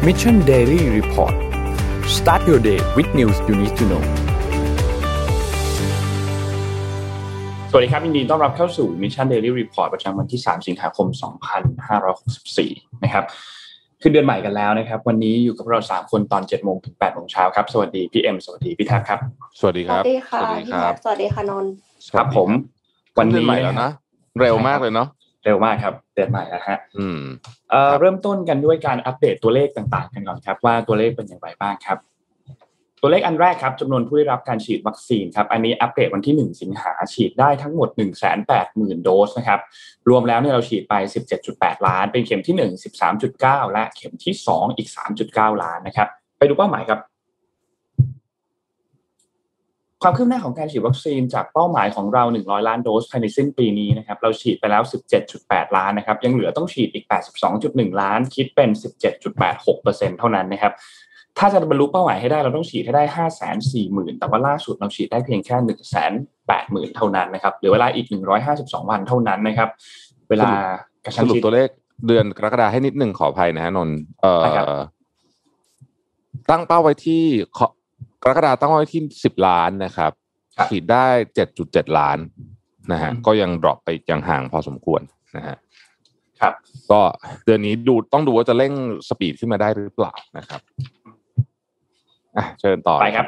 Mission Daily Report Start your day with news you need to know สวัสดีครับยินดีต้อนรับเข้าสู่ Mission Daily Report ประจำวันที่3สิงหาคม2564นะครับคือเดือนใหม่กันแล้วนะครับวันนี้อยู่กับเรา3คนตอน 7:00 นถึง 8:00 นครับสวัสดีพี่เอ็มสวัสดีพี่แท็บครับสวัสดีครับสวัสดีค่ะพี่แท็บสวัสดีค่ะนนท์ครับผมวันนี้ใหม่แล้วนะเร็วมากเลยเนาะเร็วมากครับเดือนใหม่แล้วฮะเริ่มต้นกันด้วยการอัปเดตตัวเลขต่างๆกันก่อนครับว่าตัวเลขเป็นอย่างไรบ้างครับตัวเลขอันแรกครับจำนวนผู้ได้รับการฉีดวัคซีนครับอันนี้อัปเดตวันที่1สิงหาฉีดได้ทั้งหมด 180,000 โดสนะครับรวมแล้วเนี่ยเราฉีดไป 17.8 ล้านเป็นเข็มที่1 13.9 และเข็มที่2อีก 3.9 ล้านนะครับไปดูเป้าหมายครับความคืบหน้าของการฉีดวัคซีนจากเป้าหมายของเรา100ล้านโดสภายในสิ้นปีนี้นะครับเราฉีดไปแล้ว 17.8 ล้านนะครับยังเหลือต้องฉีดอีก 82.1 ล้านคิดเป็น 17.86% เท่านั้นนะครับถ้าจะบรรลุเป้าหมายให้ได้เราต้องฉีดให้ได้ 540,000 แต่ว่าล่าสุดเราฉีดได้เพียงแค่ 180,000 เท่านั้นนะครับเหลือเวลาอีก152วันเท่านั้นนะครับเวลากระชั้นชิดตัวเลขเดือนกรกฎาคมให้นิดนึงขออภัยนะฮะนนท์ตั้งเป้าไว้ที่กรกฎาคมตั้งไว้ที่10 ล้านนะครับฉีดได้ 7.7 ล้านนะฮะก็ยังดรอปไปยังห่างพอสมควรนะฮะครับก็เดือนนี้ต้องดูว่าจะเร่งสปีดขึ้นมาได้หรือเปล่านะครับเชิญต่อไปครับ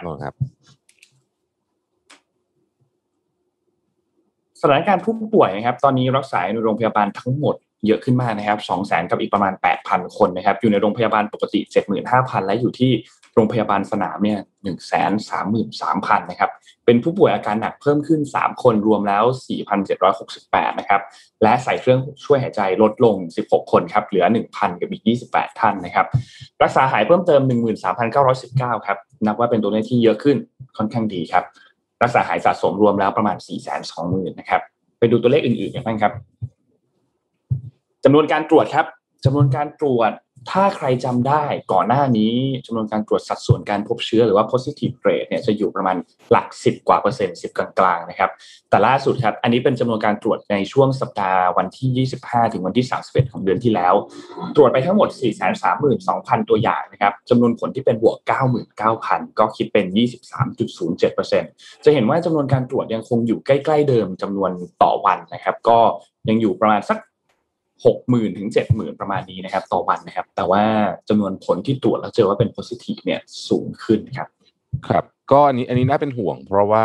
สถานการณ์ผู้ป่วยนะครับตอนนี้รักษาในโรงพยาบาลทั้งหมดเยอะขึ้นมากนะครับ 200,000 กับอีกประมาณ 8,000 คนนะครับอยู่ในโรงพยาบาลปกติ 75,000 และอยู่ที่โรงพยาบาลสนามเนี่ย 133,000 นะครับเป็นผู้ป่วยอาการหนักเพิ่มขึ้น3คนรวมแล้ว 4,768 นะครับและใส่เครื่องช่วยหายใจลดลง16คนครับเหลือ 1,000 กับอีก28ท่านนะครับรักษาหายเพิ่มเติม 13,919 ครับนับว่าเป็นตัวเลขที่เยอะขึ้นค่อนข้างดีครับรักษาหายสะสมรวมแล้วประมาณ 420,000 นะครับไปดูตัวเลขอื่นๆกันบ้างครับจำนวนการตรวจครับจำนวนการตรวจถ้าใครจำได้ก่อนหน้านี้จำนวนการตรวจสัดส่วนการพบเชื้อหรือว่า positive rate เนี่ยจะอยู่ประมาณหลัก10กว่าเปอร์เซ็นต์10กลางๆนะครับแต่ล่าสุดครับอันนี้เป็นจำนวนการตรวจในช่วงสัปดาห์วันที่25ถึงวันที่31ของเดือนที่แล้วตรวจไปทั้งหมด 432,000 ตัวอย่างนะครับจำนวนผลที่เป็นบวก 99,000 ก็คิดเป็น 23.07% จะเห็นว่าจำนวนการตรวจยังคงอยู่ใกล้ๆเดิมจำนวนต่อวันนะครับก็ยังอยู่ประมาณสัก60,000 ถึง 70,000 ประมาณนี้นะครับต่อวันนะครับแต่ว่าจำนวนผลที่ตรวจแล้วเจอว่าเป็น positive เนี่ยสูงขึ้นครับครับก็อันนี้น่าเป็นห่วงเพราะว่า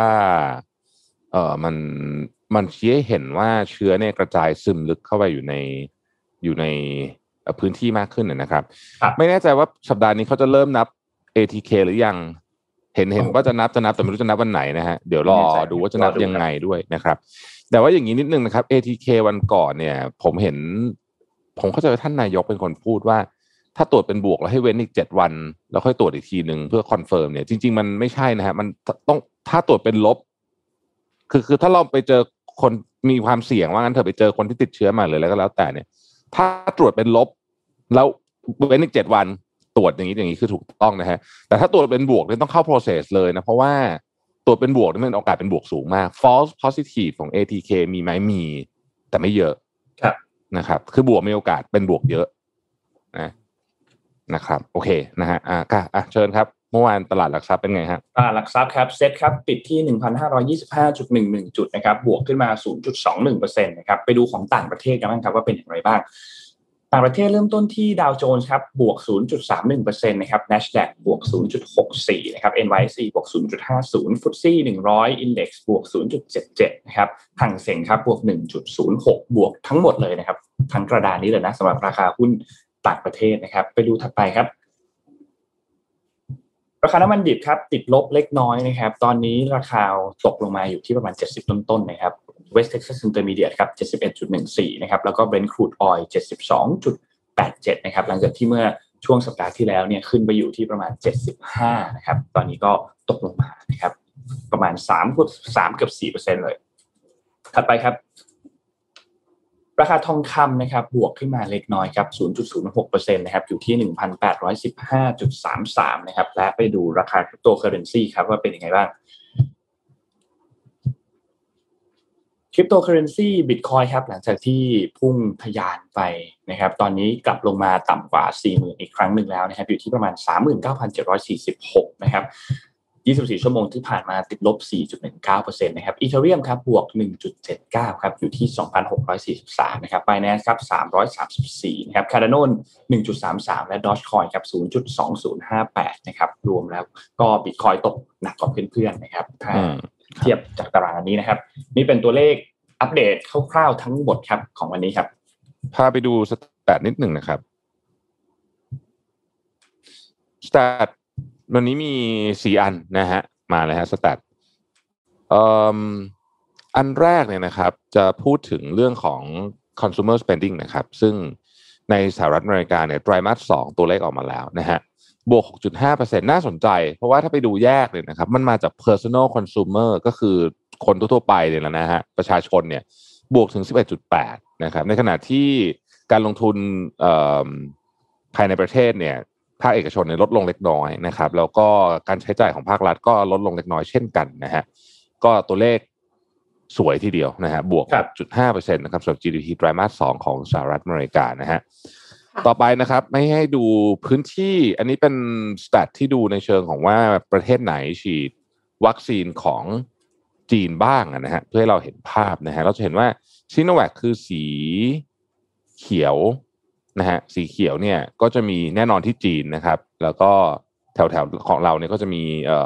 มันชี้ให้เห็นว่าเชื้อเนี่ยกระจายซึมลึกเข้าไปอยู่ในพื้นที่มากขึ้นนะครับไม่แน่ใจว่าสัปดาห์นี้เขาจะเริ่มนับ ATK หรือยังเห็นว่าจะนับแต่ไม่รู้จะนับวันไหนนะฮะเดี๋ยวรอดูว่าจะนับยังไงด้วยนะครับแต่ว่าอย่างนี้นิดนึงนะครับ ATK วันก่อนเนี่ยผมเข้าใจว่าท่านนายกเป็นคนพูดว่าถ้าตรวจเป็นบวกแล้วให้เว้นอีก7วันแล้วค่อยตรวจอีกทีนึงเพื่อคอนเฟิร์มเนี่ยจริงๆมันไม่ใช่นะฮะมันต้องถ้าตรวจเป็นลบคือถ้าเราไปเจอคนมีความเสี่ยงว่างั้นเถอะไปเจอคนที่ติดเชื้อมาเลยแล้วก็แล้วแต่เนี่ยถ้าตรวจเป็นลบแล้วเว้นอีก7วันตรวจอย่างนี้คือถูกต้องนะฮะแต่ถ้าตรวจเป็นบวกเนี่ยต้องเข้า process เลยนะเพราะว่าตรวจเป็นบวกนี่มันโอกาสเป็นบวกสูงมาก false positive ของ ATK มีไหมมีแต่ไม่เยอะนะครับคือบวกมีโอกาสเป็นบวกเยอะนะครับโอเคนะฮะเชิญครับเมื่อวานตลาดหลักทรัพย์เป็นไงฮะตลาดหลักทรัพย์ครับเซ็ตครับปิดที่ 1,525.11 จุดนะครับบวกขึ้นมา 0.21% นะครับไปดูของต่างประเทศกันบ้างครับว่าเป็นอย่างไรบ้างต่างประเทศเริ่มต้นที่ดาวโจนส์ครับบวก 0.31% นะครับ NASDAQ บวก 0.64 นะครับ NYSE บวก 0.50 FTSE 100 Index บวก 0.77 นะครับหั่งเส็งครับบวก 1.06 บวกทั้งหมดเลยนะครับทั้งกระดานนี้เลยนะสำหรับราคาหุ้นต่างประเทศนะครับไปดูถัดไปครับราคาน้ำมันดิบครับติดลบเล็กน้อยนะครับตอนนี้ราคาตกลงมาอยู่ที่ประมาณ70ต้นๆนะครับWest Texas Intermediate ครับ 71.14 นะครับแล้วก็ Brent Crude Oil 72.87 นะครับหลังจากที่เมื่อช่วงสัปดาห์ที่แล้วเนี่ยขึ้นไปอยู่ที่ประมาณ75นะครับตอนนี้ก็ตกลงมานะครับประมาณ3เกือบ 4% เลยถัดไปครับราคาทองคำนะครับบวกขึ้นมาเล็กน้อยครับ 0.06% นะครับอยู่ที่ 1,815.33 นะครับและไปดูราคาคริปโตเคอเรนซีครับว่าเป็นยังไงบ้างคริปโตเคอเรนซีบิตคอยครับหลังจากที่พุ่งทะยานไปนะครับตอนนี้กลับลงมาต่ำกว่า 40,000 อีกครั้งหนึ่งแล้วนะครับอยู่ที่ประมาณ 39,746 นะครับ24 ชั่วโมงที่ผ่านมาติดลบ 4.19% นะครับอีเธเรียมครับบวก 1.79 ครับอยู่ที่ 2,643 นะครับ Binance ครับ334นะครับ Cardano 1.33 และ Dogecoin ครับ 0.2058 นะครับรวมแล้วก็ Bitcoin ตกหนักกว่าเพื่อนๆนะครับถ้าเทียบจากตารางนี้นะครับนี่เป็นตัวเลขอัปเดตคร่าวๆทั้งหมดครับของวันนี้ครับพาไปดูสแตทนิดหนึ่งนะครับสแตทวันนี้มี4อันนะฮะมาเลยฮะสแตทอันแรกเนี่ยนะครับจะพูดถึงเรื่องของ consumer spending นะครับซึ่งในสหรัฐอเมริกาเนี่ยไตรมาส2ตัวเลขออกมาแล้วนะฮะบวก 6.5% น่าสนใจเพราะว่าถ้าไปดูแยกเลยนะครับมันมาจาก personal consumer ก็คือคนทั่วไปเนี่ยแหละนะฮะประชาชนเนี่ยบวกถึง 11.8 นะครับในขณะที่การลงทุนภายในประเทศเนี่ยภาคเอกชนเนี่ยลดลงเล็กน้อยนะครับแล้วก็การใช้จ่ายของภาครัฐก็ลดลงเล็กน้อยเช่นกันนะฮะก็ตัวเลขสวยทีเดียวนะฮะบวก 6.5% นะครับสำหรับ GDP ไตรมาส2ของสหรัฐอเมริกานะฮะต่อไปนะครับไม่ให้ดูพื้นที่อันนี้เป็นสแตทที่ดูในเชิงของว่าประเทศไหนฉีดวัคซีนของจีนบ้างนะฮะเพื่อให้เราเห็นภาพนะฮะเราจะเห็นว่าซิโนแวคคือสีเขียวนะฮะสีเขียวเนี่ยก็จะมีแน่นอนที่จีนนะครับแล้วก็แถวๆของเราเนี่ยก็จะมี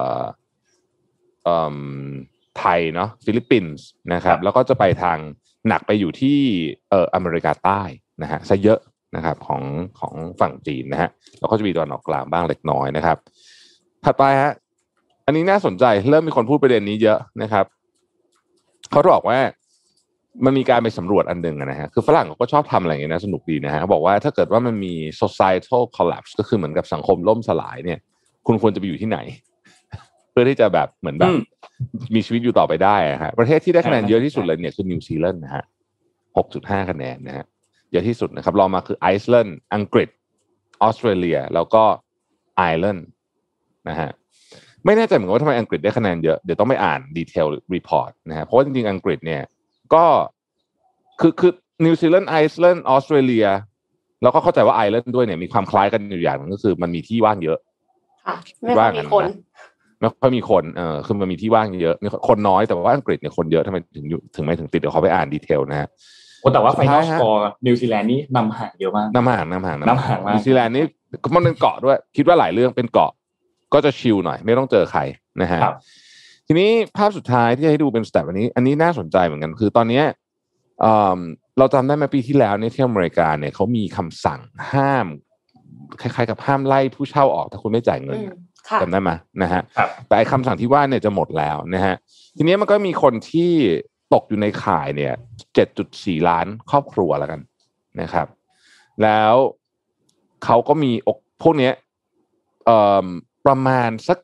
ไทยเนาะฟิลิปปินส์นะครับแล้วก็จะไปทางหนักไปอยู่ที่อเมริกาใต้นะฮะซะเยอะนะครับของฝั่งจีนนะฮะแล้วก็จะมีตะวันออกกลางบ้างเล็กน้อยนะครับถัดไปฮะอันนี้น่าสนใจเริ่มมีคนพูดประเด็นนี้เยอะนะครับเขาบอกว่ามันมีการไปสำรวจอันหนึ่งนะฮะคือฝรั่งเขาก็ชอบทำอะไรอย่างเงี้ยนะสนุกดีนะฮะเขาบอกว่าถ้าเกิดว่ามันมี societal collapse ก็คือเหมือนกับสังคมล่มสลายเนี่ยคุณควรจะไปอยู่ที่ไหนเพื่อที่จะแบบเหมือนแบบมีชีวิตอยู่ต่อไปได้ฮะประเทศที่ได้คะแนนเยอะที่สุดเลยเนี่ยคือนิวซีแลนด์นะฮะ 6.5 คะแนนนะฮะเยอะที่สุดนะครับรองมาคือไอซ์แลนด์อังกฤษออสเตรเลียแล้วก็ไอร์แลนด์นะฮะไม่แน่ใจเหมือนกันว่าทำไมอังกฤษได้คะแนนเยอะเดี๋ยวต้องไปอ่านดีเทลรีพอร์ตนะฮะเพราะว่าจริงๆอังกฤษเนี่ยก็คือนิวซีแลนด์ไอซ์แลนด์ออสเตรเลียแล้วก็เข้าใจว่าไอร์แลนด์ด้วยเนี่ยมีความคล้ายกันอยู่อย่างนึงก็คือมันมีที่ว่างเยอะค่ะไม่ค่อยมีคนไม่ค่อยมีคนคือมันมีที่ว่างเยอะมีคนน้อยแต่ว่าอังกฤษเนี่ยคนเยอะทำไมถึงไม่ถึงติดเดี๋ยวขอไปอ่านดีเทลนะฮะแต่ว่าไฟนอลสกอร์นิวซีแลนด์นี่นำห่างเยอะมากนำห่างมากนิวซีแลนด์นี่มันเป็นเกาะด้วยคิดว่าหลายเรื่องเป็นเกาะก็จะชิลหน่อยไม่ต้องเจอใครนะฮะทีนี้ภาพสุดท้ายที่ให้ดูเป็นสเต็ปอันนี้น่าสนใจเหมือนกันคือตอนนี้เราจำได้ไหมปีที่แล้วเนี่ยที่อเมริกาเนี่ยเขามีคำสั่งห้ามคล้ายๆกับห้ามไล่ผู้เช่าออกถ้าคุณไม่จ่ายเงินจำได้ไหมนะฮะแต่คำสั่งที่ว่าเนี่ยจะหมดแล้วนะฮะทีนี้มันก็มีคนที่ตกอยู่ในข่ายเนี่ย 7.4 ล้านครอบครัวแล้วกันนะครับแล้วเขาก็มีพวกนี้ประมาณสัก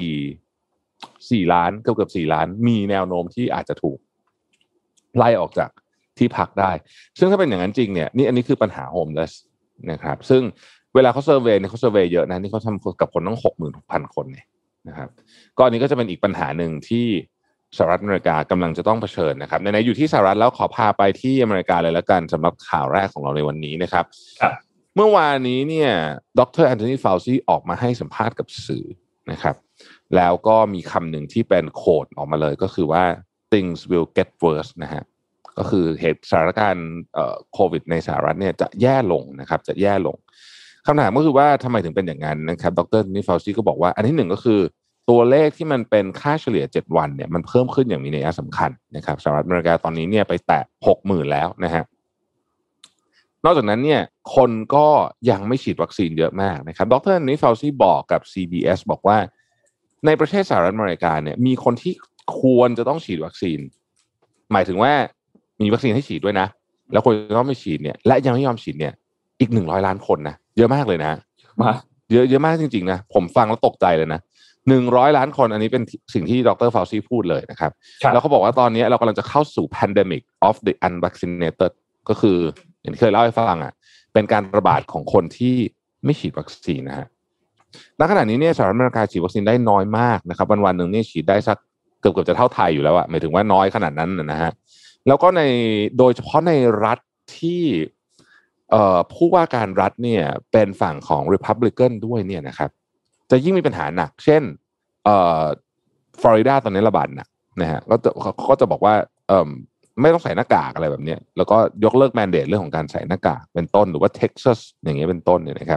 4 ล้านเกือบ4 ล้านมีแนวโน้มที่อาจจะถูกไล่ออกจากที่พักได้ซึ่งถ้าเป็นอย่างนั้นจริงเนี่ยอันนี้คือปัญหาโฮมเลสนะครับซึ่งเวลาเขาเซอร์เวย์เนี่ยเขาเซอร์เวย์เยอะนะนี่เขาทำกับคนต้อง 66,000 คนเนี่ยนะครับก็อันนี้ก็จะเป็นอีกปัญหาหนึ่งที่สหรัฐอเมริกากำลังจะต้องเผชิญนะครับในอยู่ที่สหรัฐแล้วขอพาไปที่อเมริกาเลยแล้วกันสำหรับข่าวแรกของเราในวันนี้นะครับเมื่อวานนี้เนี่ยดร. แอนโทนี ฟาวซีออกมาให้สัมภาษณ์กับสื่อนะครับแล้วก็มีคำหนึ่งที่เป็นโค้ดออกมาเลยก็คือว่า things will get worse นะฮะก็คือเหตุสถานการณ์โควิดในสหรัฐเนี่ยจะแย่ลงนะครับจะแย่ลงคำถามก็คือว่าทำไมถึงเป็นอย่างนั้นนะครับดร. แอนโทนี ฟาวซีก็บอกว่าอันที่หนึ่งก็คือตัวเลขที่มันเป็นค่าเฉลี่ย7วันเนี่ยมันเพิ่มขึ้นอย่างมีนัยสำคัญนะครับสหรัฐอเมริกาตอนนี้เนี่ยไปแตะ 60,000 แล้วนะฮะนอกจากนั้นเนี่ยคนก็ยังไม่ฉีดวัคซีนเยอะมากนะครับดร. แอนโทนี ฟาวซีบอกกับ CBS บอกว่าในประเทศสหรัฐอเมริกาเนี่ยมีคนที่ควรจะต้องฉีดวัคซีนหมายถึงว่ามีวัคซีนให้ฉีดด้วยนะแล้วคนจะต้องไม่ฉีดเนี่ยและยังไม่ยอมฉีดเนี่ยอีก100 ล้านคนนะเยอะมากเลยนะเยอะมากจริงๆนะผมฟังแล้วตกใจเลยนะ100 ล้านคนอันนี้เป็นสิ่งที่ดร. ฟาวซีพูดเลยนะครับแล้วเขาบอกว่าตอนนี้เรากำลังจะเข้าสู่ pandemic of the unvaccinated ก็คืออย่างที่เคยเล่าให้ฟังเป็นการระบาดของคนที่ไม่ฉีดวัคซีนนะฮะณขณะนี้เนี่ยสหรัฐอเมริกาฉีดวัคซีนได้น้อยมากนะครับวันๆนึงนี่ฉีดได้สักเกือบจะเท่าไทยอยู่แล้วหมายถึงว่าน้อยขนาดนั้นนะฮะแล้วก็โดยเฉพาะในรัฐที่ผู้ว่าการรัฐเนี่ยเป็นฝั่งของ Republican ด้วยเนี่ยนะครับจะยิ่งมีปัญหาหนักเช่นฟลอริดาตอนนี้ระบาดหนักนะฮะก็จะบอกว่าไม่ต้องใส่หน้ากากอะไรแบบนี้แล้วก็ยกเลิกแมนเดตเรื่องของการใส่หน้ากากเป็นต้นหรือว่าเท็กซัสอย่างเงี้ยเป็นต้นเนี่ยนะครับ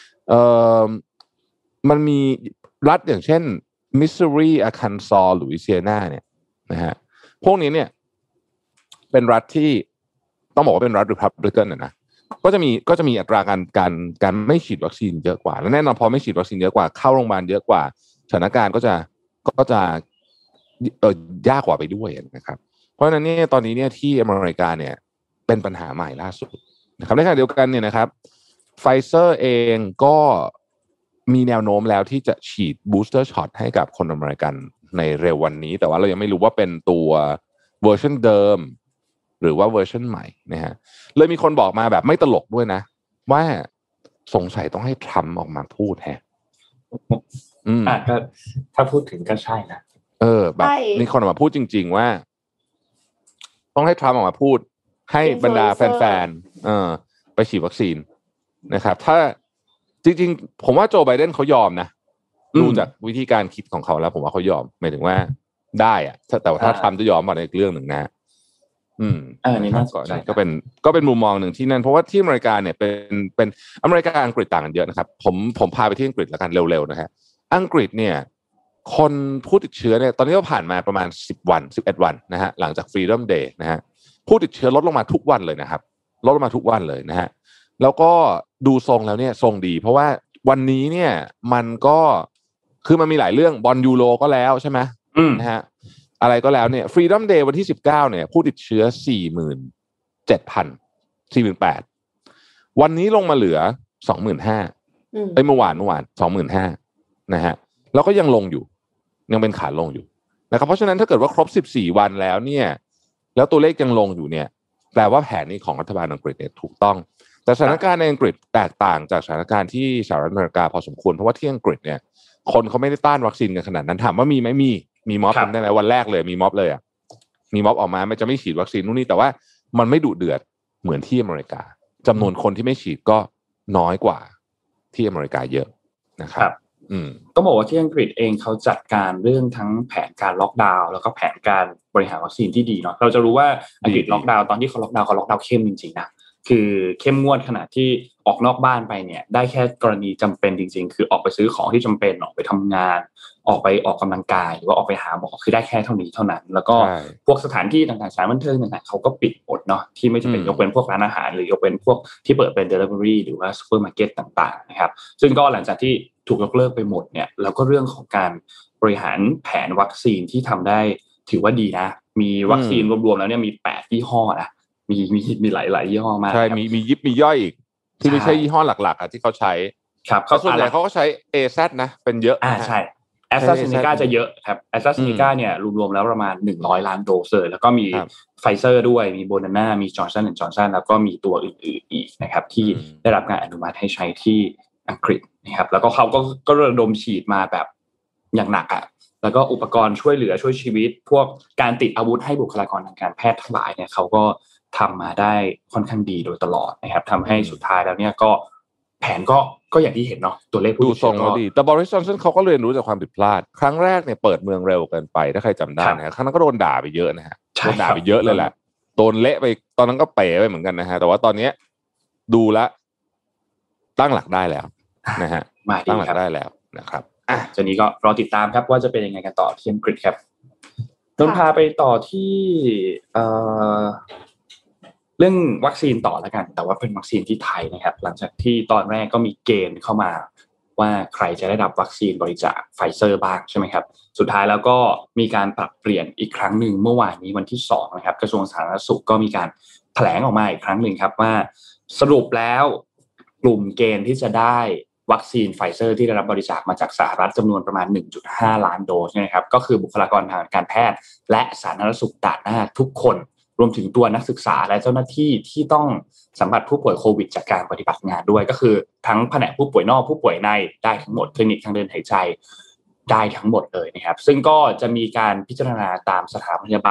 มันมีรัฐอย่างเช่นมิสซูรีอาร์คันซอหลุยเซียนาเนี่ยนะฮะพวกนี้เนี่ยเป็นรัฐที่ต้องบอกว่าเป็นรัฐ Republican นะก็จะมีอัตราการไม่ฉีดวัคซีนเยอะกว่าและแน่นอนพอไม่ฉีดวัคซีนเยอะกว่าเข้าโรงพยาบาลเยอะกว่าสถานการณ์ก็จะยากกว่าไปด้วยนะครับเพราะฉะนั้นเนี่ยตอนนี้เนี่ยที่อเมริกาเนี่ยเป็นปัญหาใหม่ล่าสุดนะครับในขณะเดียวกันเนี่ยนะครับไฟเซอร์เองก็มีแนวโน้มแล้วที่จะฉีดบูสเตอร์ช็อตให้กับคนอเมริกันในเร็ววันนี้แต่ว่าเรายังไม่รู้ว่าเป็นตัวเวอร์ชันเดิมหรือว่าเวอร์ชันใหม่นะฮะเลยมีคนบอกมาแบบไม่ตลกด้วยนะว่าสงสัยต้องให้ทรัมป์ออกมาพูดแฮะก็ถ้าพูดถึงก็ใช่นะแบบมีคนออกมาพูดจริงๆว่าต้องให้ทรัมป์ออกมาพูดให้บรรดาแฟนๆไปฉีดวัคซีนนะครับถ้าจริงๆผมว่าโจไบเดนเขายอมนะดูจากวิธีการคิดของเขาแล้วผมว่าเขายอมหมายถึงว่าได้อะแต่ว่าถ้าทรัมป์จะยอมมาในเรื่องหนึ่งนะนี่น่าสนใจก็เป็นมุมมองหนึ่งที่นั่นเพราะว่าที่อเมริกาเนี่ยเป็นอเมริกาอังกฤษต่างกันเยอะนะครับผมพาไปที่อังกฤษแล้วกันเร็วๆนะฮะอังกฤษเนี่ยคนผู้ติดเชื้อเนี่ยตอนนี้ก็ผ่านมาประมาณ10 วัน11 วันนะฮะหลังจาก Freedom Day นะฮะผู้ติดเชื้อลดลงมาทุกวันเลยนะครับลดลงมาทุกวันเลยนะฮะแล้วก็ดูทรงแล้วเนี่ยทรงดีเพราะว่าวันนี้เนี่ยมันก็คือมันมีหลายเรื่องบอลยูโรก็แล้วใช่ไหมนะฮะอะไรก็แล้วเนี่ย Freedom Day วันที่19เนี่ยผู้ติดเชื้อ 47,000 48,000 วันนี้ลงมาเหลือ 25,000 เมื่อวาน 25,000 นะฮะแล้วก็ยังลงอยู่ยังเป็นขาลงอยู่นะครับเพราะฉะนั้นถ้าเกิดว่าครบ14 วันแล้วเนี่ยแล้วตัวเลขยังลงอยู่เนี่ยแปลว่าแผนนี้ของรัฐบาลอังกฤษเนี่ยถูกต้องแต่สถานการณ์ในอังกฤษแตกต่างจากสถานการณ์ที่สหรัฐอเมริกาพอสมควรเพราะว่าที่อังกฤษเนี่ยคนเขาไม่ได้ต้านวัคซีนกันขนาดนั้นถามว่ามีไหมมีม็อบกันได้ไหมวันแรกเลยมีม็อบเลยอ่ะมีม็อบออกมาไม่จะไม่ฉีดวัคซีนนู่นนี่แต่ว่ามันไม่ดุเดือดเหมือนที่อเมริกาจำนวนคนที่ไม่ฉีดก็น้อยกว่าที่อเมริกาเยอะนะครับต้องบอกว่าที่อังกฤษเองเขาจัดการเรื่องทั้งแผนการล็อกดาวน์แล้วก็แผนการบริหารวัคซีนที่ดีเนาะเราจะรู้ว่าอังกฤษล็อกดาวน์ตอนที่เขาล็อกดาวน์เข้มจริงๆนะคือเข้มงวดขนาดที่ออกนอกบ้านไปเนี่ยได้แค่กรณีจำเป็นจริงๆคือออกไปซื้อของที่จำเป็นออกไปทำงานออกไปออกกำลังกายหรือว่าออกไปหาหมอคือได้แค่เท่านี้เท่านั้นแล้วก็พวกสถานที่ต่างๆสถานบันเทิงต่างๆเขาก็ปิดหมดเนาะที่ไม่จะเป็นยกเว้นพวกร้านอาหารหรือยกเว้นพวกที่เปิดเป็น delivery หรือว่าซูเปอร์มาร์เก็ตต่างๆนะครับซึ่งก็หลังจากที่ถูกยกเลิกไปหมดเนี่ยแล้วก็เรื่องของการบริหารแผนวัคซีนที่ทำได้ถือว่าดีนะมีวัคซีนรวมๆแล้วเนี่ยมี8ยี่ห้อนะมีหลายยี่ห้อมากใช่มียิบมีย่อยอีกที่ไม่ใช่ยี่ห้อหลักๆที่เขาใช้ครับส่วนใหญ่เขาก็ใช้ AZ นะเป็นเยอะใช่แอสตราเซเนกาจะเยอะครับแอสตราเซเนกาเนี่ยรวมๆแล้วประมาณ100 ล้านโดสเลยแล้วก็มีไฟเซอร์ด้วยมีโมเดอร์นามีจอร์นสัน&จอร์นสันแล้วก็มีตัวอื่นๆอีกนะครับที่ได้รับการอนุมัติให้ใช้ที่อังกฤษนะครับแล้วก็เขาก็ระดมฉีดมาแบบอย่างหนักอ่ะแล้วก็อุปกรณ์ช่วยเหลือช่วยชีวิตพวกการติดอาวุธให้บุคลากรทางการแพทย์ทั้งหลายเนี่ยเขาก็ทำมาได้ค่อนข้างดีโดยตลอดนะครับทำให้สุดท้ายแล้วเนี่ยก็แผนก็อย่างที่เห็นเนาะตัวเลขดูทรงแล้วดีแต่บริส จอนสันเขาก็เรียนรู้จากความผิดพลาดครั้งแรกเนี่ยเปิดเมืองเร็วเกินไปถ้าใครจำได้นะฮะครั้งนั้นก็โดนด่าไปเยอะนะฮะโดนด่าไปเยอะเลยแหละโดนเละไปตอนนั้นก็เป๋ไปเหมือนกันนะฮะแต่ว่าตอนนี้ดูแลตั้งหลักได้แล้วนะฮะตั้งหลักได้แล้วนะครับจากนี้ก็รอติดตามครับว่าจะเป็นยังไงกันต่อที่อังกฤษครับต้นพาไปต่อที่เรื่องวัคซีนต่อแล้วกันแต่ว่าเป็นวัคซีนที่ไทยนะครับหลังจากที่ตอนแรกก็มีเกณฑ์เข้ามาว่าใครจะได้รับวัคซีนบริจาคไฟเซอร์บ้างใช่ไหมครับสุดท้ายแล้วก็มีการปรับเปลี่ยนอีกครั้งหนึ่งเมื่อวานนี้วันที่2นะครับกระทรวงสาธารณสุขก็มีการแถลงออกมาอีกครั้งหนึ่งครับว่าสรุปแล้วกลุ่มเกณฑ์ที่จะได้วัคซีนไฟเซอร์ที่ได้รับบริจาคมาจากสหรัฐจำนวนประมาณ 1.5 ล้านโดสนะครับก็คือบุคลากรทางการแพทย์และสาธารณสุขด่านหน้าทุกคนรวมถึงตัวนักศึกษาและเจ้าหน้าที่ที่ต้องสัมผัสผู้ป่วยโควิดจากการปฏิบัติงานด้วยก็คือทั้งแผนกผู้ป่วยนอกผู้ป่วยในได้ทั้งหมดคลินิกทางเดินหายใจได้ทั้งหมดเลยนะครับซึ่งก็จะมีการพิจารณาตามสถานพยาบาล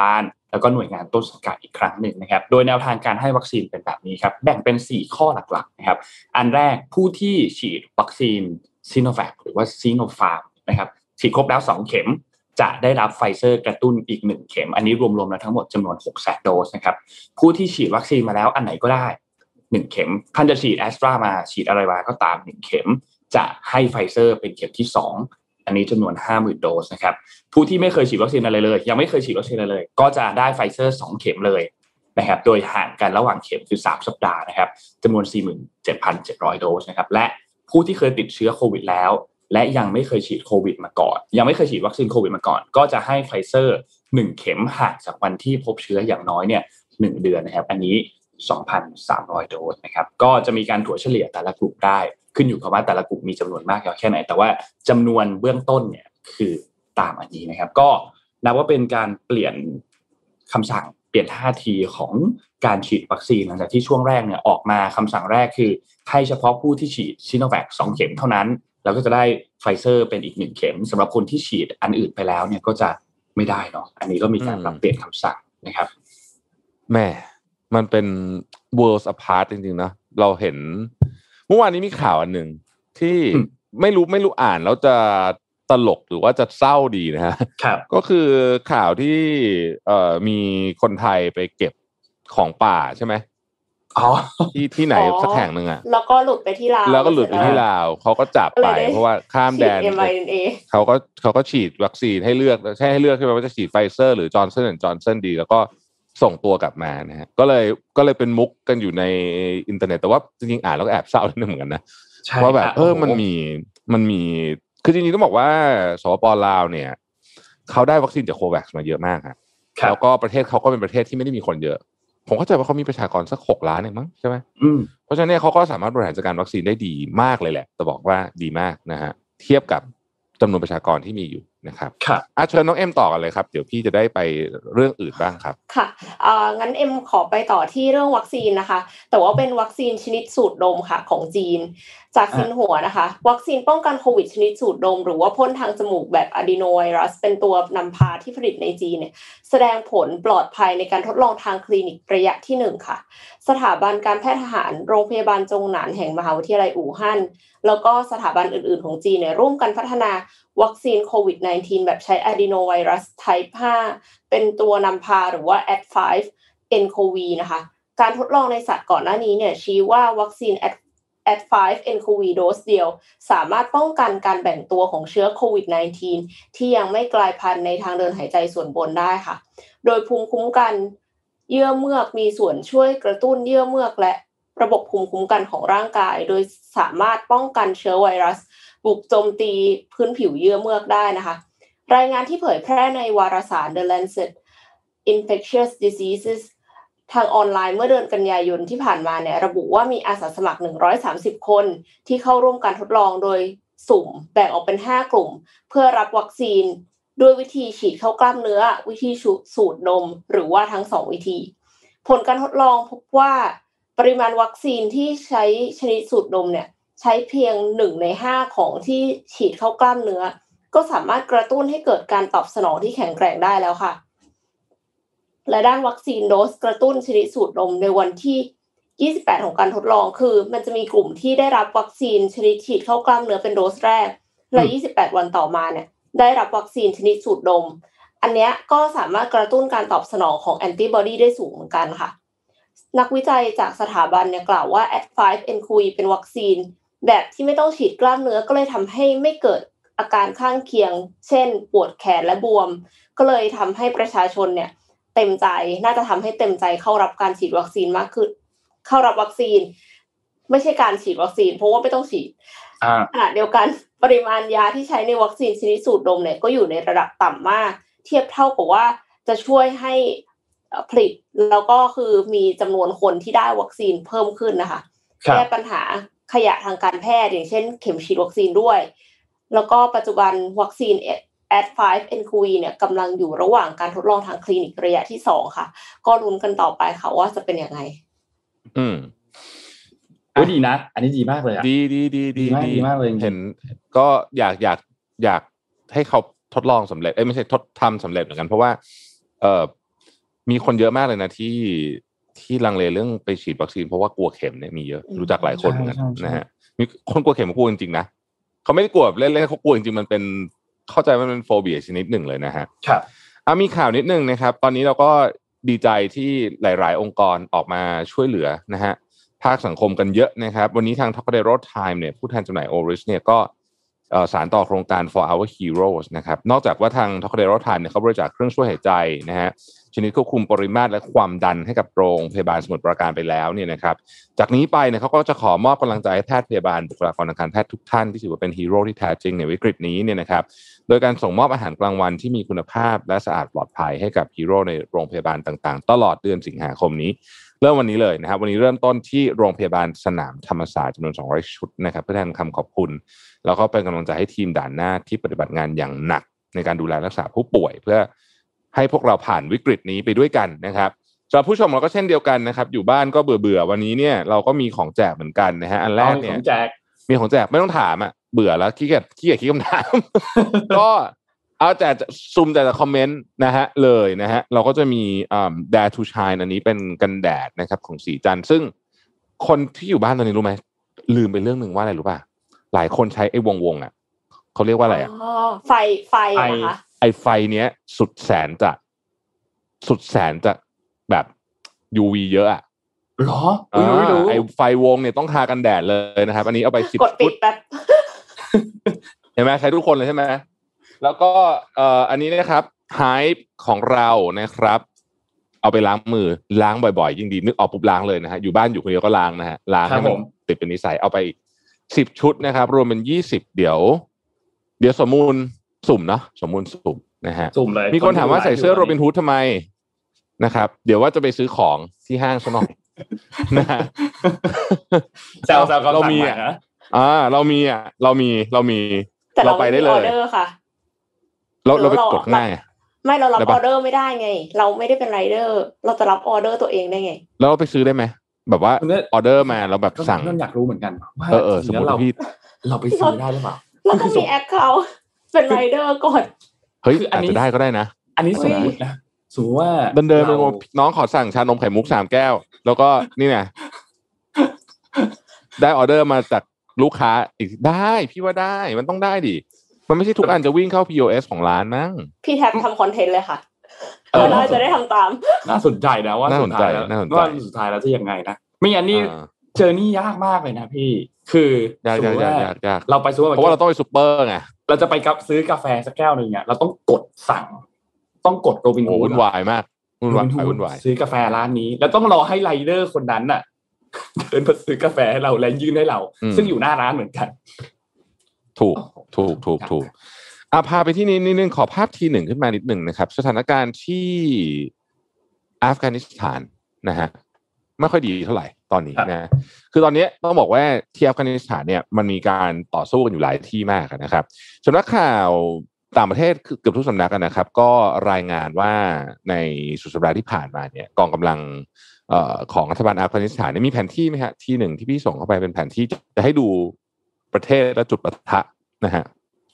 แล้วก็หน่วยงานต้นสังกัดอีกครั้งหนึ่งนะครับโดยแนวทางการให้วัคซีนเป็นแบบนี้ครับแบ่งเป็น4ข้อหลักๆนะครับอันแรกผู้ที่ฉีดวัคซีนซิโนแวคหรือว่าซิโนฟาร์มนะครับฉีดครบแล้ว2เข็มจะได้รับไฟเซอร์กระตุ้นอีก1เข็มอันนี้รวมๆแล้วทั้งหมดจำนวน 600,000 โดสนะครับผู้ที่ฉีดวัคซีนมาแล้วอันไหนก็ได้1เข็มท่านจะฉีดแอสตรามาฉีดอะไรมาก็ตาม1เข็มจะให้ไฟเซอร์เป็นเข็มที่2อันนี้จำนวน 50,000 โดสนะครับผู้ที่ไม่เคยฉีดวัคซีนอะไรเลยยังไม่เคยฉีดวัคซีนอะไรเลยก็จะได้ไฟเซอร์2เข็มเลยนะครับโดยห่างกันระหว่างเข็มคือ3สัปดาห์นะครับจำนวน 47,700 โดสนะครับและผู้ที่เคยติดเชื้อโควิดแล้วและยังไม่เคยฉีดโควิดมาก่อนยังไม่เคยฉีดวัคซีนโควิดมาก่อนก็จะให้ไฟเซอร์1เข็มห่างจากวันที่พบเชื้ออย่างน้อยเนี่ย1เดือนนะครับอันนี้ 2,300 โดสนะครับก็จะมีการถัวเฉลี่ยแต่ละกลุ่มได้ขึ้นอยู่กับว่าแต่ละกลุ่มมีจำนวนมากแค่ไหนแต่ว่าจำนวนเบื้องต้นเนี่ยคือตามอันนี้นะครับก็นับว่าเป็นการเปลี่ยนคำสั่งเปลี่ยนท่าทีของการฉีดวัคซีนหลังจากที่ช่วงแรกเนี่ยออกมาคำสั่งแรกคือให้เฉพาะผู้ที่ฉีดซิโนแวค2เข็มเท่านั้นแล้วก็จะได้ไฟเซอร์เป็นอีก1เข็มสำหรับคนที่ฉีดอันอื่นไปแล้วเนี่ยก็จะไม่ได้เนาะอันนี้ก็มีการปรับเปลี่ยนคำสั่งนะครับแม่มันเป็น worlds apart จริงๆนะเราเห็นเมื่อวานนี้มีข่าวอันหนึ่งที่ไม่รู้อ่านแล้วจะตลกหรือว่าจะเศร้าดีนะฮะก็คือข่าวที่มีคนไทยไปเก็บของป่าใช่ไหมที่ไหนสักแห่งหนึ่งอ่ะแล้วก็หลุดไปที่ลาวเขาก็จับไปเพราะว่าข้ามแดนเขาก็ฉีดวัคซีนให้เลือกใช่ไหมว่าจะฉีดไฟเซอร์หรือจอห์นสัน& จอห์นสันดีแล้วก็ส่งตัวกลับมานะฮะก็เลยเป็นมุกกันอยู่ในอินเทอร์เน็ตแต่ว่าจริงๆอ่านแล้วก็แอบเศร้านิดนึงเหมือนกันนะว่าแบบมันมีคือจริงๆต้องบอกว่าสปป.ลาวเนี่ยเขาได้วัคซีนจากโควัคซ์มาเยอะมากครับแล้วก็ประเทศเขาก็เป็นประเทศที่ไม่ได้มีคนเยอะผมเข้าใจว่าเขามีประชากรสัก6 ล้านเองมั้งใช่ไหมเพราะฉะนั้นเนี่ยเขาก็สามารถบริหารจัดการวัคซีนได้ดีมากเลยแหละแต่บอกว่าดีมากนะฮะเทียบกับจำนวนประชากรที่มีอยู่นะครับเชิญน้องเอ็มต่อกันเลยครับเดี๋ยวพี่จะได้ไปเรื่องอื่นบ้างครับค่ะงั้นเอ็มขอไปต่อที่เรื่องวัคซีนนะคะแต่ว่าเป็นวัคซีนชนิดสูดดมค่ะของจีนจากซินหัวนะคะวัคซีนป้องกันโควิดชนิดสูดดมหรือว่าพ่นทางจมูกแบบอะดีโนไวรัสเป็นตัวนำพาที่ผลิตในจีนเนี่ยแสดงผลปลอดภัยในการทดลองทางคลินิกระยะที่1ค่ะสถาบันการแพทย์ทหารโรงพยาบาลจงหนานแห่งมหาวิทยาลัยอู่ฮั่นแล้วก็สถาบันอื่นๆของจีนเนี่ยร่วมกันพัฒนาวัคซีนโควิด -19 แบบใช้อะดีโนไวรัส Type 5เป็นตัวนำพาหรือว่า Ad5-nCoV นะคะการทดลองในสัตว์ก่อนหน้านี้เนี่ยชี้ว่าวัคซีน Ad5-nCoV โดสเดียวสามารถป้องกันการแบ่งตัวของเชื้อโควิด -19 ที่ยังไม่กลายพันธุ์ในทางเดินหายใจส่วนบนได้ค่ะโดยภูมิคุ้มกันเยื่อเมือกมีส่วนช่วยกระตุ้นเยื่อเมือกและระบบภูมิคุ้มกันของร่างกายโดยสามารถป้องกันเชื้อไวรัสบุกโจมตีพื้นผิวเยื่อเมือกได้นะคะรายงานที่เผยแพร่ในวารสาร The Lancet Infectious Diseases ทางออนไลน์เมื่อเดือนกันยายนที่ผ่านมาเนี่ยระบุว่ามีอาสาสมัคร130คนที่เข้าร่วมการทดลองโดยสุ่มแบ่งออกเป็น5กลุ่มเพื่อรับวัคซีนด้วยวิธีฉีดเข้ากล้ามเนื้อวิธีสูดดมหรือว่าทั้ง2วิธีผลการทดลองพบว่าปริมาณวัคซีนที่ใช้ชนิดสูดดมเนี่ยใช้เพียง1ใน5ของที่ฉีดเข้ากล้ามเนื้อก็สามารถกระตุ้นให้เกิดการตอบสนองที่แข็งแกร่งได้แล้วค่ะและด้านวัคซีนโดสกระตุ้นชนิดสูดดมในวันที่28ของการทดลองคือมันจะมีกลุ่มที่ได้รับวัคซีนชนิดฉีดเข้ากล้ามเนื้อเป็นโดสแรกและ28วันต่อมาเนี่ยได้รับวัคซีนชนิดสูดดมอันเนี้ยก็สามารถกระตุ้นการตอบสนองของแอนติบอดีได้สูงเหมือนกันค่ะนักวิจัยจากสถาบันเนี่ยกล่าวว่า Ad5-nCoV เป็นวัคซีนแบบที่ไม่ต้องฉีดกล้ามเนื้อก็เลยทำให้ไม่เกิดอาการข้างเคียงเช่นปวดแขนและบวมก็เลยทำให้ประชาชนเนี่ยเต็มใจน่าจะทำให้เต็มใจเข้ารับการฉีดวัคซีนมากขึ้นเข้ารับวัคซีนไม่ใช่การฉีดวัคซีนเพราะว่าไม่ต้องฉีดขณะเดียวกันปริมาณยาที่ใช้ในวัคซีนชนิดสูดดมเนี่ยก็อยู่ในระดับต่ำมากเทียบเท่ากับว่าจะช่วยให้ผลิตแล้วก็คือมีจำนวนคนที่ได้วัคซีนเพิ่มขึ้นนะคะแก้ปัญหาขยะทางการแพทย์อย่างเช่นเข็มฉีดวัคซีนด้วยแล้วก็ปัจจุบันวัคซีน Ad5-nCoV เนี่ยกำลังอยู่ระหว่างการทดลองทางคลินิกระยะที่2ค่ะก็ลุ้นกันต่อไปค่ะว่าจะเป็นยังไงดีนะอันนี้ดีมากเลยอ่ะดีมากเลยเห็นก็อยากให้เขาทดลองสำเร็จไม่ใช่ทำสำเร็จเหมือนกันเพราะว่ามีคนเยอะมากเลยนะที่ลังเลเรื่องไปฉีดวัคซีนเพราะว่ากลัวเข็มเนี่ยมีเยอะรู้จักหลายคนเหมือนกันนะฮะมีคนกลัวเข็มกลัวจริงๆนะเขาไม่ได้กลัวเล่นๆเขากลัวจริงๆมันเป็นเข้าใจว่ามันเป็นโฟเบียชนิดหนึ่งเลยนะฮะครับมีข่าวนิดนึงนะครับตอนนี้เราก็ดีใจที่หลายๆองค์กรออกมาช่วยเหลือนะฮะภาคสังคมกันเยอะนะครับวันนี้ทาง Tocadero Time เนี่ยผู้แทนจำหน่าย Oris เนี่ยก็สานต่อโครงการ For Our Heroes นะครับนอกจากว่าทาง Tocadero Time เนี่ยเขาบริจาคเครื่องช่วยหายใจนะฮะชนิดควบคุมปริมาตรและความดันให้กับโรงพยาบาลสมุทรปราการไปแล้วเนี่ยนะครับจากนี้ไปเนี่ยเขาก็จะขอมอบกำลังใจให้แพทย์พยาบาลบุคลากรทางการแพทย์ทุกท่านที่ถือว่าเป็นฮีโร่ที่แท้จริงในวิกฤตนี้เนี่ยนะครับโดยการส่งมอบอาหารกลางวันที่มีคุณภาพและสะอาดปลอดภัยให้กับฮีโร่ในโรงพยาบาลต่างๆตลอดเดือนสิงหาคมนี้เริ่มวันนี้เลยนะครับวันนี้เริ่มต้นที่โรงพยาบาลสนามธรรมศาสตร์จำนวน200ชุดนะครับเพื่อแทนคำขอบคุณแล้วก็เป็นกำลังใจให้ทีมด่านหน้าที่ปฏิบัติงานอย่างหนักในการดูแลรักษาผู้ป่วยเพื่อให้พวกเราผ่านวิกฤตนี้ไปด้วยกันนะครับสำหรับผู้ชมเราก็เช่นเดียวกันนะครับอยู่บ้านก็เบื่อวันนี้เนี่ยเราก็มีของแจกเหมือนกันนะฮะอันแรกเนี่ยมีของแจกไม่ต้องถามอ่ะเบื่อแล้วขี้เกียจคิดคำถาม ก็เอาแต่ซุ่มแต่คอมเมนต์นะฮะเลยนะฮะเราก็จะมีDare to Shine อันนี้เป็นกันแดดนะครับของสีจันทร์ซึ่งคนที่อยู่บ้านตอนนี้รู้ไหมลืมไปเรื่องหนึ่งว่าอะไรรู้ป่ะหลายคนใช้ไอ้วงอ่ะเขาเรียกว่าอะไรอ่ะไฟนะคะไอ้ไฟเนี้ยสุดแสนจะแบบ UV เยอะอ่ะหรอไอ้ไฟวงเนี่ยต้องทากันแดดเลยนะครับอันนี้เอาไป10 กดปิดแบบเห็นไหมใช้ทุกคนเลยใช่ไหมแล้วก็อันนี้นะครับไฮป์ของเรานะครับเอาไปล้างมือล้างบ่อยๆยิ่งดีนึกออกปุ๊บล้างเลยนะฮะอยู่บ้านอยู่คนเดียวก็ล้างนะฮะล้างให้มันติดเป็นนิสัยเอาไป10ชุดนะครับรวมเป็น20เดี๋ยวสมมูลสุ่มเนาะสมมูลสุ่มนะฮะสุ่มเลยมีคนถามว่าใส่เสื้อโรบินฮูดทำไมนะครับเดี๋ยวว่าจะไปซื้อของที่ห้างซะหน่อยนะฮะแซวเรามีเรามีเราไปได้เลยเราไปกดง่ายไม่เรารับออเดอร์ไม่ได้ไงเราไม่ได้เป็นไรเดอร์เราจะรับออเดอร์ตัวเองได้ไงแล้วเราไปซื้อได้ไหมแบบว่าออเดอร์มาเราแบบสั่งอยากรู้เหมือนกันว่าสมมติเราไปซื้อได้หรือเปล่าเราต้องมีแอคเคาท์เป็นไรเดอร์ก่อนเฮ้ยอาจจะได้ก็ได้นะอันนี้สมมตินะสมมติว่าเดินไปน้องขอสั่งชานมไข่มุก3แก้วแล้วก็นี่ไงได้ออเดอร์มาจากลูกค้าอีกได้พี่ว่าได้มันต้องได้ดิมันไม่ใช่ทุกอันจะวิ่งเข้า POS ของร้านมั้งพี่แท็บทำคอนเทนต์เลยค่ะเราจะได้ทำตามน่าสนใจนะว่าสุดท้ายแล้วจะยังไงนะไม่งั้นนี่เจอนี่ยากมากเลยนะพี่คือยากเราไปซูเปอร์เพราะว่าเราต้องไปซุปเปอร์ไงเราจะไปซื้อกาแฟสักแก้วนึงเนี่ยเราต้องกดสั่งต้องกดโรบินฮูดวุ่นวายมากวุ่นวายซื้อกาแฟร้านนี้แล้วต้องรอให้ไรเดอร์คนนั้นน่ะเดินมาซื้อกาแฟให้เราและยื่นให้เราซึ่งอยู่หน้าร้านเหมือนกันถูกพาไปที่นี่นิดนึงขอภาพที1ขึ้นมานิดนึงนะครับสถานการณ์ที่อัฟกานิสถานนะฮะไม่ค่อยดีเท่าไหร่ตอนนี้นะคือตอนนี้ต้องบอกว่าที่อัฟกานิสถานเนี่ยมันมีการต่อสู้กันอยู่หลายที่มากนะครับสำนักข่าวต่างประเทศเกือบทุกสำนักนะครับก็รายงานว่าในสุดสัปดาห์ที่ผ่านมาเนี่ยกองกำลังของรัฐบาลอัฟกานิสถานมีแผนที่ไหมฮะที่1ที่พี่ส่งเข้าไปเป็นแผนที่จะให้ดูประเทศและจุดปะทะนะฮะ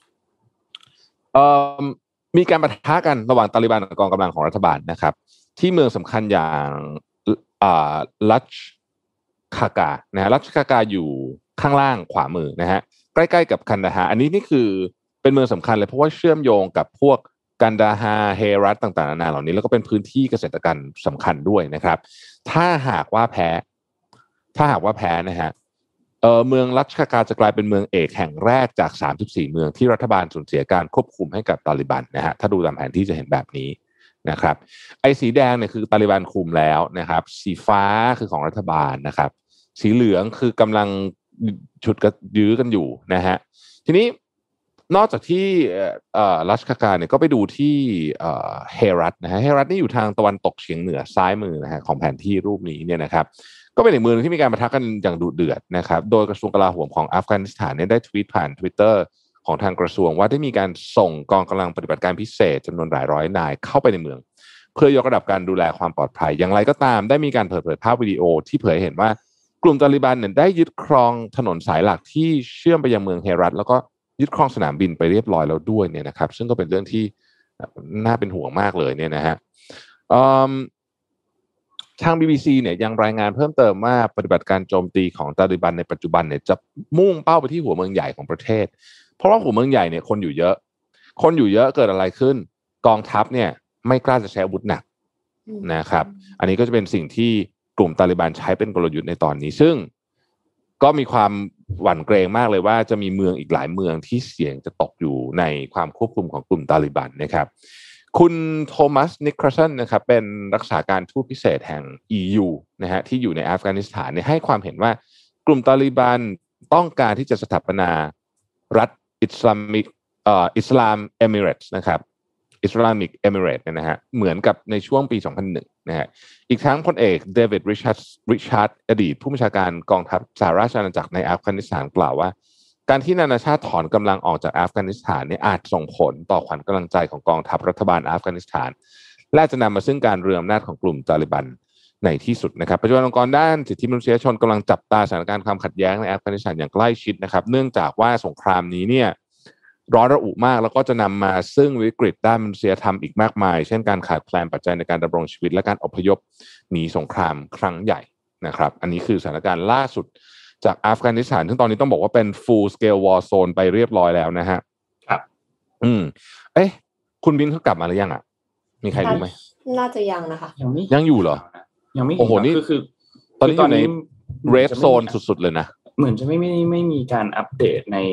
มีการปะทะกันระหว่างตาลิบันกับกองกำลังของรัฐบาลนะครับที่เมืองสำคัญอย่างลัชคากานะฮะลัชคากาอยู่ข้างล่างขวามือนะฮะใกล้ๆกับคันดาฮาร์อันนี้นี่คือเป็นเมืองสำคัญเลยเพราะว่าเชื่อมโยงกับพวกกันดาฮาร์เฮรัตต่างๆนานาเหล่านี้แล้วก็เป็นพื้นที่เกษตรกรรมสำคัญด้วยนะครับถ้าหากว่าแพ้นะฮะเมืองรัชคากาจะกลายเป็นเมืองเอกแห่งแรกจาก34เมืองที่รัฐบาลสูญเสียการควบคุมให้กับตาลิบันนะฮะถ้าดูตามแผนที่จะเห็นแบบนี้นะครับไอ้สีแดงเนี่ยคือตาลิบันคุมแล้วนะครับสีฟ้าคือของรัฐบาลนะครับสีเหลืองคือกำลังฉุดกระยื้อกันอยู่นะฮะทีนี้นอกจากที่รัชคากาเนี่ยก็ไปดูที่เฮรัตนะฮะเฮรัตนี่อยู่ทางตะวันตกเฉียงเหนือซ้ายมือนะฮะของแผนที่รูปนี้เนี่ยนะครับก็เป็นอีกเมืองที่มีการปะทะกันอย่างดุเดือดนะครับโดยกระทรวงกลาโหมของอัฟกานิสถานเนี่ยได้ทวีตผ่าน Twitter ของทางกระทรวงว่าได้มีการส่งกองกำลังปฏิบัติการพิเศษจำนวนหลายร้อยนายเข้าไปในเมืองเพื่อยกระดับการดูแลความปลอดภัยอย่างไรก็ตามได้มีการเปิดเผยภาพวิดีโอที่เผยเห็นว่ากลุ่มตาลิบันเนี่ยได้ยึดครองถนนสายหลักที่เชื่อมไปยังเมืองเฮรัตแล้วก็ยึดครองสนามบินไปเรียบร้อยแล้วด้วยเนี่ยนะครับซึ่งก็เป็นเรื่องที่น่าเป็นห่วงมากเลยเนี่ยนะฮะทาง BBC เนี่ยยังรายงานเพิ่มเติมว่าปฏิบัติการโจมตีของตาลิบันในปัจจุบันเนี่ยจะมุ่งเป้าไปที่หัวเมืองใหญ่ของประเทศเพราะว่าหัวเมืองใหญ่เนี่ยคนอยู่เยอะเกิดอะไรขึ้นกองทัพเนี่ยไม่กล้าจะใช้อาวุธหนักนะครับอันนี้ก็จะเป็นสิ่งที่กลุ่มตาลิบันใช้เป็นกลยุทธ์ในตอนนี้ซึ่งก็มีความหวั่นเกรงมากเลยว่าจะมีเมืองอีกหลายเมืองที่เสี่ยงจะตกอยู่ในความควบคุมของกลุ่มตาลิบันนะครับคุณโทมัสนิคลสันนะครับเป็นรักษาการทูตพิเศษแห่ง EU นะฮะที่อยู่ในอัฟกานิสถานเนี่ยให้ความเห็นว่ากลุ่มตาลิบันต้องการที่จะสถาปนารัฐอิสลามเอมิเรตส์นะครับอิสลามิกเอมิเรตส์เนี่ยนะฮะเหมือนกับในช่วงปี 2001 นะฮะอีกทั้งพลเอกเดวิดริชาร์ดอดีตผู้บัญชาการกองทัพสหราชอาณาจักรในอัฟกานิสถานกล่าวว่าการที่นานาชาติถอนกำลังออกจากอัฟกานิสถานเนี่ยอาจส่งผลต่อขวัญกำลังใจของกองทัพรัฐบาลอัฟกานิสถานและจะนำมาซึ่งการเรืองอำนาจของกลุ่มตาลิบันในที่สุดนะครับปัจจุบันองค์กรด้านสิทธิมนุษยชนกำลังจับตาสถานการณ์ความขัดแย้งในอัฟกานิสถานอย่างใกล้ชิดนะครับเนื่องจากว่าสงครามนี้เนี่ยร้อนระอุมากแล้วก็จะนำมาซึ่งวิกฤตด้านมนุษยธรรมอีกมากมายเช่นการขาดแคลนปัจจัยในการดำรงชีวิตและการอพยพหนีสงครามครั้งใหญ่นะครับอันนี้คือสถานการณ์ล่าสุดจากอัฟกานิสถานซึ่งตอนนี้ต้องบอกว่าเป็น full scale war zone ไปเรียบร้อยแล้วนะฮะครับคุณบินเขากลับมาหรือยังอ่ะมีใครรู้ไหมน่าจะยังนะคะยังอยู่เหรอยังไม่โอ้โหนี่คือตอนนี้อยู่ใน red zone สุดๆเลยนะเหมือนจะไม่มีการอัปเดตใน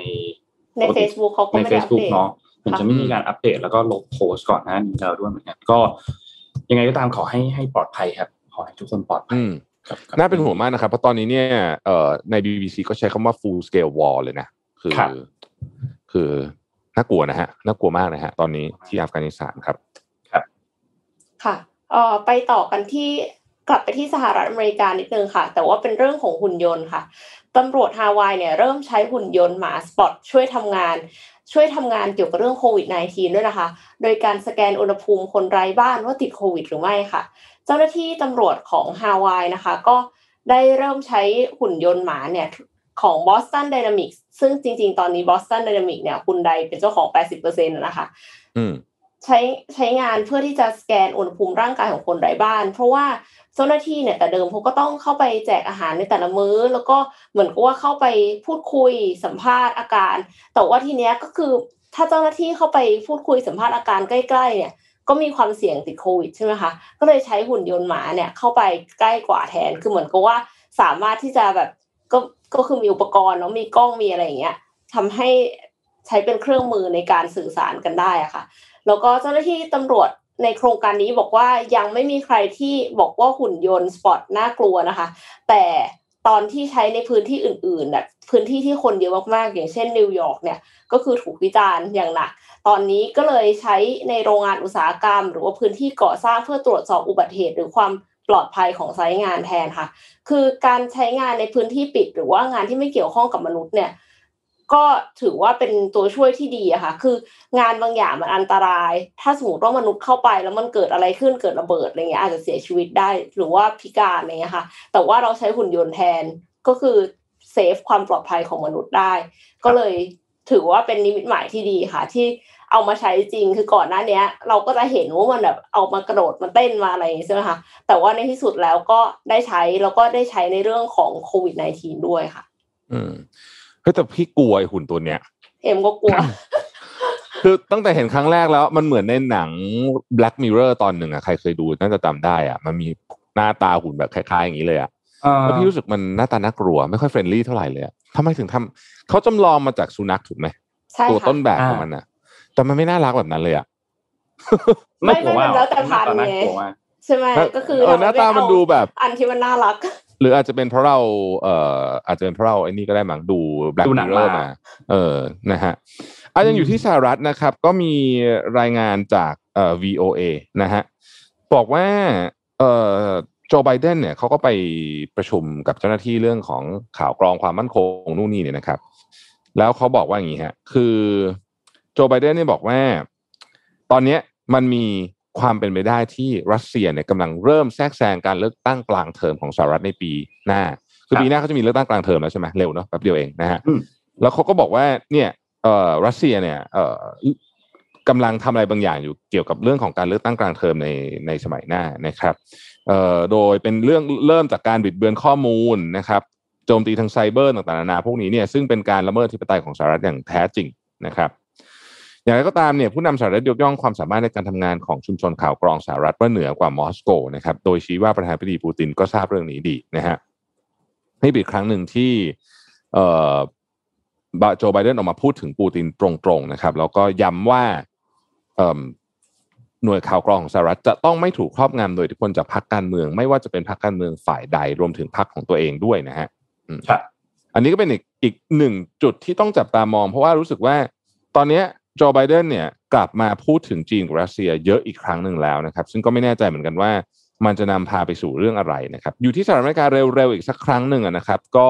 Facebook เขาก็ไม่ได้อัปเดตเนาะเหมือนจะไม่มีการอัปเดตแล้วก็ลบโพสต์ก่อนหน้านี้แล้วด้วยเหมือนกันก็ยังไงก็ตามขอให้ปลอดภัยครับขอให้ทุกคนปลอดภัยน่าเป็นห่วงมากนะครับเพราะตอนนี้เนี่ยใน BBC ก็ใช้คำว่า full scale war เลยนะคือน่ากลัวนะฮะน่ากลัวมากนะฮะตอนนี้ที่อัฟกานิสถานครับค่ะไปต่อกันที่กลับไปที่สหรัฐอเมริกานิดนึงค่ะแต่ว่าเป็นเรื่องของหุ่นยนต์ค่ะตำรวจฮาวายเนี่ยเริ่มใช้หุ่นยนต์หมาสปอตช่วยทำงานเกี่ยวกับเรื่องโควิด -19 ด้วยนะคะโดยการสแกนอุณหภูมิคนไร้บ้านว่าติดโควิดหรือไม่ค่ะเจ้าหน้าที่ตำรวจของฮาวายนะคะก็ได้เริ่มใช้หุ่นยนต์หมาเนี่ยของ Boston Dynamics ซึ่งจริงๆตอนนี้ Boston Dynamics เนี่ยคุณใดเป็นเจ้าของ 80% นะคะใช้งานเพื่อที่จะสแกนอุณหภูมิร่างกายของคนไร้บ้านเพราะว่าเจ้าหน้าที่เนี่ยแต่เดิมเขาก็ต้องเข้าไปแจกอาหารในแต่ละมื้อแล้วก็เหมือนกับว่าเข้าไปพูดคุยสัมภาษณ์อาการแต่ว่าทีเนี้ยก็คือถ้าเจ้าหน้าที่เข้าไปพูดคุยสัมภาษณ์อาการใกล้ๆเนี่ยก็มีความเสี่ยงติดโควิดใช่ไหมคะก็เลยใช้หุ่นยนต์หมาเนี่ยเข้าไปใกล้กว่าแทนคือเหมือนกับว่าสามารถที่จะแบบก็คือมีอุปกรณ์แล้วมีกล้องมีอะไรอย่างเงี้ยทำให้ใช้เป็นเครื่องมือในการสื่อสารกันได้อะค่ะแล้วก็เจ้าหน้าที่ตำรวจในโครงการนี้บอกว่ายังไม่มีใครที่บอกว่าหุ่นยนต์สปอตน่ากลัวนะคะแต่ตอนที่ใช้ในพื้นที่อื่นๆแบบพื้นที่ที่คนเยอะมากๆอย่างเช่นนิวยอร์กเนี่ยก็คือถูกวิจารณ์อย่างหนักตอนนี้ก็เลยใช้ในโรงงานอุตสาหกรรมหรือว่าพื้นที่ก่อสร้างเพื่อตรวจสอบอุบัติเหตุหรือความปลอดภัยของไซต์งานแทนค่ะคือการใช้งานในพื้นที่ปิดหรือว่างานที่ไม่เกี่ยวข้องกับมนุษย์เนี่ยก็ถือว่าเป็นตัวช่วยที่ดีอะค่ะคืองานบางอย่างมันอันตรายถ้าสมมติว่ามนุษย์เข้าไปแล้วมันเกิดอะไรขึ้นเกิดระเบิดอะไรเงี้ยอาจจะเสียชีวิตได้หรือว่าพิการอะไรเงี้ยค่ะแต่ว่าเราใช้หุ่นยนต์แทนก็คือเซฟความปลอดภัยของมนุษย์ได้ก็เลยถือว่าเป็นนิมิตหมายที่ดีค่ะที่เอามาใช้จริงคือก่อนหน้านี้เราก็จะเห็นว่ามันแบบเอามากระโดดมาเต้นมาอะไรใช่ไหมคะแต่ว่าในที่สุดแล้วก็ได้ใช้แล้วก็ได้ใช้ในเรื่องของโควิด -19 ด้วยค่ะเฮ้ยแต่พี่กลัวไอ้หุ่นตัวเนี้ยก็กลัวคือตั้งแต่เห็นครั้งแรกแล้วมันเหมือนในหนัง Black Mirror ตอนหนึ่งใครเคยดูน่าจะจำได้มันมีหน้าตาหุ่นแบบคล้ายๆอย่างนี้เลยแล้วพี่รู้สึกมันหน้าตาน่ากลัวไม่ค่อยเฟรนลี่เท่าไหร่เลยทำไมถึงทำเขาจำลองมาจากสุนัขถูกไหมตัวต้นแบบของมันแต่มันไม่น่ารักแบบนั้นเลยไม่แล้วแต่พันไงใช่ไหมก็คือหน้าตามันดูแบบอันที่มันน่ารักหรืออาจจะเป็นเพราะเราอาจจะเป็นเพราะเราไอ้นี่ก็ได้มั้งดู Black Mirror มานะฮะยังอยู่ที่สหรัฐนะครับก็มีรายงานจากVOA นะฮะบอกว่าโจไบเดนเนี่ยเขาก็ไปประชุมกับเจ้าหน้าที่เรื่องของข่าวกรองความมั่นคงนู่นนี่เนี่ยนะครับแล้วเขาบอกว่าอย่างนี้ฮะคือโจไบเดนเนี่ยบอกว่าตอนนี้มันมีความเป็นไปได้ที่รัสเซียเนี่ยกำลังเริ่มแทรกแซงการเลือกตั้งกลางเทอมของสหรัฐในปีหน้าคือปีหน้าเขาจะมีเลือกตั้งกลางเทอมแล้วใช่ไหมเร็วเนาะแป๊บเดียวเองนะฮะแล้วเขาก็บอกว่าเนี่ยรัสเซียเนี่ยกำลังทำอะไรบางอย่างอยู่เกี่ยวกับเรื่องของการเลือกตั้งกลางเทอมในสมัยหน้านะครับโดยเป็นเรื่องเริ่มจากการบิดเบือนข้อมูลนะครับโจมตีทางไซเบอร์ต่างๆนานาพวกนี้เนี่ยซึ่งเป็นการละเมิดอธิปไตยของสหรัฐอย่างแท้จริงนะครับอย่างไรก็ตามเนี่ยผู้นำสหรัฐยกย่องความสามารถในการทำงานของชุมชนข่าวกรองสหรัฐว่าเหนือกว่ามอสโกนะครับโดยชี้ว่าประธานาธิบดีปูตินก็ทราบเรื่องนี้ดีนะฮะนี่เป็นครั้งหนึ่งที่โจไบเดนออกมาพูดถึงปูตินตรงๆนะครับแล้วก็ย้ำว่าหน่วยข่าวกรองของสหรัฐจะต้องไม่ถูกครอบงำโดยอิทธิพลจากพรรคการเมืองไม่ว่าจะเป็นพรรคการเมืองฝ่ายใดรวมถึงพรรคของตัวเองด้วยนะฮะอันนี้ก็เป็นอีกหนึ่งจุดที่ต้องจับตามองเพราะว่ารู้สึกว่าตอนนี้โจไบเดนเนี่ยกลับมาพูดถึงจีนกับรัสเซียเยอะอีกครั้งหนึ่งแล้วนะครับซึ่งก็ไม่แน่ใจเหมือนกันว่ามันจะนำพาไปสู่เรื่องอะไรนะครับอยู่ที่สหรัฐอเมริกาเร็วๆอีกสักครั้งหนึ่งนะครับก็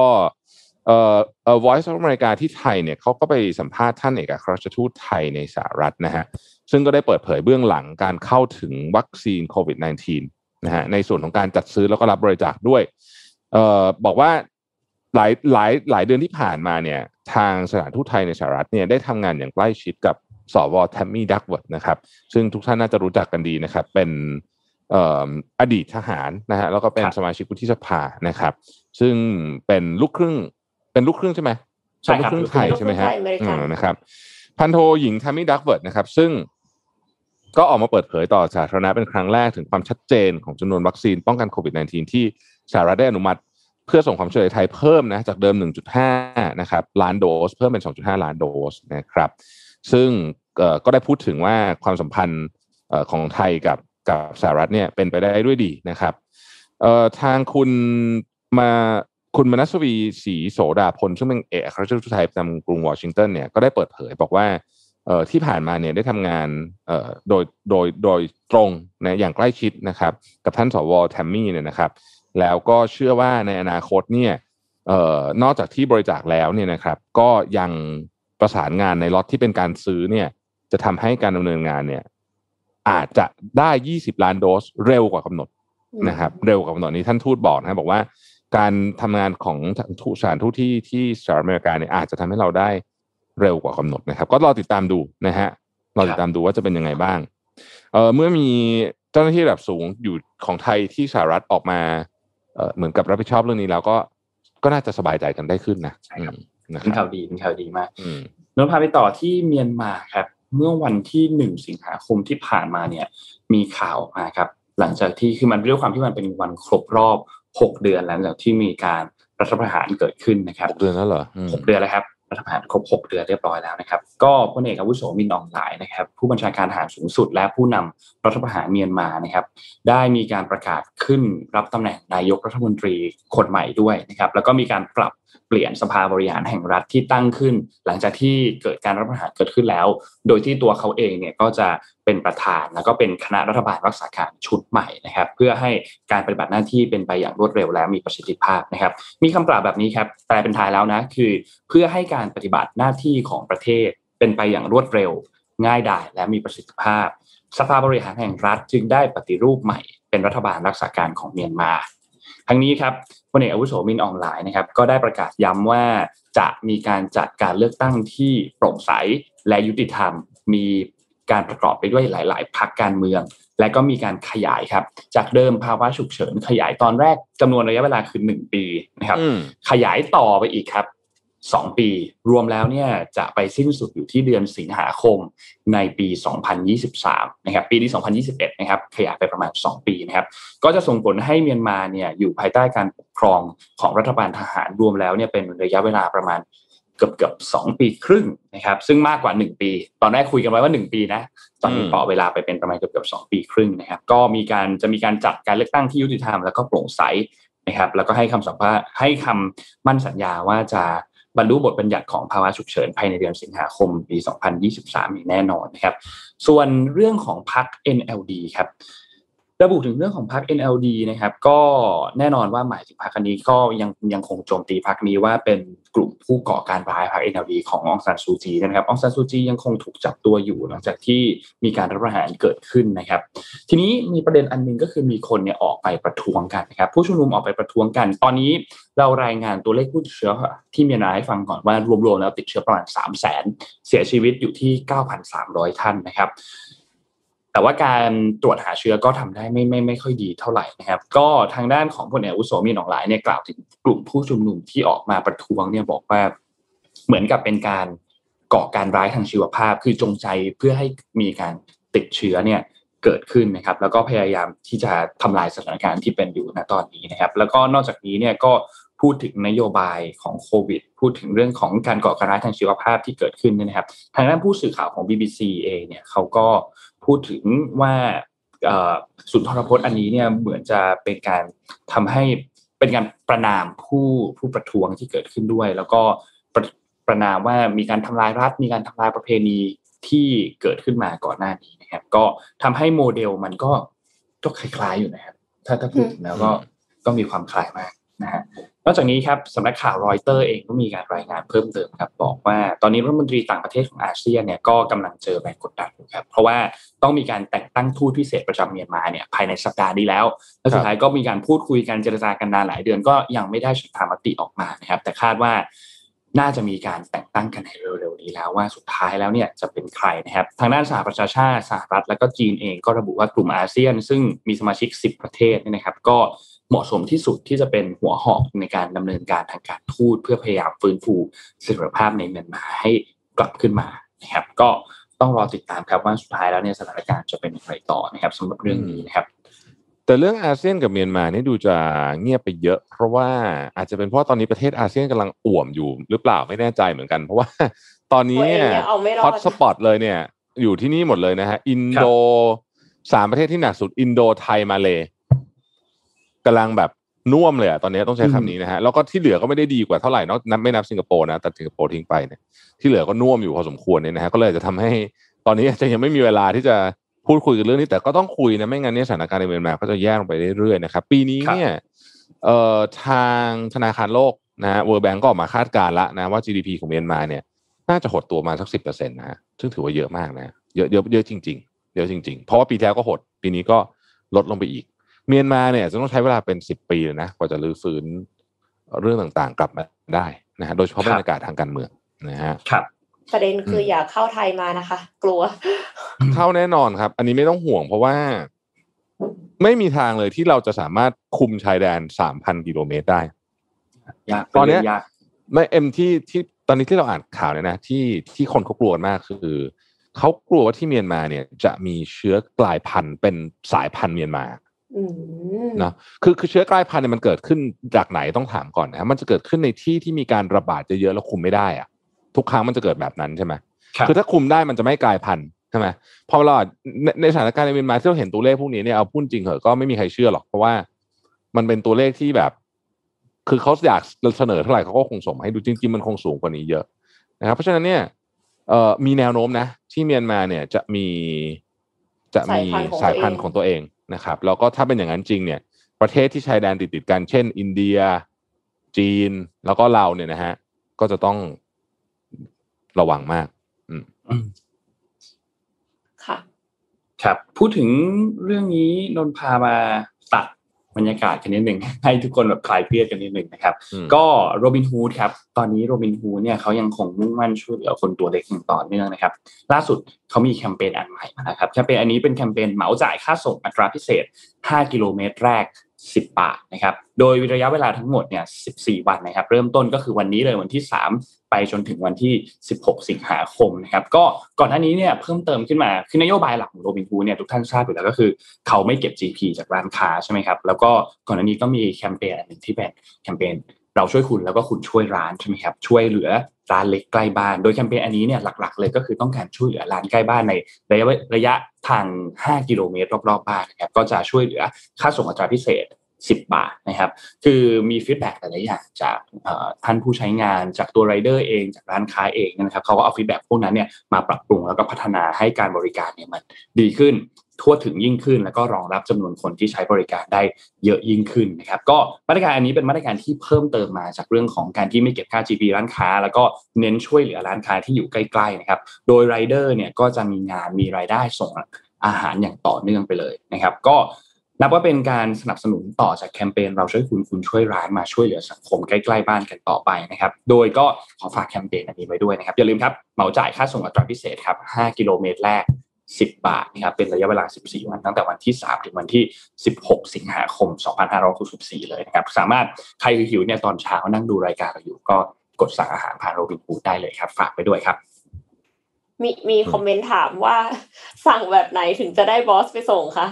Voice of America ที่ไทยเนี่ยเขาก็ไปสัมภาษณ์ท่านเอกอัครราชทูตไทยในสหรัฐนะฮะซึ่งก็ได้เปิดเผยเบื้องหลังการเข้าถึงวัคซีนโควิด -19 นะฮะในส่วนของการจัดซื้อแล้วก็รับบริจาคด้วยบอกว่าหลายเดือนที่ผ่านมาเนี่ยทางสถานทูตไทยในสหรัฐเนี่ยได้ทำงานอย่างใกล้ชิดกับสว.แทมมี่ดักเวิร์ธนะครับซึ่งทุกท่านน่าจะรู้จักกันดีนะครับเป็นอดีตทหารนะฮะแล้วก็เป็นสมาชิกวุฒิสภานะครับซึ่งเป็นลูกครึ่งใช่ไหมใช่ครับลูกครึ่งไทยใช่ไหมฮะนะครับพันโทหญิงแทมมี่ดักเวิร์ธนะครับซึ่งก็ออกมาเปิดเผยต่อสาธารณะเป็นครั้งแรกถึงความชัดเจนของจำนวนวัคซีนป้องกันโควิด -19 ที่สหรัฐได้อนุมัติเพื่อส่งความช่วยเหลือไทยเพิ่มนะจากเดิม 1.5 นะครับล้านโดสเพิ่มเป็น 2.5 ล้านโดสนะครับซึ่งก็ได้พูดถึงว่าความสัมพันธ์ของไทยกับสหรัฐเนี่ยเป็นไปได้ด้วยดีนะครับทางคุณมนัสวีศรีโสดาพลซึ่งเป็นเอกอัครราชทูตไทยประจำกรุงวอชิงตันเนี่ยก็ได้เปิดเผยบอกว่าที่ผ่านมาเนี่ยได้ทำงานโดยตรงนะอย่างใกล้ชิดนะครับกับท่านสว.แทมมี่เนี่ยนะครับแล้วก็เชื่อว่าในอนาคตเนี่ยนอกจากที่บริจาคแล้วเนี่ยนะครับก็ยังประสานงานในล็อตที่เป็นการซื้อเนี่ยจะทำให้การดำเนินงานเนี่ยอาจจะได้20ล้านโดสเร็วกว่ากำหนดนะครับเร็วกว่ากำหนดนี้ท่านทูตบอกนะบอกว่าการทำงานของสถานทูตที่สหรัฐอเมริกาเนี่ยอาจจะทำให้เราได้เร็วกว่ากำหนดนะครับก็รอติดตามดูนะฮะรอติดตามดูว่าจะเป็นยังไงบ้างเมื่อมีเจ้าหน้าที่ระดับสูงอยู่ของไทยที่สหรัฐออกมาเหมือนกับรับผิดชอบเรื่องนี้แล้วก็น่าจะสบายใจกันได้ขึ้นนะใช่ครับเป็นข่าวดีมากนนท์พาไปต่อที่เมียนมาครับเมื่อวันที่1สิงหาคมที่ผ่านมาเนี่ยมีข่าวมาครับหลังจากที่คือมันด้วยความที่มันเป็นวันครบรอบ6 เดือนแล้วหลังจากที่มีการรัฐประหารเกิดขึ้นนะครับ 6 เดือนแล้วเหรอ 6 เดือนแล้วครับรัฐประหารครบ6 เดือนเรียบร้อยแล้วนะครับก็พลเอกอาวุโสมินอองหลายนะครับผู้บัญชาการทหารสูงสุดและผู้นำรัฐประหารเมียนมานะครับได้มีการประกาศขึ้นรับตำแหน่งนายกรัฐมนตรีคนใหม่ด้วยนะครับแล้วก็มีการปรับเปลี่ยนสภาบริหารแห่งรัฐที่ตั้งขึ้นหลังจากที่เกิดการรัฐประหารเกิดขึ้นแล้วโดยที่ตัวเขาเองเนี่ยก็จะเป็นประธานแล้วก็เป็นคณะรัฐบาลรักษาการชุดใหม่นะครับเพื่อให้การปฏิบัติหน้าที่เป็นไปอย่างรวดเร็วและมีประสิทธิภาพนะครับมีคำกล่าวแบบนี้ครับแปลเป็นไทยแล้วนะคือเพื่อให้การปฏิบัติหน้าที่ของประเทศเป็นไปอย่างรวดเร็วง่ายดายและมีประสิทธิภาพสภาบริหารแห่งรัฐจึงได้ปฏิรูปใหม่เป็นรัฐบาลรักษาการของเมียนมาทั้งนี้ครับพลเอกอาวุโสมินอองหลายนะครับก็ได้ประกาศย้ำว่าจะมีการจัดการเลือกตั้งที่โปร่งใสและยุติธรรมมีการประกอบไปด้วยหลายๆพรรคการเมืองและก็มีการขยายครับจากเดิมภาวะฉุกเฉินขยายตอนแรกจำนวนระยะเวลาคือ1 ปีนะครับขยายต่อไปอีกครับ2 ปีรวมแล้วเนี่ยจะไปสิ้นสุดอยู่ที่เดือนสิงหาคมในปี2023นะครับปีที่2021นะครับขยายไปประมาณ2 ปีนะครับก็จะส่งผลให้เมียนมาเนี่ยอยู่ภายใต้การปกครองของรัฐบาลทหารรวมแล้วเนี่ยเป็นระยะเวลาประมาณเกือบ2 ปีครึ่งนะครับซึ่งมากกว่า1 ปีตอนแรกคุยกันไว้ว่า1 ปีนะตอนนี้ต่อเวลาไปเป็นประมาณเกือบ2 ปีครึ่งนะครับก็จะมีการจัดการเลือกตั้งที่ยุติธรรมแล้วก็โปร่งใสนะครับแล้วก็ให้คำมั่นสัญญาว่าจะบรรลุบทบัญญัติของภาวะฉุกเฉินภายในเดือนสิงหาคมปี2023อย่างแน่นอนนะครับส่วนเรื่องของพรรค NLD ครับระบุถึงเรื่องของพรรค NLD นะครับก็แน่นอนว่าหมายถึงพรรคนี้ก็ยังคงโจมตีพรรคนี้ว่าเป็นกลุ่มผู้ก่อการร้ายพรรค NLD ขององซานซูจีนะครับองซานซูจียังคงถูกจับตัวอยู่หลังจากที่มีการรัฐประหารเกิดขึ้นนะครับทีนี้มีประเด็นอันนึงก็คือมีคนเนี่ยออกไปประท้วงกันนะครับผู้ชุมนุมออกไปประท้วงกันตอนนี้เรารายงานตัวเลขผู้ติดเชื้อที่เมียนมาให้ฟังก่อนว่ารวมๆแล้วติดเชื้อประมาณ 300,000 เสียชีวิตอยู่ที่ 9,300 ท่านนะครับแต่ว่าการตรวจหาเชื้อก็ทำได้ไม่ค่อยดีเท่าไหร่นะครับก็ทางด้านของพลเอกอาวุโสมีนอ่องหลายเนี่ยกล่าวถึงกลุ่มผู้ชุมนุมที่ออกมาประท้วงเนี่ยบอกว่าเหมือนกับเป็นการก่อการร้ายทางชีวภาพคือจงใจเพื่อให้มีการติดเชื้อเนี่ยเกิดขึ้นนะครับแล้วก็พยายามที่จะทำลายสถานการณ์ที่เป็นอยู่ณตอนนี้นะครับแล้วก็นอกจากนี้เนี่ยก็พูดถึงนโยบายของโควิดพูดถึงเรื่องของการก่อการร้ายทางชีวภาพที่เกิดขึ้นนะครับทางด้านผู้สื่อข่าวของ BBC เองเนี่ยเขาก็พูดถึงว่าสุนทรพจน์อันนี้เนี่ยเหมือนจะเป็นการทำให้เป็นการประณามผู้ประท้วงที่เกิดขึ้นด้วยแล้วก็ประณามว่ามีการทำลายรัฐมีการทำลายประเพณีที่เกิดขึ้นมาก่อนหน้านี้นะครับก็ทำให้โมเดลมันก็คล้ายๆอยู่นะครับถ้าพูดถึงแล้วก็มีความคล้ายมากนะฮะนอกจากนี้ครับสำนักข่าวรอยเตอร์เองก็มีการรายงานเพิ่มเติมครับบอกว่าตอนนี้รัฐมนตรีต่างประเทศของอาเซียนเนี่ยก็กำลังเจอแรงกดดันอยู่ครับเพราะว่าต้องมีการแต่งตั้งทูตพิเศษประจำเมียนมาเนี่ยภายในสัปดาห์นี้แล้วและสุดท้ายก็มีการพูดคุยกันเจรจากันนานหลายเดือนก็ยังไม่ได้ฉันทามติออกมานะครับแต่คาดว่าน่าจะมีการแต่งตั้งกันในเร็วๆนี้แล้วว่าสุดท้ายแล้วเนี่ยจะเป็นใครนะครับทางด้านสหประชาชาติสหรัฐและก็จีนเองก็ระบุว่ากลุ่มอาเซียนซึ่งมีสมาชิก10ประเทศนะครับก็เหมาะสมที่สุดที่จะเป็นหัวหอกในการดำเนินการทางการทูตเพื่อพยายามฟื้นฟูเสถียรภาพในเมียนมาให้กลับขึ้นมานะครับก็ต้องรอติดตามครับว่าสุดท้ายแล้วเนี่ยสถานการณ์จะเป็นอย่างไรต่อนะครับสำหรับเรื่องนี้นะครับแต่เรื่องอาเซียนกับเมียนมานี่ดูจะเงียบไปเยอะเพราะว่าอาจจะเป็นเพราะตอนนี้ประเทศอาเซียนกำลังอ่วมอยู่หรือเปล่าไม่แน่ใจเหมือนกันเพราะว่าตอนนี้ฮอตสปอตเลยเนี่ยอยู่ที่นี่หมดเลยนะฮะอินโด3ประเทศที่หนักสุดอินโดไทยมาเลกำลังแบบน่วมเลยอ่ะตอนนี้ต้องใช้คำนี้นะฮะแล้วก็ที่เหลือก็ไม่ได้ดีกว่าเท่าไหร่นอกไม่นับสิงคโปร์นะแต่สิงคโปร์ทิ้งไปเนี่ยที่เหลือก็น่วมอยู่พอสมควรเนี่ยนะฮะก็เลยจะทำให้ตอนนี้จะยังไม่มีเวลาที่จะพูดคุยกันเรื่องนี้แต่ก็ต้องคุยนะไม่งั้นเนี่ยสถานการณ์ในเมียนมาก็จะแย่ลงไปเรื่อยๆนะครับปีนี้เนี่ยทางธนาคารโลกนะฮะ World Bank ก็ออกมาคาดการณ์ละนะว่า GDP ของเมียนมาเนี่ยน่าจะหดตัวมาสัก 10% นะฮะซึ่งถือว่าเยอะมากนะเยอะจริงๆเยอะจริงๆเพราะว่าปีที่แล้วก็หดปีนี้ก็ลดลงไปอีกเมียนมาเนี่ยจะต้องใช้เวลาเป็น10 ปีเลยนะกว่าจะรื้อฟื้นเรื่องต่างๆกลับมาได้นะฮะโดยเฉพาะบรรยากาศทางการเมืองนะฮะครับประเด็นคืออยากเข้าไทยมานะคะกลัวเข้าแน่นอนครับอันนี้ไม่ต้องห่วงเพราะว่าไม่มีทางเลยที่เราจะสามารถคุมชายแดน 3,000 กิโลเมตรได้ตอนนี้ไม่ที่ตอนนี้ที่เราอ่านข่าวเนี่ยนะที่คนเขากลัวมากคือเขากลัวว่าที่เมียนมาเนี่ยจะมีเชื้อกลายพันธุ์เป็นสายพันธุ์เมียนมานะคือเชื้อกลายพันธุ์เนี่ยมันเกิดขึ้นจากไหนต้องถามก่อนนะมันจะเกิดขึ้นในที่มีการระบาดเยอะๆแล้วคุมไม่ได้อะทุกครั้งมันจะเกิดแบบนั้นใช่ไหมคือถ้าคุมได้มันจะไม่กลายพันธุ์ใช่ไหมพอเราในสถานการณ์ในเมียนมาที่เราเห็นตัวเลขพวกนี้เนี่ยเอาพูดจริงเหรอก็ไม่มีใครเชื่อหรอกเพราะว่ามันเป็นตัวเลขที่แบบคือเขาอยากเสนอเท่าไหร่เขาก็คงส่งให้ดูจริงๆมันคงสูงกว่านี้เยอะนะครับเพราะฉะนั้นเนี่ยมีแนวโน้มนะที่เมียนมาเนี่ยจะมีสายพันธุ์ของตัวเองนะครับแล้วก็ถ้าเป็นอย่างนั้นจริงเนี่ยประเทศที่ชายแดนติดกันเช่นอินเดียจีนแล้วก็เราเนี่ยนะฮะก็จะต้องระวังมากค่ะครับพูดถึงเรื่องนี้นนพามาตัดบรรยากาศกันนิดหนึ่งให้ทุกคนแบบคลายเครียดกันนิดหนึ่งนะครับก็โรบินฮูดครับตอนนี้โรบินฮูดเนี่ยเขายังคงมุ่งมั่นช่วยเหลือคนตัวเล็กอย่างต่อเนื่องนะครับล่าสุดเขามีแคมเปญอันใหม่มานะครับแคมเปญอันนี้เป็นแคมเปญเหมาจ่ายค่าส่งอัตราพิเศษ5 กิโลเมตรแรก10 บาทนะครับโดยระยะเวลาทั้งหมดเนี่ย14 วันนะครับเริ่มต้นก็คือวันนี้เลยวันที่3ไปจนถึงวันที่16 สิงหาคมนะครับก็ก่อนหน้านี้เนี่ยเพิ่มเติมขึ้นมาคือนโยบายหลักของโรบินฮูดเนี่ยทุกท่านทราบอยู่แล้วก็คือเขาไม่เก็บ GP จากร้านค้าใช่ไหมครับแล้วก็ก่อนหน้านี้ก็มีแคมเปญอันนึงที่เป็นแคมเปญเราช่วยคุณแล้วก็คุณช่วยร้านใช่ไหมครับช่วยเหลือร้านเล็กใกล้บ้านโดยแคมเปญอันนี้เนี่ยหลักๆเลยก็คือต้องการช่วยเหลือร้านใกล้บ้านในระยะทาง5 กิโลเมตรรอบๆบ้านนะครับก็จะช่วยเหลือค่าส่งอัตราพิเศษ10 บาทนะครับคือมีฟีดแบ็กหลายๆอย่างจากท่านผู้ใช้งานจากตัวไรเดอร์เองจากร้านค้าเองนะครับเขาก็เอาฟีดแบ็กพวกนั้นเนี่ยมาปรับปรุงแล้วก็พัฒนาให้การบริการเนี่ยมันดีขึ้นทั่วถึงยิ่งขึ้นแล้วก็รองรับจำนวนคนที่ใช้บริการได้เยอะยิ่งขึ้นนะครับก็มาตรการอันนี้เป็นมาตรการที่เพิ่มเติมมาจากเรื่องของการที่ไม่เก็บค่า GP ร้านค้าแล้วก็เน้นช่วยเหลือร้านค้าที่อยู่ใกล้ๆนะครับโดยไรเดอร์เนี่ยก็จะมีงานมีรายได้ส่งอาหารอย่างต่อเนื่องไปเลยนะครับก็นับว่าเป็นการสนับสนุนต่อจากแคมเปญเราช่วยคุณช่วยร้านมาช่วยเหลือสังคมใกล้ๆบ้านกันต่อไปนะครับโดยก็ขอฝากแคมเปญอันนี้ไว้ด้วยนะครับอย่าลืมครับเหมาจ่ายค่าส่งอัตราพิเศษครับ5 กิโลเมตรแรก 10 บาทนะครับเป็นระยะเวลา14วันตั้งแต่วันที่3ถึงวันที่16สิงหาคม2564เลยนะครับสามารถใครหิวเนี่ยตอนเช้านั่งดูรายการเราอยู่ก็กดสั่งอาหารผ่านโรบินฮูดได้เลยครับฝากไปด้วยครับมีคอมเมนต์ถามว่าสั่งแบบไหนถึงจะได้บอสไปส่งคะ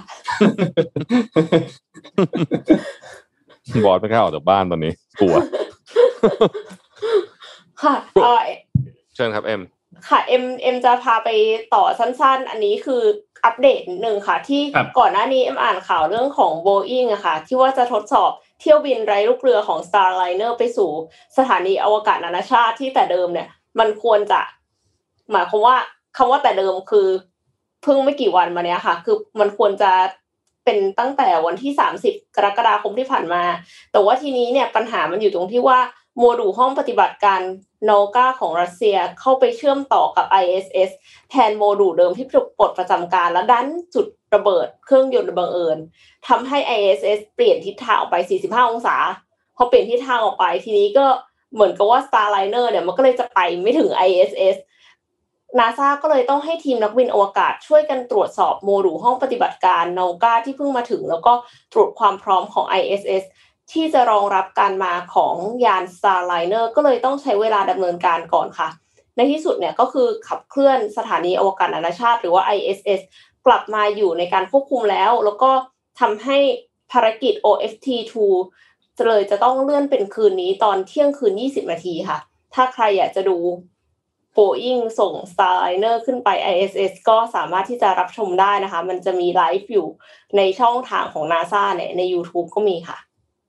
บอสไม่กล้าออกจากบ้านตอนนี้กลัวค่ะเชิญครับเอ็มค่ะเอ็มจะพาไปต่อสั้นๆอันนี้คืออัปเดตนิดนึงค่ะที่ก่อนหน้านี้เอ็มอ่านข่าวเรื่องของ Boeing อะค่ะที่ว่าจะทดสอบเที่ยวบินไร้ลูกเรือของ Starliner ไปสู่สถานีอวกาศนานาชาติที่แต่เดิมเนี่ยมันควรจะหมายความว่าคำว่าแต่เดิมคือเพิ่งไม่กี่วันมาเนี้ยค่ะคือมันควรจะเป็นตั้งแต่วันที่30กรกฎาคมที่ผ่านมาแต่ว่าทีนี้เนี่ยปัญหามันอยู่ตรงที่ว่าโมดูลห้องปฏิบัติการโนกาของรัสเซียเข้าไปเชื่อมต่อกับ ISS แทนโมดูลเดิมที่ปลดประจำการแล้วดันจุดระเบิดเครื่องยนต์บังเอิญทำให้ ISS เปลี่ยนทิศทางออกไป45องศาพอเปลี่ยนทิศทางออกไปทีนี้ก็เหมือนกับว่า Starliner เนี่ยมันก็เลยจะไปไม่ถึง ISS NASA ก็เลยต้องให้ทีมนักบินอวกาศช่วยกันตรวจสอบโมดูลห้องปฏิบัติการโนกาที่เพิ่งมาถึงแล้วก็ตรวจความพร้อมของ ISS ที่จะรองรับการมาของยาน Starliner ก็เลยต้องใช้เวลาดำเนินการก่อนค่ะในที่สุดเนี่ยก็คือขับเคลื่อนสถานีอวกาศนานาชาติหรือว่า ISS กลับมาอยู่ในการควบคุมแล้วก็ทำให้ภารกิจ OFT-2 เลยจะต้องเลื่อนเป็นคืนนี้ตอนเที่ยงคืน20 นาทีค่ะถ้าใครอยากจะดูBoeing ส่ง Starliner ขึ้นไป ISS ก็สามารถที่จะรับชมได้นะคะมันจะมีไลฟ์อยู่ในช่องทางของ NASA เนี่ยใน YouTube ก็มีค่ะ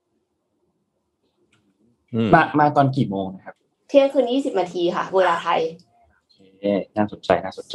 มาตอนกี่โมงนะครับเที่ยงคืน20 นาทีค่ะเวลาไทยน่าสนใจ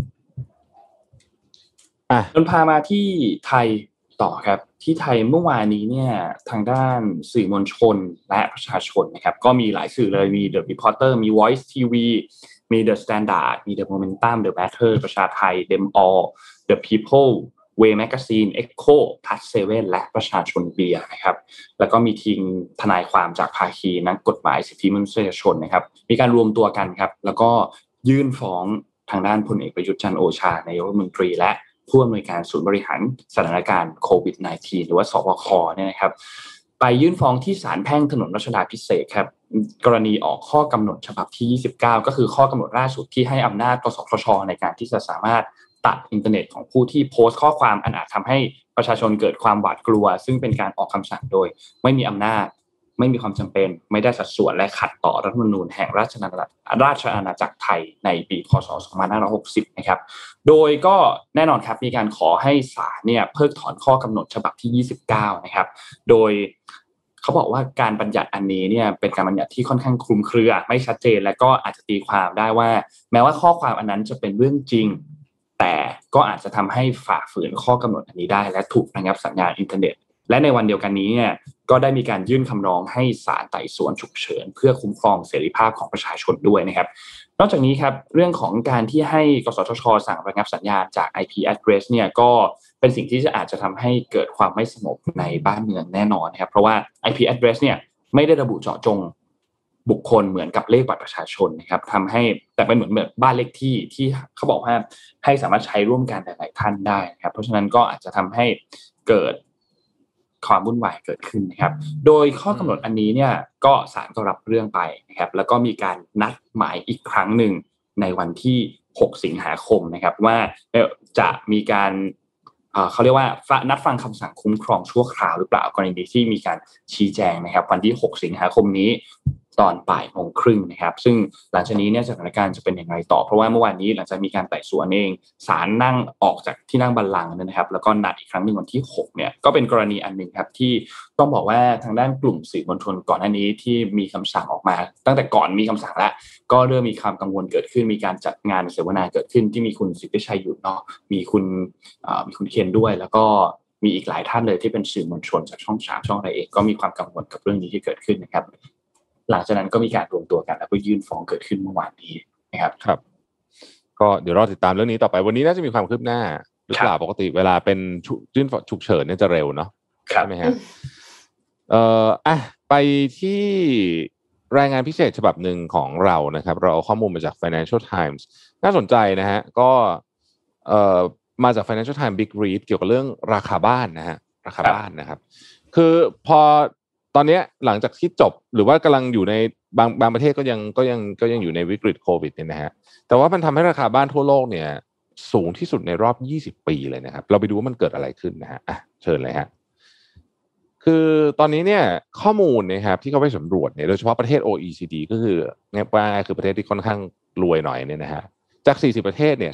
จนพามาที่ไทยต่อครับที่ไทยเมื่อวานนี้เนี่ยทางด้านสื่อมวลชนและประชาชนนะครับก็มีหลายสื่อเลยมี The Reporter มี Voice TV มี The Standard มี The Momentum The Matter ประชาไทย Them All The People Way Magazine Echo Plus 7และประชาชนเบียร์นะครับแล้วก็มีทีมทนายความจากภาคีนักกฎหมายสิทธิมนุษยชนนะครับมีการรวมตัวกันครับแล้วก็ยื่นฟ้องทางด้านพลเอกประยุทธ์จันทร์โอชานายกรัฐมนตรีและผู้อำนวยการศูนย์บริหารสถานการณ์โควิด -19 หรือว่าสบคเนี่ยนะครับไปยื่นฟ้องที่ศาลแพ่งถนนรัชดาภิเษกครับกรณีออกข้อกำหนดฉบับที่29ก็คือข้อกำหนดล่าสุดที่ให้อำนาจกสทช.ในการที่จะสามารถตัดอินเทอร์เน็ตของผู้ที่โพสต์ข้อความอันอาจทำให้ประชาชนเกิดความหวาดกลัวซึ่งเป็นการออกคำสั่งโดยไม่มีอำนาจไม่มีความจำเป็นไม่ได้สัดส่วนและขัดต่อรัฐธรรมนูญแห่งราชอาณาจักรไทยในปีพ.ศ. 2560นะครับโดยก็แน่นอนครับมีการขอให้ศาลเนี่ยเพิกถอนข้อกำหนดฉบับที่29นะครับโดยเขาบอกว่าการบัญญัติอันนี้เนี่ยเป็นการบัญญัติที่ค่อนข้างคลุมเครือไม่ชัดเจนและก็อาจจะตีความได้ว่าแม้ว่าข้อความอันนั้นจะเป็นเรื่องจริงแต่ก็อาจจะทำให้ฝ่าฝืนข้อกำหนดอันนี้ได้และถูกระงับสัญญาณอินเทอร์เน็ตและในวันเดียวกันนี้เนี่ยก็ได้มีการยื่นคำร้องให้ศาลไต่สวนฉุกเฉินเพื่อคุ้มครองเสรีภาพของประชาชนด้วยนะครับนอกจากนี้ครับเรื่องของการที่ให้กสทช.สั่งระงับสัญญาณจาก IP address เนี่ยก็เป็นสิ่งที่อาจจะทำให้เกิดความไม่สงบในบ้านเมืองแน่นอนนะครับเพราะว่า IP address เนี่ยไม่ได้ระบุเจาะจงบุคคลเหมือนกับเลขบัตรประชาชนนะครับทำให้แต่เป็นเหมือนแบบบ้านเลขที่เขาบอกว่าให้สามารถใช้ร่วมกันหลายๆท่านได้นะครับเพราะฉะนั้นก็อาจจะทำให้เกิดความวุ่นวายเกิดขึ้นนะครับโดยข้อกำหนดอันนี้เนี่ยก็ศาลก็รับเรื่องไปนะครับแล้วก็มีการนัดหมายอีกครั้งหนึ่งในวันที่6สิงหาคมนะครับว่าจะมีการเขาเรียกว่านัดฟังคำสั่งคุ้มครองชั่วคราวหรือเปล่ากรณีที่มีการชี้แจงนะครับวันที่6สิงหาคมนี้ตอนบ่ายโมงครึ่งนะครับซึ่งหลังจากนี้เนี่ยสถานการณ์จะเป็นอย่างไรต่อเพราะว่าเมื่อวานนี้หลังจากมีการไต่สวนเองศาลนั่งออกจากที่นั่งบัลลังก์นะครับแล้วก็นัดอีกครั้งหนึ่งวันที่6เนี่ยก็เป็นกรณีอันนึงครับที่ต้องบอกว่าทางด้านกลุ่มสื่อมวลชนก่อนหน้านี้ที่มีคำสั่งออกมาตั้งแต่ก่อนมีคำสั่งแล้วก็เริ่มมีความกังวลเกิดขึ้นมีการจัดงานเสวนาเกิดขึ้นที่มีคุณสิทธิชัยอยู่เนาะมีคุณเคนด้วยแล้วก็มีอีกหลายท่านเลยที่เป็นสื่อมวลชนจากช่อง3ช่องอะไรเองก็มีความกังวลกับเรื่องนี้ที่เกิดขึ้นนะครับหลังจากนั้นก็มีการรวมตัวกันแล้วก็ยื่นฟ้องเกิดขึ้นเมื่อวานนี้นะครับครับก็เดี๋ยวรอติดตามเรื่องนี้ต่อไปวันนี้น่าจะมีความคืบหน้าหรือเปล่าปกติเวลาเป็นยื่นฉุกเฉินเนี่ยจะเร็วเนาะใช่ไหมฮะไปที่รายงานพิเศษฉบับหนึ่งของเรานะครับเราเอาข้อมูลมาจาก Financial Times น่าสนใจนะฮะก็มาจาก Financial Times Big Read เกี่ยวกับเรื่องราคาบ้านนะฮะราคาบ้านนะครับคือพอตอนนี้หลังจากที่จบหรือว่ากำลังอยู่ในบางประเทศก็ยังอยู่ในวิกฤตโควิดเนี่ยนะฮะแต่ว่ามันทำให้ราคาบ้านทั่วโลกเนี่ยสูงที่สุดในรอบ20 ปีเลยนะครับเราไปดูว่ามันเกิดอะไรขึ้นนะฮะเชิญเลยฮะคือตอนนี้เนี่ยข้อมูลนะครับที่เขาไปสำรวจเนี่ยโดยเฉพาะประเทศ OECD ก็คือเนี่ยว่าคือประเทศที่ค่อนข้างรวยหน่อยเนี่ยนะฮะจาก40ประเทศเนี่ย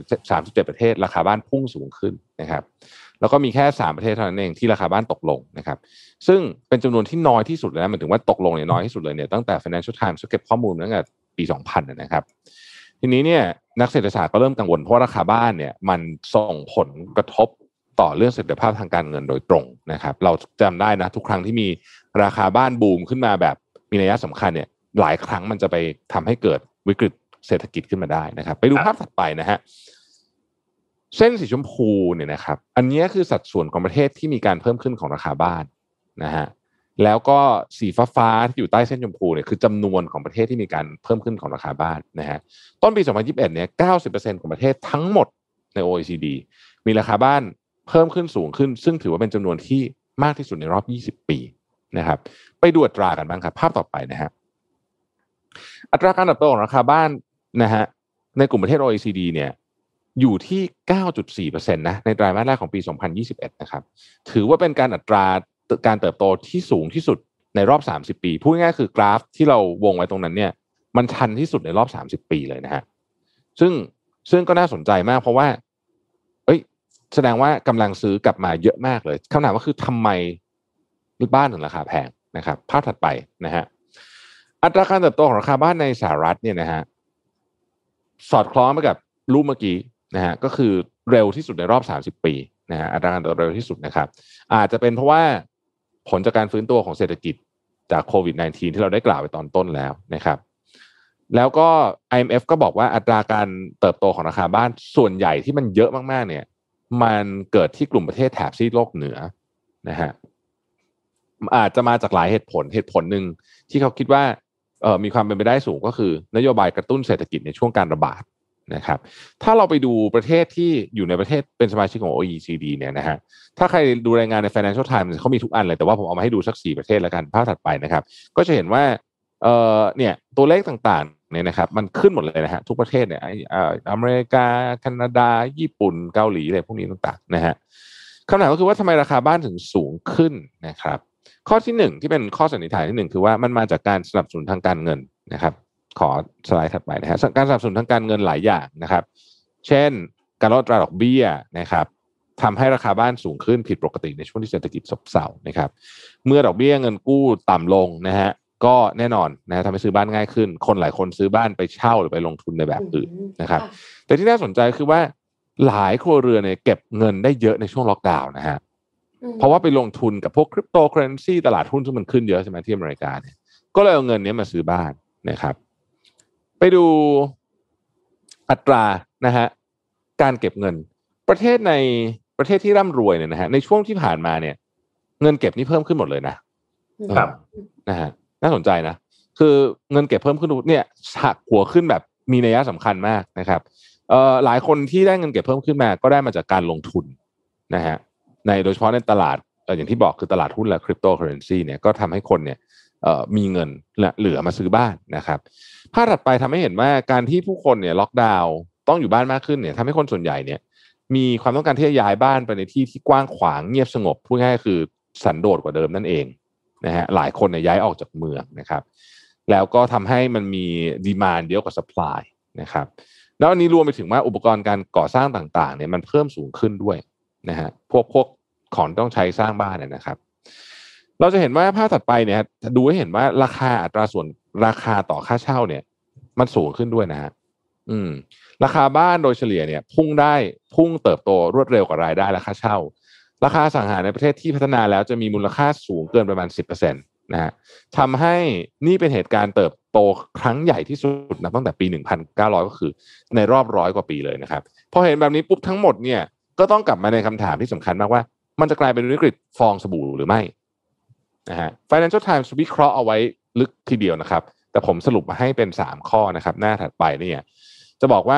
37ประเทศราคาบ้านพุ่งสูงขึ้นนะครับแล้วก็มีแค่3ประเทศเท่านั้นเองที่ราคาบ้านตกลงนะครับซึ่งเป็นจำนวนที่น้อยที่สุดเลยนะหมายถึงว่าตกลงเนี่ยน้อยที่สุดเลยเนี่ยตั้งแต่ Financial Times เก็บข้อมูลตั้งแต่ปี 2000 นะครับทีนี้เนี่ยนักเศรษฐศาสตร์ก็เริ่มกังวลเพราะราคาบ้านเนี่ยมันส่งผลกระทบต่อเรื่องเสถียรภาพทางการเงินโดยตรงนะครับเราจำได้นะทุกครั้งที่มีราคาบ้านบูมขึ้นมาแบบมีนัยสำคัญเนี่ยหลายครั้งมันจะไปทำให้เกิดวิกฤตเศรษฐกิจขึ้นมาได้นะครับไปดูภาพถัดไปนะฮะเส้นสีชมพูเนี่ยนะครับอันนี้คือสัดส่วนของประเทศที่มีการเพิ่มขึ้นของราคาบ้านนะฮะแล้วก็สีฟ้าที่อยู่ใต้เส้นชมพูเนี่ยคือจำนวนของประเทศที่มีการเพิ่มขึ้นของราคาบ้านนะฮะต้นปี 2021 เนี่ย 90% ของประเทศทั้งหมดใน OECD มีราคาบ้านเพิ่มขึ้นสูงขึ้นซึ่งถือว่าเป็นจำนวนที่มากที่สุดในรอบ20 ปีนะครับไปดูอัตรากันบ้างครับภาพต่อไปนะฮะอัตราการเติบโตของราคาบ้านนะฮะในกลุ่มประเทศ OECD เนี่ยอยู่ที่ 9.4% นะในไตรมาสแรกของปี 2021 นะครับถือว่าเป็นอัตราการเติบโตที่สูงที่สุดในรอบ30 ปีพูดง่ายๆคือกราฟที่เราวงไว้ตรงนั้นเนี่ยมันชันที่สุดในรอบ30 ปีเลยนะฮะซึ่งก็น่าสนใจมากเพราะว่าแสดงว่ากำลังซื้อกลับมาเยอะมากเลยคำถามก็คือทำไมบ้านถึงราคาแพงนะครับภาพถัดไปนะฮะอัตราการเติบโตของราคาบ้านในสหรัฐเนี่ยนะฮะสอดคล้องไปกับรูปเมื่อกี้นะฮะก็คือเร็วที่สุดในรอบ30 ปีนะฮะอัตราการเติบโตเร็วที่สุดนะครับอาจจะเป็นเพราะว่าผลจากการฟื้นตัวของเศรษฐกิจจากโควิด -19 ที่เราได้กล่าวไปตอนต้นแล้วนะครับแล้วก็ IMF ก็บอกว่าอัตราการเติบโตของราคาบ้านส่วนใหญ่ที่มันเยอะมากๆเนี่ยมันเกิดที่กลุ่มประเทศแถบซีกโลกเหนือนะฮะอาจจะมาจากหลายเหตุผลหนึ่งที่เขาคิดว่ามีความเป็นไปได้สูงก็คือนโยบายกระตุ้นเศรษฐกิจในช่วงการระบาดนะครับถ้าเราไปดูประเทศที่อยู่ในประเทศเป็นสมาชิกของ OECD เนี่ยนะฮะถ้าใครดูรายงานใน Financial Times เขามีทุกอันเลยแต่ว่าผมเอามาให้ดูสัก4ประเทศแล้วกันภาพถัดไปนะครับก็จะเห็นว่าเนี่ยตัวเลขต่างๆเนี่ยนะครับมันขึ้นหมดเลยนะฮะทุกประเทศเนี่ยอเมริกาแคนาดาญี่ปุ่นเกาหลีอะไรพวกนี้ต่างๆนะฮะคำถามก็คือว่าทำไมราคาบ้านถึงสูงขึ้นนะครับข้อที่1ที่เป็นข้อสันนิษฐานที่1คือว่ามันมาจากการสนับสนุนทางการเงินนะครับขอสไลด์ถัดไปนะฮะการสนับสนุนทางการเงินหลายอย่างนะครับเช่นการลดอัตราดอกเบี้ยนะครับทำให้ราคาบ้านสูงขึ้นผิดปกติในช่วงที่เศรษฐกิจซบเซานะครับเมื่อดอกเบี้ยเงินกู้ต่ำลงนะฮะก็แน่นอนนะทำให้ซื้อบ้านง่ายขึ้นคนหลายคนซื้อบ้านไปเช่าหรือไปลงทุนในแบบอื่นนะครับแต่ที่น่าสนใจคือว่าหลายครัวเรือนเนี่ยเก็บเงินได้เยอะในช่วงล็อกดาวน์นะฮะเพราะว่าไปลงทุนกับพวกคริปโตเคอเรนซีตลาดหุ้นที่มันขึ้นเยอะใช่ไหมที่อเมริกาเนี่ยก็เลยเอาเงินนี้มาซื้อบ้านนะครับไปดูอัตรานะฮะการเก็บเงินประเทศที่ร่ำรวยเนี่ยนะฮะในช่วงที่ผ่านมาเนี่ยเงินเก็บนี่เพิ่มขึ้นหมดเลยนะครับนะฮะน่าสนใจนะคือเงินเก็บเพิ่มขึ้นเนี่ยหักหัวขึ้นแบบมีนัยสำคัญมากนะครับหลายคนที่ได้เงินเก็บเพิ่มขึ้นมาก็ได้มาจากการลงทุนนะฮะโดยเฉพาะในตลาดอย่างที่บอกคือตลาดหุ้นและคริปโตเคอเรนซีเนี่ยก็ทำให้คนเนี่ยมีเงินเหลือมาซื้อบ้านนะครับภาพถัดไปทำให้เห็นว่าการที่ผู้คนเนี่ยล็อกดาวน์ต้องอยู่บ้านมากขึ้นเนี่ยทำให้คนส่วนใหญ่เนี่ยมีความต้องการที่จะย้ายบ้านไปในที่ที่กว้างขวางเงียบสงบพูดง่ายๆคือสันโดษกว่าเดิมนั่นเองนะฮะหลายคนเนี่ยย้ายออกจากเมืองนะครับแล้วก็ทำให้มันมีดีมานด์เยอะกว่าซัพพลายนะครับแล้วอันนี้รวมไปถึงว่าอุปกรณ์การก่อสร้างต่างๆเนี่ยมันเพิ่มสูงขึ้นด้วยนะฮะพวกของต้องใช้สร้างบ้านนะครับเราจะเห็นว่าภาพถัดไปเนี่ยดูให้เห็นว่าราคาอัตราส่วนราคาต่อค่าเช่าเนี่ยมันสูงขึ้นด้วยนะฮะราคาบ้านโดยเฉลี่ยเนี่ยพุ่งเติบโตรวดเร็วกว่ารายได้และค่าเช่าราคาอสังหาในประเทศที่พัฒนาแล้วจะมีมูลค่าสูงเกินประมาณ 10% นะฮะทำให้นี่เป็นเหตุการณ์เติบโตครั้งใหญ่ที่สุดนับตั้งแต่ปี 1900 ก็คือในรอบ100 กว่าปีเลยนะครับพอเห็นแบบนี้ปุ๊บทั้งหมดเนี่ยก็ต้องกลับมาในคำถามที่สำคัญมากว่ามันจะกลายเป็นวิกฤตฟองสบู่หรือไม่นะฮะ Financial Times วิเคราะห์เอาไว้ลึกทีเดียวนะครับแต่ผมสรุปมาให้เป็น3ข้อนะครับหน้าถัดไปเนี่ยจะบอกว่า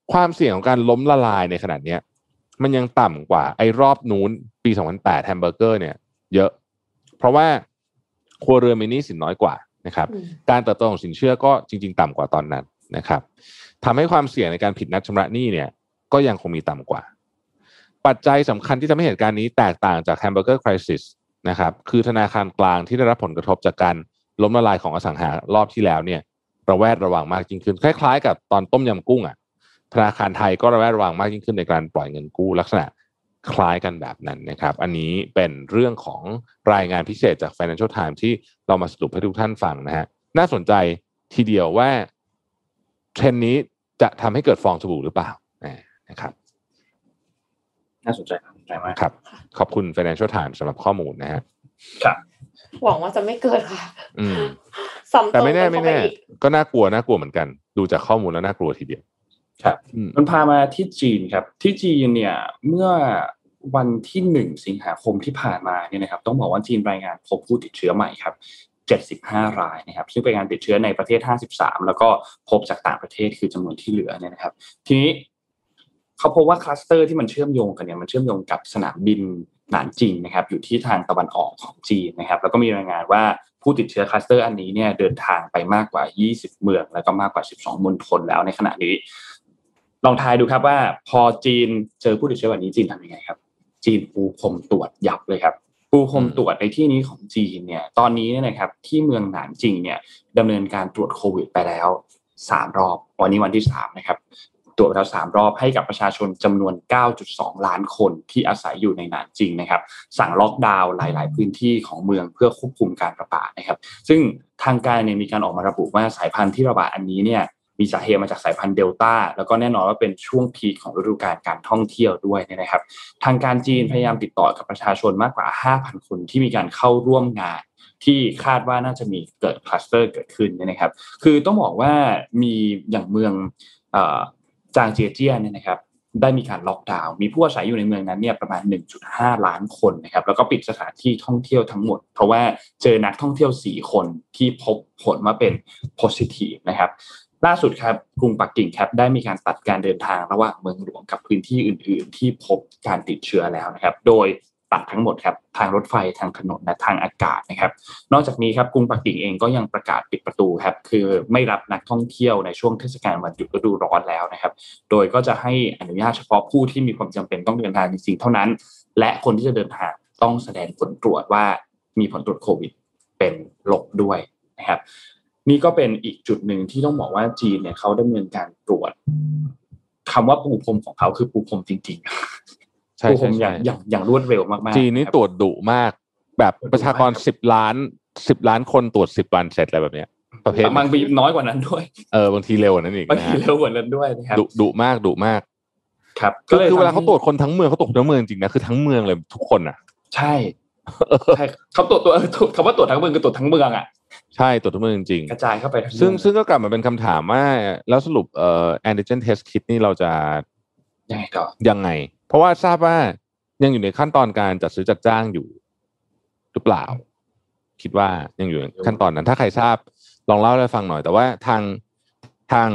ความเสี่ยงของการล้มละลายในขนาดนี้มันยังต่ำกว่าไอ้รอบนู้นปี2008แฮมเบอร์เกอร์เนี่ยเยอะเพราะว่าครัวเรือนมีหนี้สินน้อยกว่านะครับการเติบโตของสินเชื่อก็จริงๆต่ำกว่าตอนนั้นนะครับทำให้ความเสี่ยงในการผิดนัดชำระหนี้เนี่ยก็ยังคงมีต่ำกว่าปัจจัยสำคัญที่ทำให้เหตุการณ์นี้แตกต่างจากแฮมเบอร์เกอร์ไครซิสนะครับคือธนาคารกลางที่ได้รับผลกระทบจากการล้มละลายของอสังหารอบที่แล้วเนี่ยระแวดระวังมากยิ่งขึ้นคล้ายๆกับตอนต้มยำกุ้งอ่ะธนาคารไทยก็ระแวดระวังมากยิ่งขึ้นในการปล่อยเงินกู้ลักษณะคล้ายกันแบบนั้นนะครับอันนี้เป็นเรื่องของรายงานพิเศษจาก Financial Times ที่เรามาสรุปให้ทุกท่านฟังนะฮะน่าสนใจทีเดียวว่าเทรนด์นี้จะทำให้เกิดฟองสบู่หรือเปล่านะครับน่าสนใจมากครับขอบคุณ Financial Times สำหรับข้อมูลนะฮะครับหวังว่าจะไม่เกิดค่ะแต่ไม่แน่ก็น่ากลัวเหมือนกันดูจากข้อมูลแล้วน่ากลัวทีเดียวครับมันพามาที่จีนครับที่จีนเนี่ยเมื่อวันที่1สิงหาคมที่ผ่านมาเนี่ยนะครับต้องบอกว่าจีนรายงานพบผู้ติดเชื้อใหม่ครับ75รายนะครับซึ่งเป็นการติดเชื้อในประเทศ53แล้วก็พบจากต่างประเทศคือจำนวนที่เหลือเนี่ยนะครับทีนี้เขาพบว่าคลัสเตอร์ที่มันเชื่อมโยงกันเนี่ยมันเชื่อมโยงกับสนามบินหนานจิงนะครับอยู่ที่ทางตะวันออกของจีนนะครับแล้วก็มีรายงานว่าผู้ติดเชื้อคลัสเตอร์อันนี้เนี่ยเดินทางไปมากกว่า20เมืองแล้วก็มากกว่า12มณฑลแล้วในขณะนี้ลองทายดูครับว่าพอจีนเจอผู้ติดเชื้อแบบนี้จีนทำยังไงครับจีนปูพรมตรวจยับเลยครับปูพรมตรวจในที่นี้ของจีนเนี่ยตอนนี้เนี่ยนะครับที่เมืองหนานจิงเนี่ยดำเนินการตรวจโควิดไปแล้ว3รอบวันนี้วันที่3นะครับตรวจแล้ว3รอบให้กับประชาชนจำนวน 9.2 ล้านคนที่อาศัยอยู่ในหนานจิงนะครับสั่งล็อกดาวน์หลายๆพื้นที่ของเมืองเพื่อควบคุมการระบาดนะครับซึ่งทางการเนี่ยมีการออกมาระบุว่าสายพันธุ์ที่ระบาดอันนี้เนี่ยมีสาเหตุมาจากสายพันธุ์เดลต้าแล้วก็แน่นอนว่าเป็นช่วงพีคของฤดูกาลการท่องเที่ยวด้วยนะครับทางการจีนพยายามติดต่อกับประชาชนมากกว่า 5,000 คนที่มีการเข้าร่วมงานที่คาดว่าน่าจะมีเกิดคลัสเตอร์เกิดขึ้นนะครับคือต้องบอกว่ามีอย่างเมืองจางเจียเจี้ยนเนี่ยนะครับได้มีการล็อกดาวน์มีผู้อาศัยอยู่ในเมืองนั้นเนี่ยประมาณ 1.5 ล้านคนนะครับแล้วก็ปิดสถานที่ท่องเที่ยวทั้งหมดเพราะว่าเจอนักท่องเที่ยว4คนที่พบผลว่าเป็น positive นะครับล่าสุดครับกรุงปักกิ่งครับได้มีการตัดการเดินทางระหว่างเมืองหลวงกับพื้นที่อื่นๆที่พบการติดเชื้อแล้วนะครับโดยตัดทั้งหมดครับทางรถไฟทางถนนและทางอากาศนะครับนอกจากนี้ครับกรุงปักกิ่งเองก็ยังประกาศปิดประตูครับคือไม่รับนักท่องเที่ยวในช่วงเทศกาลวันหยุดฤดูร้อนแล้วนะครับโดยก็จะให้อนุญาตเฉพาะผู้ที่มีความจำเป็นต้องเดินทางจริงๆเท่านั้นและคนที่จะเดินทางต้องแสดงผลตรวจว่ามีผลตรวจโควิดเป็นลบด้วยนะครับนี่ก็เป็นอีกจุดหนึ่งที่ต้องบอกว่าจีนเนี่ยเขาดำเนินการตรวจคำว่าปูพรมของเขาคือปูพรมจริงๆปูพรมอย่างรวดเร็วมากๆจีนนี่ตรวจดุมากแบบประชากร10 ล้านคนตรวจ10 วันเสร็จอะไรแบบเนี้ยประเภทบางปีน้อยกว่านั้นด้วยบางทีเร็วกว่านั้นอีกบางทีเร็วกว่านั้นด้วยนะครับดุมากครับคือเวลาเขาตรวจคนทั้งเมืองเขาตรวจทั้งเมืองจริงนะคือทั้งเมืองเลยทุกคนอ่ะใช่เขาตรวจตัวคำว่าตรวจทั้งเมืองคือตรวจทั้งเมืองอ่ะใช่ตรวจทั้งเมืองจริงกระจายเข้าไปซึ่งก็กลับมาเป็นคำถามว่าแล้วสรุปantigen test kit นี่เราจะยังไงเพราะว่าทราบว่ายังอยู่ในขั้นตอนการจัดซื้อจัดจ้างอยู่หรือเปล่าคิดว่ายังอยู่ในขั้นตอนนั้นถ้าใครทราบลองเล่าให้ฟังหน่อยแต่ว่าทาง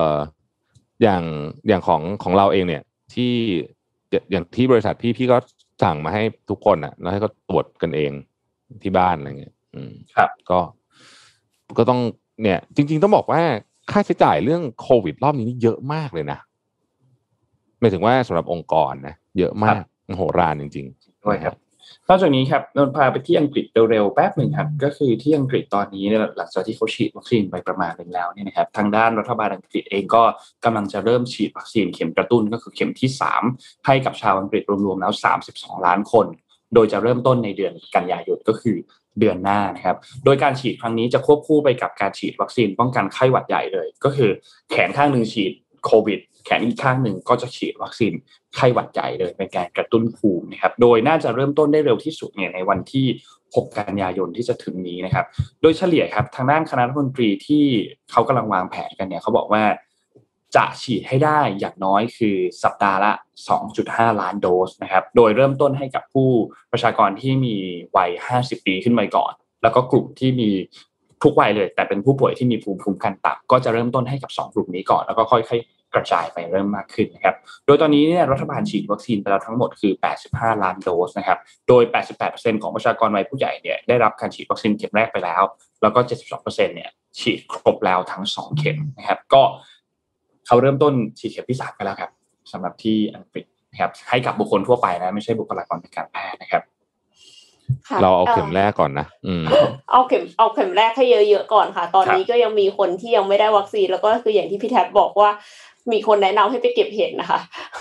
อย่างของเราเองเนี่ยที่อย่างที่บริษัทพี่ก็สั่งมาให้ทุกคนอ่ะแล้วให้เขาตรวจกันเองที่บ้านอะไรเงี้ยครับก็ต้องเนี่ยจริงๆต้องบอกว่าค่าใช้จ่ายเรื่องโควิดรอบนี้นี่เยอะมากเลยนะหมายถึงว่าสำหรับองค์กรนะเยอะมากโหราจริงๆด้วยครับนอกจากนี้ครับนนพาไปที่อังกฤษเร็วๆแป๊บหนึ่งครับก็คือที่อังกฤษตอนนี้เนี่ยหลังจากที่เขาฉีดวัคซีนไปประมาณนึงแล้วเนี่ยนะครับทางด้านรัฐบาลอังกฤษเองก็กำลังจะเริ่มฉีดวัคซีนเข็มกระตุ้นก็คือเข็มที่3ให้กับชาวอังกฤษรวมๆแล้ว32ล้านคนโดยจะเริ่มต้นในเดือนกันยายนก็คือเดือนหน้านะครับโดยการฉีดครั้งนี้จะควบคู่ไปกับการฉีดวัคซีนป้องกันไข้หวัดใหญ่เลยก็คือแขนข้างนึงฉีดโควิดแขนอีกข้างหนึ่งก็จะฉีดวัคซีนไข้หวัดใหญ่เลยเป็นการกระตุ้นภูมินะครับโดยน่าจะเริ่มต้นได้เร็วที่สุดเนี่ยในวันที่6กันยายนที่จะถึงนี้นะครับโดยเฉลี่ยครับทางด้านคณะรัฐมนตรีที่เขากำลังวางแผนกันเนี่ยเขาบอกว่าจะฉีดให้ได้อย่างน้อยคือสัปดาห์ละ 2.5 ล้านโดสนะครับโดยเริ่มต้นให้กับผู้ประชากรที่มีวัย50ปีขึ้นไปก่อนแล้วก็กลุ่มที่มีทุกวัยเลยแต่เป็นผู้ป่วยที่มีภูมิคุ้มกันต่ำก็จะเริ่มต้นให้กับ2กลุ่มนี้ก่อนแล้วก็ค่อยกระจายไปเริ่มมากขึ้นนะครับโดยตอนนี้เนี่ยรัฐบาลฉีดวัคซีนไปแล้วทั้งหมดคือ85ล้านโดสนะครับโดย 88% ของประชากรวัยผู้ใหญ่เนี่ยได้รับการฉีดวัคซีนเข็มแรกไปแล้วแล้วก็ 72% เนี่ยฉีดครบแล้วทั้ง2เข็มนะครับก็เขาเริ่มต้นฉีดเข็มที่3กันแล้วครับสำหรับที่อังกฤษนะครับให้กับบุคคลทั่วไปนะไม่ใช่บุคลากรทางการแพทย์นะครับเราเอาเข็มแรกก่อนนะเอาเข็มแรกให้เยอะๆก่อนค่ะตอนนี้ก็ยังมีคนที่ยังไม่ได้วัคซีนแล้วก็คืออย่างที่พี่แท็บบอกว่ามีคนแนะนำให้ไปเก็บเห็ดนะคะ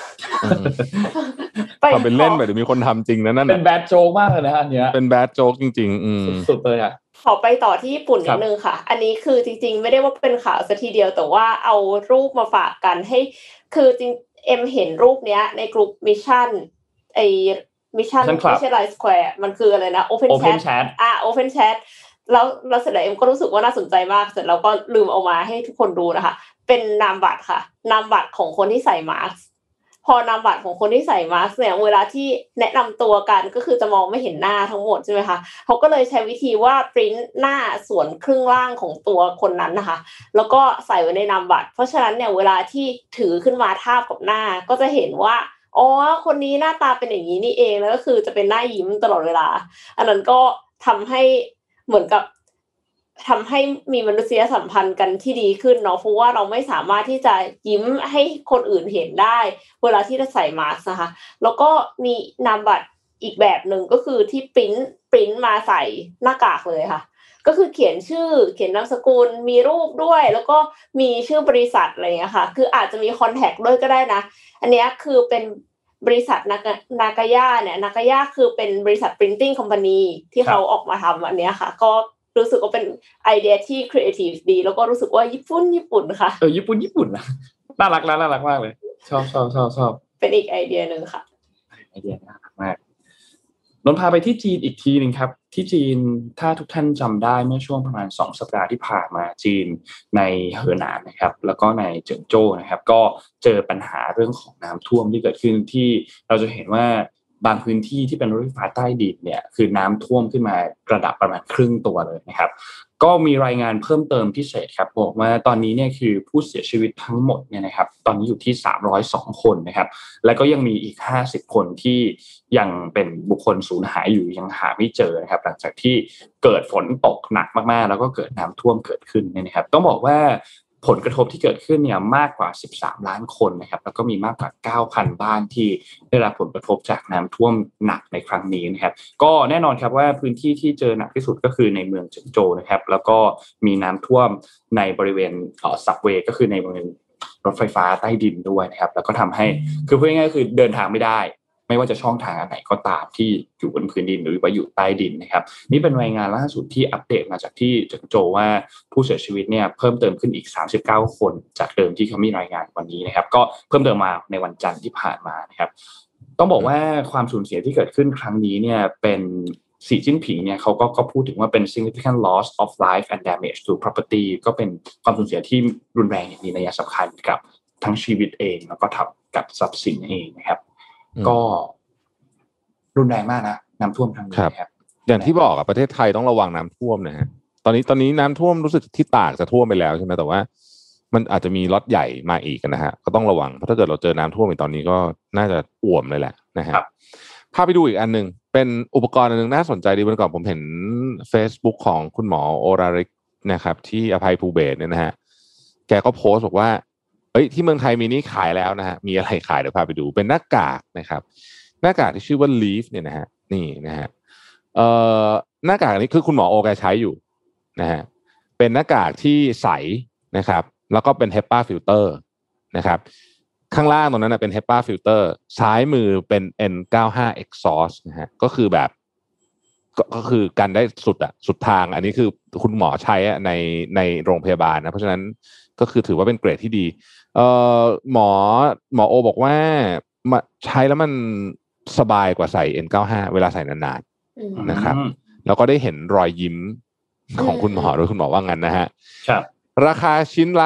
ทำเป็นเล่นไปเดี๋ยวมีคนทำจริงนะนั่นเป็นแบดโจ๊กมากเลยนะอันเนี้ยเป็นแบดโจ๊กจริงๆสุดเลยอ่ะขอไปต่อที่ญี่ปุ่นนิดนึงค่ะอันนี้คือจริงๆไม่ได้ว่าเป็นข่าวซะทีเดียวแต่ว่าเอารูปมาฝากกันให้คือจริงเอ็มเห็นรูปเนี้ยในกลุ่มมิชชั่นมิชชั่นไม่ใช่ไลน์สแควร์มันคืออะไรนะ Open Chat Open Chat แล้วเสร็จแล้วเอ็มก็รู้สึกว่าน่าสนใจมากเสร็จแล้วก็ลืมเอามาให้ทุกคนดูนะคะเป็นนามบัตรค่ะนามบัตรของคนที่ใส่มาสก์พอนามบัตรของคนที่ใส่มาสก์เนี่ยเวลาที่แนะนำตัวกันก็คือจะมองไม่เห็นหน้าทั้งหมดใช่ไหมคะเขาก็เลยใช้วิธีว่าปริ้นหน้าส่วนครึ่งล่างของตัวคนนั้นนะคะแล้วก็ใส่ไว้ในนามบัตรเพราะฉะนั้นเนี่ยเวลาที่ถือขึ้นมาทาบกับหน้าก็จะเห็นว่าอ๋อคนนี้หน้าตาเป็นอย่างนี้นี่เองแล้วก็คือจะเป็นหน้ายิ้มตลอดเวลาอันนั้นก็ทำให้เหมือนกับทำให้มีมนุษยสัมพันธ์กันที่ดีขึ้นเนาะเพราะว่าเราไม่สามารถที่จะยิ้มให้คนอื่นเห็นได้เวลาที่จะใส่มาสก์นะคะแล้วก็มีนามบัตรอีกแบบนึงก็คือที่ปริ้นมาใส่หน้ากากเลยค่ะก็คือเขียนชื่อเขียนนามสกุลมีรูปด้วยแล้วก็มีชื่อบริษัทอะไรอย่างเงี้ยค่ะคืออาจจะมีคอนแทคด้วยก็ได้นะอันนี้คือเป็นบริษัทนากายะเนี่ยนากายะคือเป็นบริษัท printing company ที่เขาออกมาทำอันเนี้ยค่ะก็รู้สึกว่าเป็นไอเดียที่ครีเอทีฟดีแล้วก็รู้สึกว่าญี่ปุ่นค่ะญี่ปุ่นนะน่ารักมากเลยชอบเป็นอีกไอเดียนึงค่ะไอเดียน่ารักมากนนพาไปที่จีนอีกทีนึงครับที่จีนถ้าทุกท่านจำได้เมื่อช่วงประมาณ2สัปดาห์ที่ผ่านมาจีนในเหอหนานนะครับแล้วก็ในเจิ้งโจ้นะครับก็เจอปัญหาเรื่องของน้ำท่วมที่เกิดขึ้นที่เราจะเห็นว่าบางพื้นที่ที่เป็นรถไฟฟ้าใต้ดินเนี่ยคือน้ำท่วมขึ้นมาระดับประมาณครึ่งตัวเลยนะครับก็มีรายงานเพิ่มเติมพิเศษครับบอกว่าตอนนี้เนี่ยคือผู้เสียชีวิตทั้งหมดเนี่ยนะครับตอนนี้อยู่ที่302คนนะครับแล้วก็ยังมีอีก50คนที่ยังเป็นบุคคลสูญหายอยู่ยังหาไม่เจอนะครับหลังจากที่เกิดฝนตกหนักมากๆแล้วก็เกิดน้ำท่วมเกิดขึ้นเนี่ยนะครับต้องบอกว่าผลกระทบที่เกิดขึ้นเนี่ยมากกว่า13ล้านคนนะครับแล้วก็มีมากกว่า 9,000 บ้านที่ได้รับผลกระทบจากน้ำท่วมหนักในครั้งนี้นะครับก็แน่นอนครับว่าพื้นที่ที่เจอหนักที่สุดก็คือในเมืองเจิ้งโจวนะครับแล้วก็มีน้ำท่วมในบริเวณซับเวย์ก็คือในบริเวณรถไฟฟ้าใต้ดินด้วยนะครับแล้วก็ทำให้คือพูดง่ายๆคือเดินทางไม่ได้ไม่ว่าจะช่องทางไหนก็ตามที่อยู่บนพื้นดินหรือว่าอยู่ใต้ดินนะครับนี่เป็นรายงานล่าสุดที่อัปเดตมาจากที่เจิ้งโจวว่าผู้เสียชีวิตเนี่ยเพิ่มเติมขึ้นอีก39คนจากเดิมที่เขามีรายงานวันนี้นะครับก็เพิ่มเติมมาในวันจันทร์ที่ผ่านมานะครับต้องบอกว่าความสูญเสียที่เกิดขึ้นครั้งนี้เนี่ยเป็นสีจิ้นผิงเนี่ยเขาก็พูดถึงว่าเป็น significant loss of life and damage to property ก็เป็นความสูญเสียที่รุนแรงอย่างมีนัยสำคัญกับทั้งชีวิตเองแล้วก็กับทรัพย์สินเองนะครับก็รุนแรงมากนะน้ำท่วมครั้งนี้ครับอย่างที่บอกประเทศไทยต้องระวังน้ำท่วมนะฮะตอนนี้น้ำท่วมรู้สึกที่ตากจะท่วมไปแล้วใช่ไหมแต่ว่ามันอาจจะมีล็อตใหญ่มาอีกนะฮะก็ต้องระวังเพราะถ้าเกิดเราเจอน้ำท่วมในตอนนี้ก็น่าจะอ่วมเลยแหละนะฮะพาไปดูอีกอันนึงเป็นอุปกรณ์อันนึงน่าสนใจดีวันก่อนผมเห็น Facebook ของคุณหมอโอราริกนะครับที่อภัยภูเบศรเนี่ยนะฮะแกก็โพสต์บอกว่าที่เมืองไทยมีนี่ขายแล้วนะฮะมีอะไรขายเดี๋ยวพาไปดูเป็นหน้ากากนะครับหน้ากากที่ชื่อว่า Leaf เนี่ยนะฮะนี่นะฮะหน้ากากนี้คือคุณหมอโอแกใช้อยู่นะฮะเป็นหน้ากากที่ใสนะครับแล้วก็เป็น HEPA filter นะครับข้างล่างตรงนั้นเป็น HEPA filter ซ้ายมือเป็น N95 exhaust นะฮะก็คือแบบก็คือกันได้สุดทางอันนี้คือคุณหมอใช้ในโรงพยาบาลนะเพราะฉะนั้นก็คือถือว่าเป็นเกรดที่ดีหมอโอบอกว่าใช้แล้วมันสบายกว่าใส่ N95 เวลาใส่นานๆนะครับแล้วก็ได้เห็นรอยยิ้มของคุณหมอด้วยคุณหมอว่างั้นนะฮะครับราคาชิ้นละ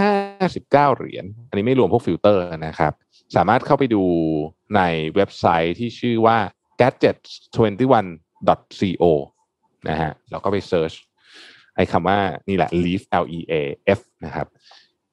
59เหรียญอันนี้ไม่รวมพวกฟิลเตอร์นะครับสามารถเข้าไปดูในเว็บไซต์ที่ชื่อว่า gadgets21.co นะฮะแล้วก็ไปเซิร์ชไอ้คำว่านี่แหละ Leaf LEAF นะครับ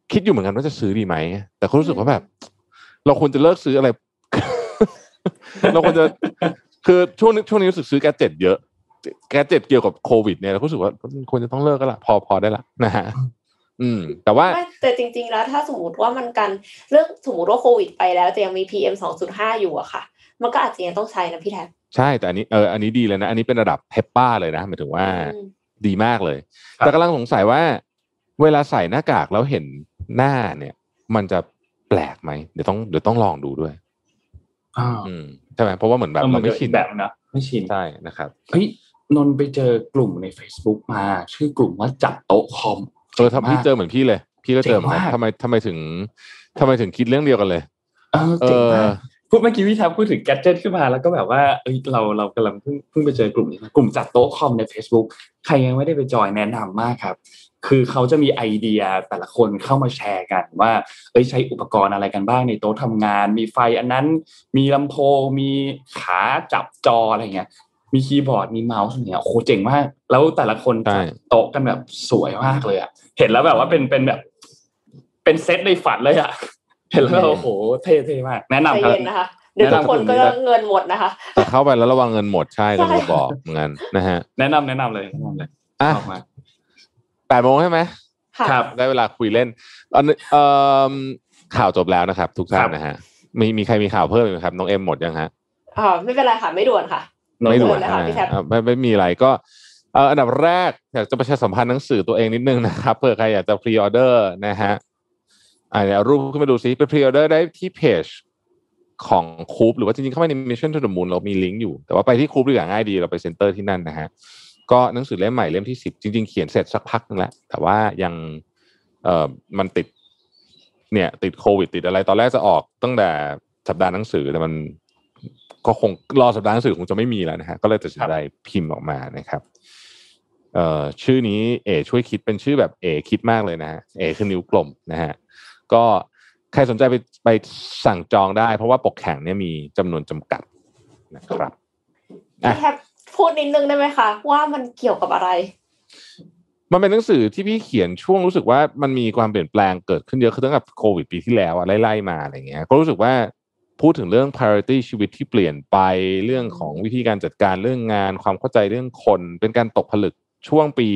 คิดอยู่เหมือนกันว่าจะซื้อดีไหมแต่ก็รู้สึกว่าแบบเราควรจะเลิกซื้ออะไร เราควรจะคือช่วงนี้รู้สึกซื้อแกดเจ็ตเยอะแกดเจ็ตเกี่ยวกับโควิดเนี่ยเรารู้สึกว่าควรจะต้องเลิกกันละพอได้ละนะฮะแต่ว่าแต่จริงๆแล้วถ้าสมมติว่ามันกันเรื่องสมมติว่าโควิดไปแล้วแต่ยังมี PM 2.5 อยู่อะค่ะมันก็อาจจะยังต้องใช้นะพี่แท็บใช่แต่อันนี้ดีเลยนะอันนี้เป็นระดับเฮปป้าเลยนะหมายถึงว่าดีมากเลยแต่กำลังสงสัยว่าเวลาใส่หน้ากากแล้วเห็นหน้าเนี่ยมันจะแปลกไหมเดี๋ยวต้องลองดูด้วยใช่ไหมเพราะว่าเหมือนแบบเราไม่ชินแบบนะไม่ชินใช่นะครับเฮ้ยนนไปเจอกลุ่มใน Facebook มาชื่อกลุ่มว่าจัดโต๊ะคอมพี่เจอเหมือนพี่เลยพี่ก็เจอเหมือนกันทำไมถึงคิดเรื่องเดียวกันเลยเจ๋งมากพูดเมื่อกี้พี่ทับพูดถึงแกดเจ็ตขึ้นมาแล้วก็แบบว่าเรากำลังเพิ่งไปเจอกลุ่มนี้กลุ่มจัดโต๊ะคอมใน Facebook ใครยังไม่ได้ไปจอยแนะนำมากครับคือเขาจะมีไอเดียแต่ละคนเข้ามาแชร์กันว่าใช้อุปกรณ์อะไรกันบ้างในโต๊ะทำงานมีไฟอันนั้นมีลำโพงมีขาจับจออะไรเงี้ยมีคีย์บอร์ดมีเมาส์เนี่ยโอ้โหเจ๋งมากแล้วแต่ละคนจัดโต๊ะกันแบบสวยมากเลยอ่ะเห็นแล้วแบบว่าเป็นแบบเป็นเซตในฝันเลยอ่ะเห็นแล้วโอ้โหเท่มากแนะนำครับนะคะเดี๋ยวทุกคนก็เงินหมดนะคะแต่เข้าไปแล้วระวังเงินหมดใช่ก็จะบอกเหมือนกันนะฮะแนะนำเลยอ่ะ8 โมงใช่ไหมครับได้เวลาคุยเล่นข่าวจบแล้วนะครับทุกท่านนะฮะมีใครมีข่าวเพิ่มไหมครับน้องเอ็มหมดยังฮะไม่เป็นไรค่ะไม่ด่วนค่ะไม่ด่วนนะคะพี่แท็บไม่มีอะไรก็อันดับแรกอยากจะประชาสัมพันธ์หนังสือตัวเองนิดนึงนะครับเผื่อใครอยากจะพรีออเดอร์นะฮะเดี๋ยวรูปขึ้นมาดูซิไปพรีออเดอร์ได้ที่เพจของคูปหรือว่าจริงๆเข้าไปใน Mission to the Moon เรามีลิงก์อยู่แต่ว่าไปที่คูปดีกว่าง่ายดีเราไปเซ็นเตอร์ที่นั่นนะฮะก็หนังสือเล่มใหม่เล่มที่10จริงๆเขียนเสร็จสักพักนึงแล้วแต่ว่ายังมันติดโควิดติดอะไรตอนแรกจะออกตั้งแต่สัปดาห์หนังสือแต่มันก็คงรอสัปดาห์หนังสือคงจะไม่มีแล้วนะฮะก็เลยตัดสินใจพิมพ์ออกมานะครับชื่อนี้ช่วยคิดเป็นชื่อแบบคิดมากเลยนะฮะคือนิ้วกลมนะฮะก็ใครสนใจไปสั่งจองได้เพราะว่าปกแข็งเนี่ยมีจำนวนจำกัดนะครับแค่พูดนิดนึงได้ไหมคะว่ามันเกี่ยวกับอะไรมันเป็นหนังสือที่พี่เขียนช่วงรู้สึกว่ามันมีความเปลี่ยนแปลงเกิดขึ้นเยอะขึ้นตั้งแต่โควิดปีที่แล้วไล่มาอะไรเงี้ยก็รู้สึกว่าพูดถึงเรื่อง priority ชีวิตที่เปลี่ยนไปเรื่องของวิธีการจัดการเรื่องงานความเข้าใจเรื่องคนเป็นการตกผลึกช่วงปี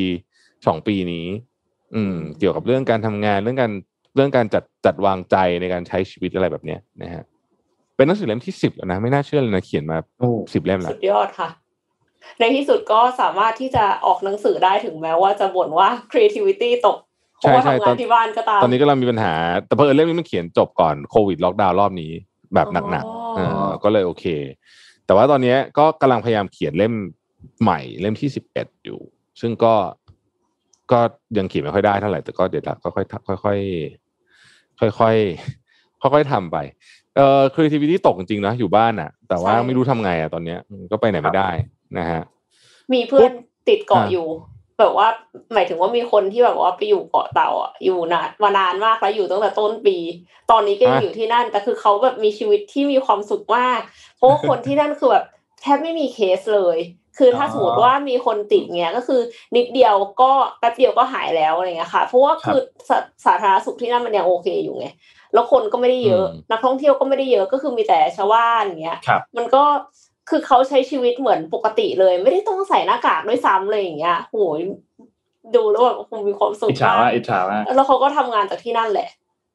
2 ปีนี้เกี่ยวกับเรื่องการทำงานเรื่องการจัดวางใจในการใช้ชีวิตอะไรแบบนี้นะฮะเป็นหนังสือเล่มที่10แล้วนะไม่น่าเชื่อเลยนะเขียนมา10 เล่มแล้วสุดยอดค่ะในที่สุดก็สามารถที่จะออกหนังสือได้ถึงแม้ว่าจะบ่นว่า creativity ตกเพราะว่าทำงานที่บ้านก็ตามตอนนี้ก็เรามีปัญหาแต่เพราะเล่มนี้มันเขียนจบก่อนโควิดล็อกดาวน์รอบนี้แบบหนักๆก็เลยโอเคแต่ว่าตอนนี้ก็กำลังพยายามเขียนเล่มใหม่เล่มที่11อยู่ซึ่งก็ยังเขียนไม่ค่อยได้เท่าไหร่แต่ก็เดี๋ยวค่อยๆทำไปcreativity ตกจริงๆนะอยู่บ้านอ่ะแต่ว่าไม่รู้ทำไงอ่ะตอนนี้ก็ไปไหนไม่ได้นะฮะมีเพื่อนติดเกาะอยู่แบบว่าหมายถึงว่ามีคนที่แบบว่าไปอยู่เกาะเต่าอ่ะอยู่มานานมากแล้วอยู่ตั้งแต่ต้นปีตอนนี้ก็ยังอยู่ที่นั่นแต่คือเขาแบบมีชีวิตที่มีความสุขมากเพราะว่าคนที่นั่นคือแบบแทบไม่มีเคสเลยคือถ้าสมมติว่ามีคนติดเงี้ยก็คือนิดเดียวก็แป๊บเดียวก็หายแล้วอะไรเงี้ยค่ะเพราะว่าคือสาธารณสุขที่นั่นมันยังโอเคอยู่ไงแล้วคนก็ไม่ได้เยอะนักท่องเที่ยวก็ไม่ได้เยอะก็คือมีแต่ชาวบ้านอย่างเงี้ยมันก็คือเขาใช้ชีวิตเหมือนปกติเลยไม่ได้ต้องใส่หน้ากากด้วยซ้ำเลยอย่างเงี้ยโหยดูแล้วแบบคงมีความสุขมากอิจฉาแล้วเขาก็ทำงานจากที่นั่นแหละ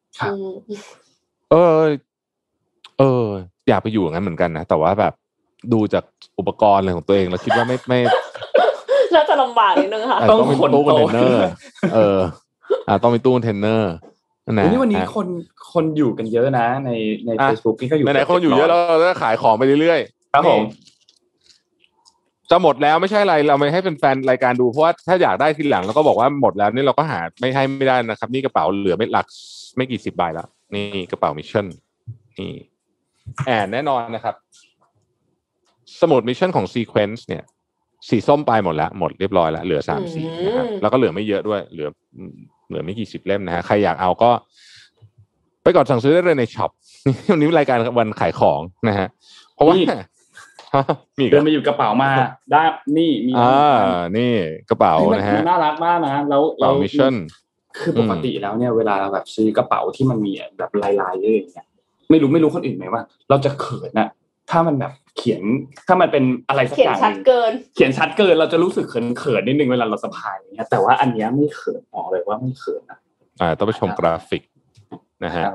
อยากไปอยู่อย่างนั้นเหมือนกันนะแต่ว่าแบบดูจากอุปกรณ์อะไรของตัวเองแล้วคิดว่าไม่น่าจะลำบากนิดนึงค่ะต้องมีตู้คอนเทนเนอร์ต้องมีตู้คอนเทนเนอร์นี่วันนี้คนอยู่กันเยอะนะใน Facebook ที่ก็อยู่ไหนคนอยู่เยอะแล้วเราขายของไปเรื่อยๆครับผมจะหมดแล้วไม่ใช่อะไรเราไม่ให้เป็นแฟนรายการดูเพราะว่าถ้าอยากได้ทีหลังเราก็บอกว่าหมดแล้วนี่เราก็หาไม่ได้นะครับนี่กระเป๋าเหลือไม่กี่10 ใบแล้วนี่กระเป๋ามิชชั่นนี่แน่นอนนะครับสมุดมิชชั่นของซีเควนซ์เนี่ยสีส้มไปหมดแล้วหมดเรียบร้อยแล้วเหลือ3 สีนะครับแล้วก็เหลือไม่เยอะด้วยเหลือไม่กี่10 เล่มนะฮะใครอยากเอาก็ไปกดสั่งซื้อได้เลยในช็อปวันนี้รายการวันขายของนะฮะเพราะว่าเดินมาอยู่กระเป๋ามาได้นี่มีนี่กระเป๋านะฮะน่ารักมากนะแล้วมิชชั่นคือปกติแล้วเนี่ยเวลาเราแบบซื้อกระเป๋าที่มันมีแบบลายๆอย่างเงี้ยไม่รู้คนอื่นไหมว่าเราจะเขินอะถ้ามันแบบเขียนถ้ามันเป็นอะไรสักอย่างเขียนชัดเกินเราจะรู้สึกเขินนิดนึงเวลาเราสะพายอย่างเงี้ยแต่ว่าอันเนี้ยไม่เขินบอกเลยว่าไม่เขินนะต้องไปชมกราฟิกนะฮะ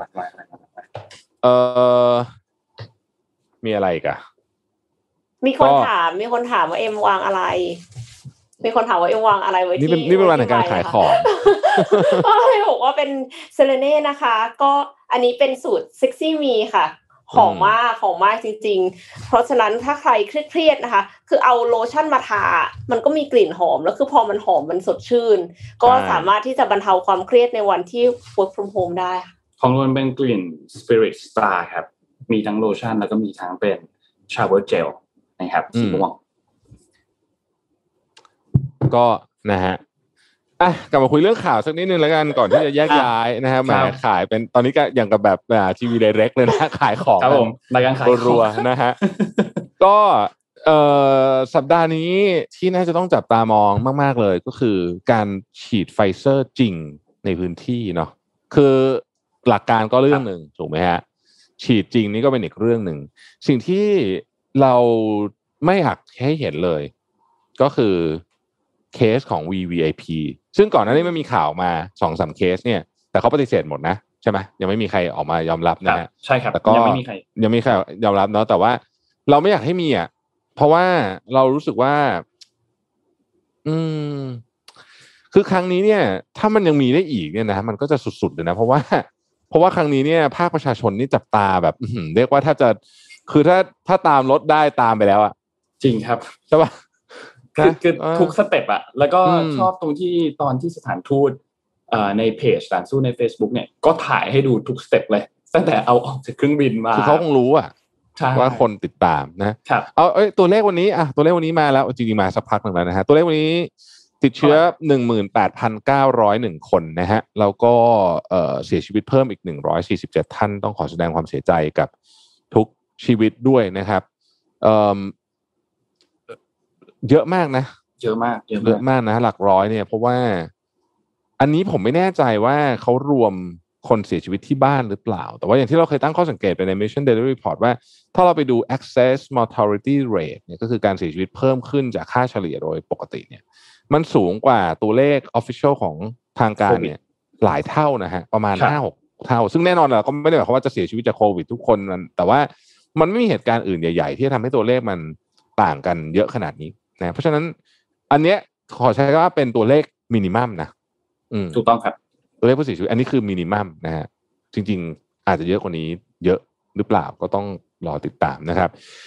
มีอะไรอีกอะมีคนถามว่าเอ็มวางอะไรมีคนถามว่าเอ็มวางอะไรไว้ที่นี่เป็นวันแห่งการขายของก็เลยบอกว่าเป็นเซเลเน่นะคะก็อันนี้เป็นสูตรเซ็กซี่มีค่ะหอมมากจริงๆเพราะฉะนั้นถ้าใครเครียดนะคะคือเอาโลชั่นมาทามันก็มีกลิ่นหอมแล้วคือพอมันหอมมันสดชื่นก็สามารถที่จะบรรเทาความเครียดในวันที่ work from home ได้ของนวลเป็นกลิ่น Spirit Star ครับมีทั้งโลชั่นแล้วก็มีทั้งเป็น shower gel นะครับสีม่วงก็นะฮะกลับมาคุยเรื่องข่าวสักนิดนึงแล้วกันก่อนที่จะแยกย้ายนะครับมาขายเป็นตอนนี้ก็อย่างกับแบบทีวีไดเรกเลยนะขายของครับผมรายการขายรัวๆนะฮะก็สัปดาห์นี้ที่น่าจะต้องจับตามองมากๆเลยก็คือการฉีดไฟเซอร์จริงในพื้นที่เนาะคือหลักการก็เรื่องนึงถูกไหมฮะฉีดจริงนี่ก็เป็นอีกเรื่องนึงสิ่งที่เราไม่อยากให้เห็นเลยก็คือเคสของ VVIP ซึ่งก่อนหน้านี้มันมีข่าวมา 2-3 เคสเนี่ยแต่เขาปฏิเสธหมดนะใช่ไหมยังไม่มีใครออกมายอมรับนะฮะใช่ครับแต่ก็ยังไม่มีใครยอมรับเนาะแต่ว่าเราไม่อยากให้มีเพราะว่าเรารู้สึกว่าคือครั้งนี้เนี่ยถ้ามันยังมีได้อีกเนี่ยนะมันก็จะสุดๆเลยนะเพราะว่าครั้งนี้เนี่ยภาคประชาชนนี่จับตาแบบเรียกว่าถ้าจะคือถ้าตามรถได้ตามไปแล้วจริงครับใช่ป่ะคือทุกสเต็ปแล้วก็ชอบตรงที่ตอนที่สถานทูตในเพจสถานทูตใน Facebook เนี่ยก็ถ่ายให้ดูทุกสเต็ปเลยตั้งแต่เอาออกจากเครื่องบินมาคือเขาคงรู้ว่าคนติดตามนะครับตัวเลขวันนี้ตัวเลขวันนี้มาแล้วจริงๆมาสักพักนึงแล้วนะฮะตัวเลขวันนี้ติดเชื้อ 18,901 คนนะฮะแล้วก็เสียชีวิตเพิ่มอีก147ท่านต้องขอแสดงความเสียใจกับทุกชีวิตด้วยนะครับเยอะมากนะเยอะมากนะหลักร้อยเนี่ยเพราะว่าอันนี้ผมไม่แน่ใจว่าเขารวมคนเสียชีวิตที่บ้านหรือเปล่าแต่ว่าอย่างที่เราเคยตั้งข้อสังเกตไปใน Mission Daily Report ว่าถ้าเราไปดู Excess Mortality Rate เนี่ยก็คือการเสียชีวิตเพิ่มขึ้นจากค่าเฉลี่ยโดยปกติเนี่ยมันสูงกว่าตัวเลข Official ของทางการเนี่ยหลายเท่านะฮะประมาณ 5-6 เท่าซึ่งแน่นอนแหละก็ไม่ได้หมายความว่าจะเสียชีวิตจากโควิดทุกคนแต่ว่ามันไม่มีเหตุการณ์อื่นใหญ่ๆที่จะทำให้ตัวเลขมันต่างกันเยอะขนาดนี้นะเพราะฉะนั้นอันเนี้ยขอใช้ว่าเป็นตัวเลขมินิมัมนะถูกต้องครับตัวเลขผู้เสียชีวิตอันนี้คือมินิมัมนะฮะจริงๆอาจจะเยอะกว่านี้เยอะหรือเปล่าก็ต้องรอติดตามนะครับ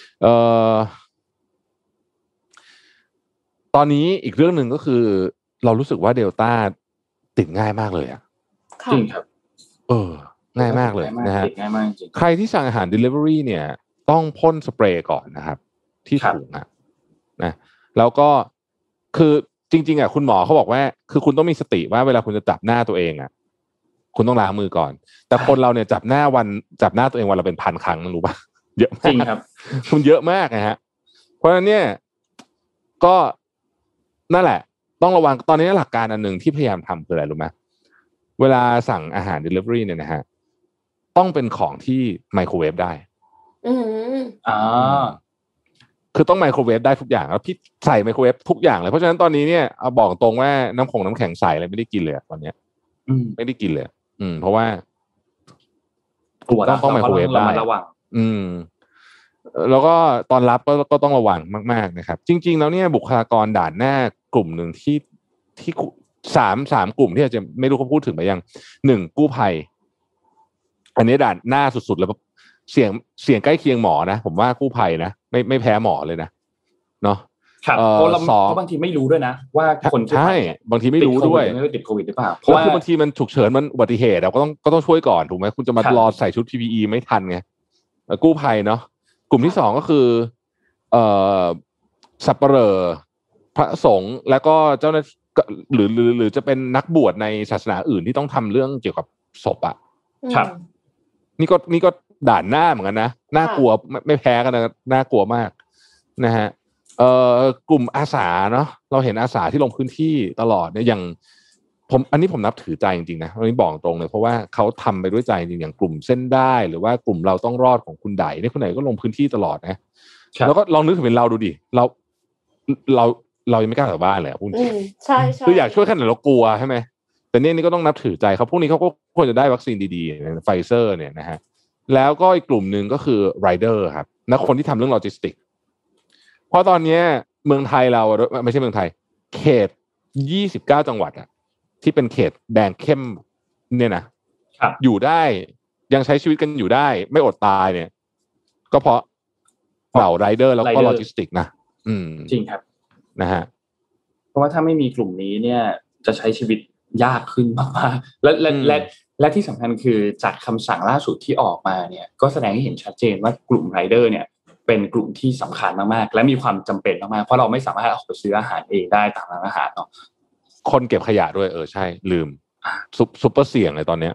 ตอนนี้อีกเรื่องหนึ่งก็คือเรารู้สึกว่าเดลต้าติดง่ายมากเลยจริงครับง่ายมากเลยนะฮะง่ายมากจริงใครที่สั่งอาหาร delivery เนี่ยต้องพ่นสเปรย์ก่อนนะครับที่ถุงนะแล้วก็คือจริงๆคุณหมอเขาบอกว่าคือคุณต้องมีสติว่าเวลาคุณจะจับหน้าตัวเองคุณต้องล้างมือก่อนแต่คนเราเนี่ยจับหน้าตัวเองวันละเป็น1,000 ครั้งรู้ป่ะเยอะมากจริงครับคุณเยอะมากนะฮะเพราะฉะนั้นเนี่ยก็นั่นแหละต้องระวังตอนนี้หลักการอันนึงที่พยายามทำคืออะไรรู้ไหมเวลาสั่งอาหาร delivery เนี่ยนะฮะต้องเป็นของที่ไมโครเวฟได้คือต้องไมโครเวฟได้ทุกอย่างแล้วพี่ใส่ไมโครเวฟทุกอย่างเลยเพราะฉะนั้นตอนนี้เนี่ยเอาบอกตรงว่าน้ำแข็งใสอะไรไม่ได้กินเลยตอนนี้ไม่ได้กินเลยเพราะว่าต้องไมโครเวฟได้แล้วก็ตอนรับก็ต้องระวังมากๆนะครับจริงๆแล้วเนี่ยบุคลากรด่านหน้ากลุ่มหนึ่งที่สามกลุ่มที่อาจจะไม่รู้เขาพูดถึงไปยัง1กู้ภัยอันนี้ด่านหน้าสุดๆแล้วเสียงใกล้เคียงหมอนะผมว่ากู้ภัยนะไม่แพ้หมอเลยนะเนาะครับเพราะบางทีไม่รู้ด้วยนะว่าคนใช่บางทีไม่รู้ด้วยไม่ติดโควิดหรือเปล่าเพราะว่าคือบางทีมันฉุกเฉินมันอุบัติเหตุเราก็ต้องช่วยก่อนถูกไหมคุณจะมารอใส่ชุด PPE ไม่ทันไงกู้ภัยเนาะกลุ่มที่2ก็คือสัปเหร่อพระสงฆ์แล้วก็เจ้าหน้าที่หรือจะเป็นนักบวชในศาสนาอื่นที่ต้องทำเรื่องเกี่ยวกับศพครับนี่ก็ด่านหน้าเหมือนกันนะน่ากลัวไม่แพ้กันนะน่ากลัวมากนะฮะกลุ่มอาสาเนาะเราเห็นอาสาที่ลงพื้นที่ตลอดเนี่ยอย่างอันนี้ผมนับถือใจจริงๆนะอันนี้บอกตรงเลยเพราะว่าเขาทำไปด้วยใจจริงอย่างกลุ่มเส้นได้หรือว่ากลุ่มเราต้องรอดของคุณไดเนี่ยคุณไดก็ลงพื้นที่ตลอดนะแล้วก็ลองนึกถึงเป็นเราดูดิเรายังไม่กล้ากลับบ้านเลยพูดจริงใช่คืออยากช่วยขนาดเรากลัวใช่ไหมแต่นี่ก็ต้องนับถือใจเขาพวกนี้เขาก็ควรจะได้วัคซีนดีๆไฟเซอร์เนี่ยนะฮะแล้วก็อีกกลุ่มหนึ่งก็คือไรเดอร์ครับนักคนที่ทำเรื่องโลจิสติกเพราะตอนนี้เมืองไทยเราไม่ใช่เมืองไทยเขต29จังหวัดอะที่เป็นเขตแดงเข้มเนี่ยนะอยู่ได้ยังใช้ชีวิตกันอยู่ได้ไม่อดตายเนี่ยก็เพราะเหล่าไรเดอร์แล้วก็โลจิสติกนะจริงครับนะฮะเพราะว่าถ้าไม่มีกลุ่มนี้เนี่ยจะใช้ชีวิตยากขึ้นมากๆและที่สำคัญคือจากคำสั่งล่าสุดที่ออกมาเนี่ยก็แสดงให้เห็นชัดเจนว่ากลุ่มไรเดอร์เนี่ยเป็นกลุ่มที่สำคัญมากๆและมีความจำเป็นมากๆเพราะเราไม่สามารถออกไปซื้ออาหารเองได้ตามร้านอาหารเนาะคนเก็บขยะด้วยใช่ลืมซุปเปอร์เสี่ยงเลยตอนเนี้ย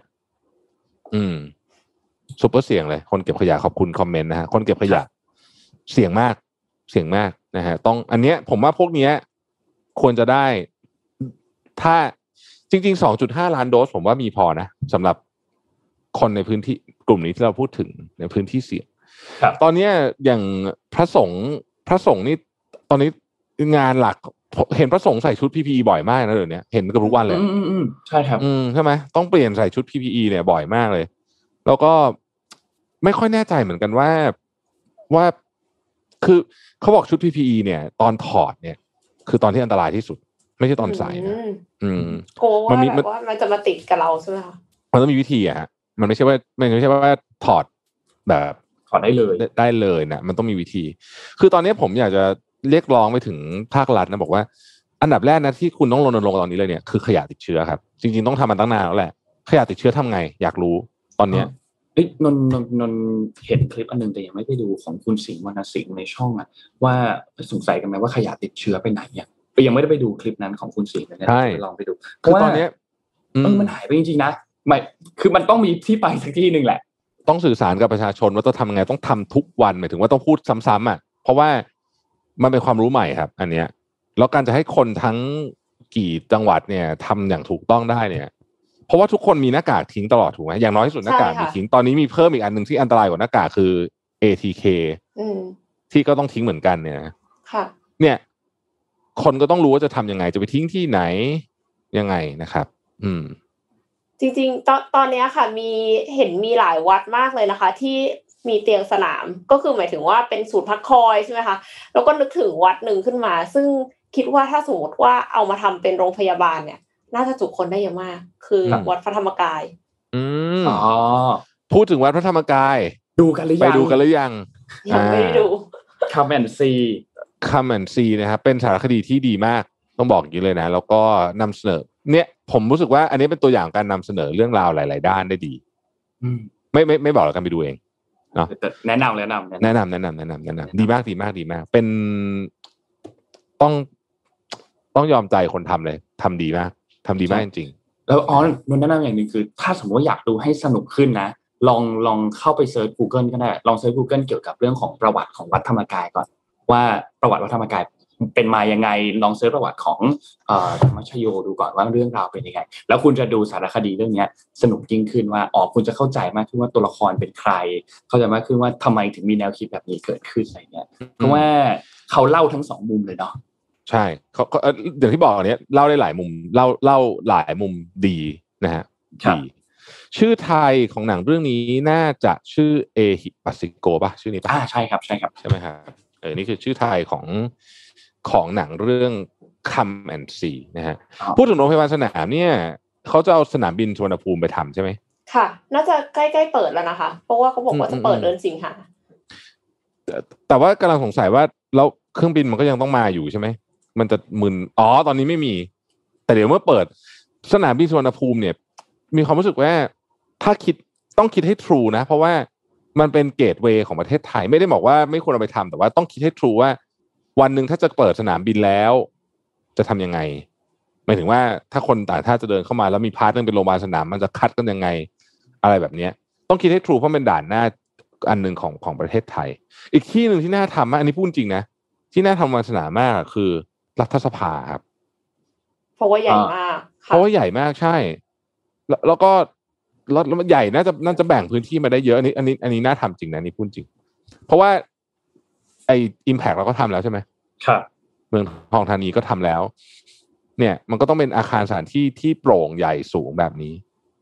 ซุปเปอร์เสี่ยงเลยคนเก็บขยะขอบคุณคอมเมนต์นะฮะคนเก็บขยะเสี่ยงมากนะฮะต้องอันเนี้ยผมว่าพวกเนี้ยควรจะได้ถ้าจริงๆ 2.5 ล้านโดสผมว่ามีพอนะสำหรับคนในพื้นที่กลุ่มนี้ที่เราพูดถึงในพื้นที่เสี่ยงตอนนี้อย่างพระสงฆ์นี่ตอนนี้งานหลักเห็นพระสงฆ์ใส่ชุด PPE บ่อยมากนะเดี๋ยวนี้เห็นกันทุกวันเลยใช่ครับใช่ไหมต้องเปลี่ยนใส่ชุด PPE เนี่ยบ่อยมากเลยแล้วก็ไม่ค่อยแน่ใจเหมือนกันว่าคือเขาบอกชุด PPE เนี่ยตอนถอดเนี่ยคือตอนที่อันตรายที่สุดไม่ใช่ตอนใส่นะโกว่าแบบว่ามันจะมาติดกับเราใช่ไหมคะมันต้องมีวิธีอะฮะมันไม่ใช่ว่าถอดแบบถอดได้เลยนะมันต้องมีวิธีคือตอนนี้ผมอยากจะเรียกร้องไปถึงภาครัฐนะบอกว่าอันดับแรกนะที่คุณต้องรณรงค์ตอนนี้เลยเนี่ยคือขยะติดเชื้อครับจริงๆต้องทำมันตั้งนานแล้วแหละขยะติดเชื้อทำไงอยากรู้ตอนเนี้ยนนเห็นคลิปอันนึงแต่ยังไม่ไปดูของคุณสิงห์วรรณสิงห์ในช่องอะว่าสงสัยกันไหมว่าขยะติดเชื้อไปไหนเนี่ยยังไม่ได้ไปดูคลิปนั้นของคุณสิงห์เลยนะลองไปดูคือตอนนี้มันหายไปจริงๆนะไม่คือมันต้องมีที่ไปสักที่นึงแหละต้องสื่อสารกับประชาชนว่าต้องทำยังไงต้องทำทุกวันหมายถึงว่าต้องพูดซ้ำๆอ่ะเพราะว่ามันเป็นความรู้ใหม่ครับอันเนี้ยแล้วการจะให้คนทั้งกี่จังหวัดเนี่ยทำอย่างถูกต้องได้เนี่ยเพราะว่าทุกคนมีหน้ากากทิ้งตลอดถูกไหมอย่างน้อยที่สุดหน้ากากมีทิ้งตอนนี้มีเพิ่มอีกอันนึงที่อันตรายกว่าหน้ากากคือ ATK ที่ก็ต้องทิ้งเหมือนกันเนี่ยเนี่ยคนก็ต้องรู้ว่าจะทำยังไงจะไปทิ้งที่ไหนยังไงนะครับจริงๆตอนนี้ค่ะมีหลายวัดมากเลยนะคะที่มีเตียงสนามก็คือหมายถึงว่าเป็นศูนย์พักคอยใช่ไหมคะแล้วก็นึกถึงวัดหนึ่งขึ้นมาซึ่งคิดว่าถ้าสมมติว่าเอามาทำเป็นโรงพยาบาลเนี่ยน่าจะจุคนได้เยอะมากคือวัดพระธรรมกายพูดถึงวัดพระธรรมกายดูกันหรือยังไปดูกันหรือยังไม่ได้ดู Come and see นะครับเป็นสารคดีที่ดีมากต้องบอกอย่างนี้เลยนะแล้วก็นำเสนอเนี่ยผมรู้สึกว่าอันนี้เป็นตัวอย่างการนำเสนอเรื่องราวหลายๆด้านได้ดีไม่บอกแล้วกันไปดูเองเนาะแนะนำดีมากเป็นต้องยอมใจคนทำเลยทำดีมากจริงๆแล้วนนแนะนำอย่างหนึ่งคือถ้าสมมติว่าอยากดูให้สนุกขึ้นนะลองเข้าไปเซิร์ช Google ก็ได้ลองเซิร์ช Google เกี่ยวกับเรื่องของประวัติของวัดธรรมกายก่อนว่าประวัติวัดธรรมกายเป็นมายังไงลองเซิร์ชประวัติของธรรมชโยดูก่อนว่าเรื่องราวเป็นยังไงแล้วคุณจะดูสารคดีเรื่องนี้สนุกยิ่งขึ้นว่าคุณจะเข้าใจมากขึ้นว่าตัวละครเป็นใครเข้าใจมากขึ้นว่าทำไมถึงมีแนวคิดแบบนี้เกิดขึ้นอะไรเงี้ยเพราะว่าเขาเล่าทั้งสองมุมเลยเนาะใช่เขาอย่างที่บอกอันนี้เล่าได้หลายมุมเล่าหลายมุมดีนะฮะดีชื่อไทยของหนังเรื่องนี้น่าจะชื่อเอหิปัสสิโกป่ะชื่อนี้ป่ะใช่ครับใช่ไหมครับนี่คือชื่อไทยของหนังเรื่อง Come and See นะฮะพูดถึงโรงพยาบาลสนามเนี่ยเขาจะเอาสนามบินสุวรรณภูมิไปทำใช่ไหมค่ะน่าจะใกล้ๆเปิดแล้วนะคะเพราะว่าเขาบอกว่าจะเปิดเดือนสิงหาแต่ว่ากำลังสงสัยว่าแล้วเครื่องบินมันก็ยังต้องมาอยู่ใช่ไหมมันจะมึนตอนนี้ไม่มีแต่เดี๋ยวเมื่อเปิดสนามบินสุวรรณภูมิเนี่ยมีความรู้สึกว่าถ้าต้องคิดให้ true นะเพราะว่ามันเป็นเกตเวย์ของประเทศไทยไม่ได้บอกว่าไม่ควรเอาไปทำแต่ว่าต้องคิดให้ true ว่าวันหนึ่งถ้าจะเปิดสนามบินแล้วจะทำยังไงหมายถึงว่าถ้าคนต่างชาติจะเดินเข้ามาแล้วมีพาร์ทนึงเป็นโรงพยาบาลสนามมันจะคัดกันยังไงอะไรแบบนี้ต้องคิดให้ true เพราะเป็นด่านหน้าอันนึงของประเทศไทยอีกที่นึงที่น่าทำอันนี้พูดจริงนะที่น่าทำโรงพยาบาลสนามมากคือรัฐสภาครับเพราะว่าใหญ่มากเพราะว่าใหญ่มากใช่แล้วก็แล้วมันใหญ่น่าจะแบ่งพื้นที่มาได้เยอะอันนี้น่าทำจริงนะนี่พูดจริงเพราะว่าไอ้ Impact เราก็ทำแล้วใช่ไหมครับเมืองทองธานีก็ทำแล้วเนี่ยมันก็ต้องเป็นอาคารสถานที่ที่โปร่งใหญ่สูงแบบนี้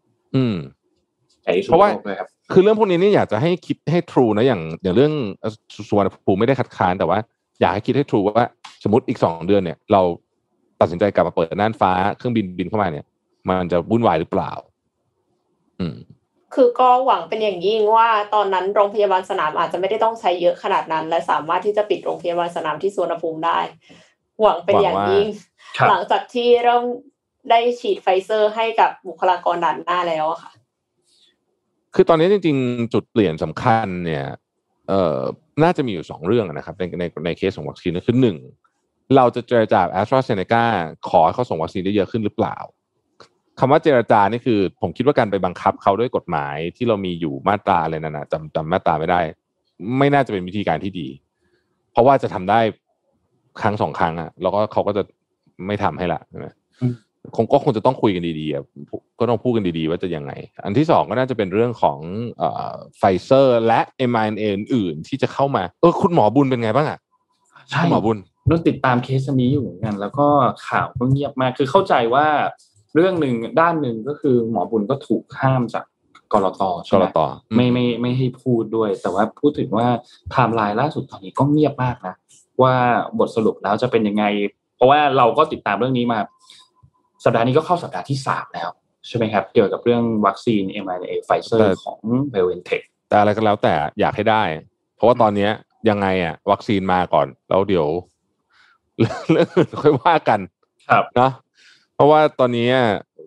เพราะว่าคือเรื่องพวกนี้นี่อยากจะให้คิดให้ true นะอย่างเรื่องสุวรรณภูมิไม่ได้คัดค้านแต่ว่าอยากให้คิดให้ true ว่าสมมติอีก2 เดือนเนี่ยเราตัดสินใจกลับมาเปิดน่านฟ้าเครื่องบินเข้ามาเนี่ยมันจะวุ่นวายหรือเปล่าคือก็หวังเป็นอย่างยิ่งว่าตอนนั้นโรงพยาบาลสนามอาจจะไม่ได้ต้องใช้เยอะขนาดนั้นและสามารถที่จะปิดโรงพยาบาลสนามที่สุวรรณภูมิได้หวังเป็นอย่างยิ่งหลังจากที่เริ่มได้ฉีดไฟเซอร์ให้กับบุคลากรด่านหน้าแล้วค่ะคือตอนนี้จริงๆจุดเปลี่ยนสำคัญเนี่ยน่าจะมีอยู่2เรื่องนะครับในเคสของวัคซีนก็คือ1เราจะเจรจา AstraZeneca ขอให้เขาส่งวัคซีนได้เยอะขึ้นหรือเปล่าคำว่าเจรจานี่คือผมคิดว่าการไปบังคับเขาด้วยกฎหมายที่เรามีอยู่มาตราอะไรนั่นนะจำมาตราไม่ได้ไม่น่าจะเป็นวิธีการที่ดีเพราะว่าจะทำได้ครั้ง2 ครั้งอะแล้วก็เขาก็จะไม่ทำให้ละใช่ไหมคงจะต้องคุยกันดีๆก็ต้องพูดกันดีๆว่าจะยังไงอันที่2ก็น่าจะเป็นเรื่องของไฟเซอร์และ mRNA อื่นๆที่จะเข้ามาคุณหมอบุญเป็นไงบ้างอะใช่หมอบุญนนติดตามเคสนี้อยู่เหมือนกันแล้วก็ข่าวก็เงียบมากคือเข้าใจว่าเรื่องหนึ่งด้านหนึ่งก็คือหมอบุญก็ถูกห้ามจากกลต.ใช่ไหมไม่ให้พูดด้วยแต่ว่าพูดถึงว่าไทม์ไลน์ล่าสุดตอนนี้ก็เงียบมากนะว่าบทสรุปแล้วจะเป็นยังไงเพราะว่าเราก็ติดตามเรื่องนี้มาสัปดาห์นี้ก็เข้าสัปดาห์ที่3แล้วใช่ไหมครับเกี่ยวกับเรื่องวัคซีน mRNA Pfizer ของ BioNTech แต่อะไรก็แล้วแต่อยากให้ได้เพราะว่าตอนนี้ยังไงอ่ะวัคซีนมาก่อนแล้วเดี๋ยวเรื่องอื่นค่อยว่ากันครับเนาะเพราะว่าตอนนี้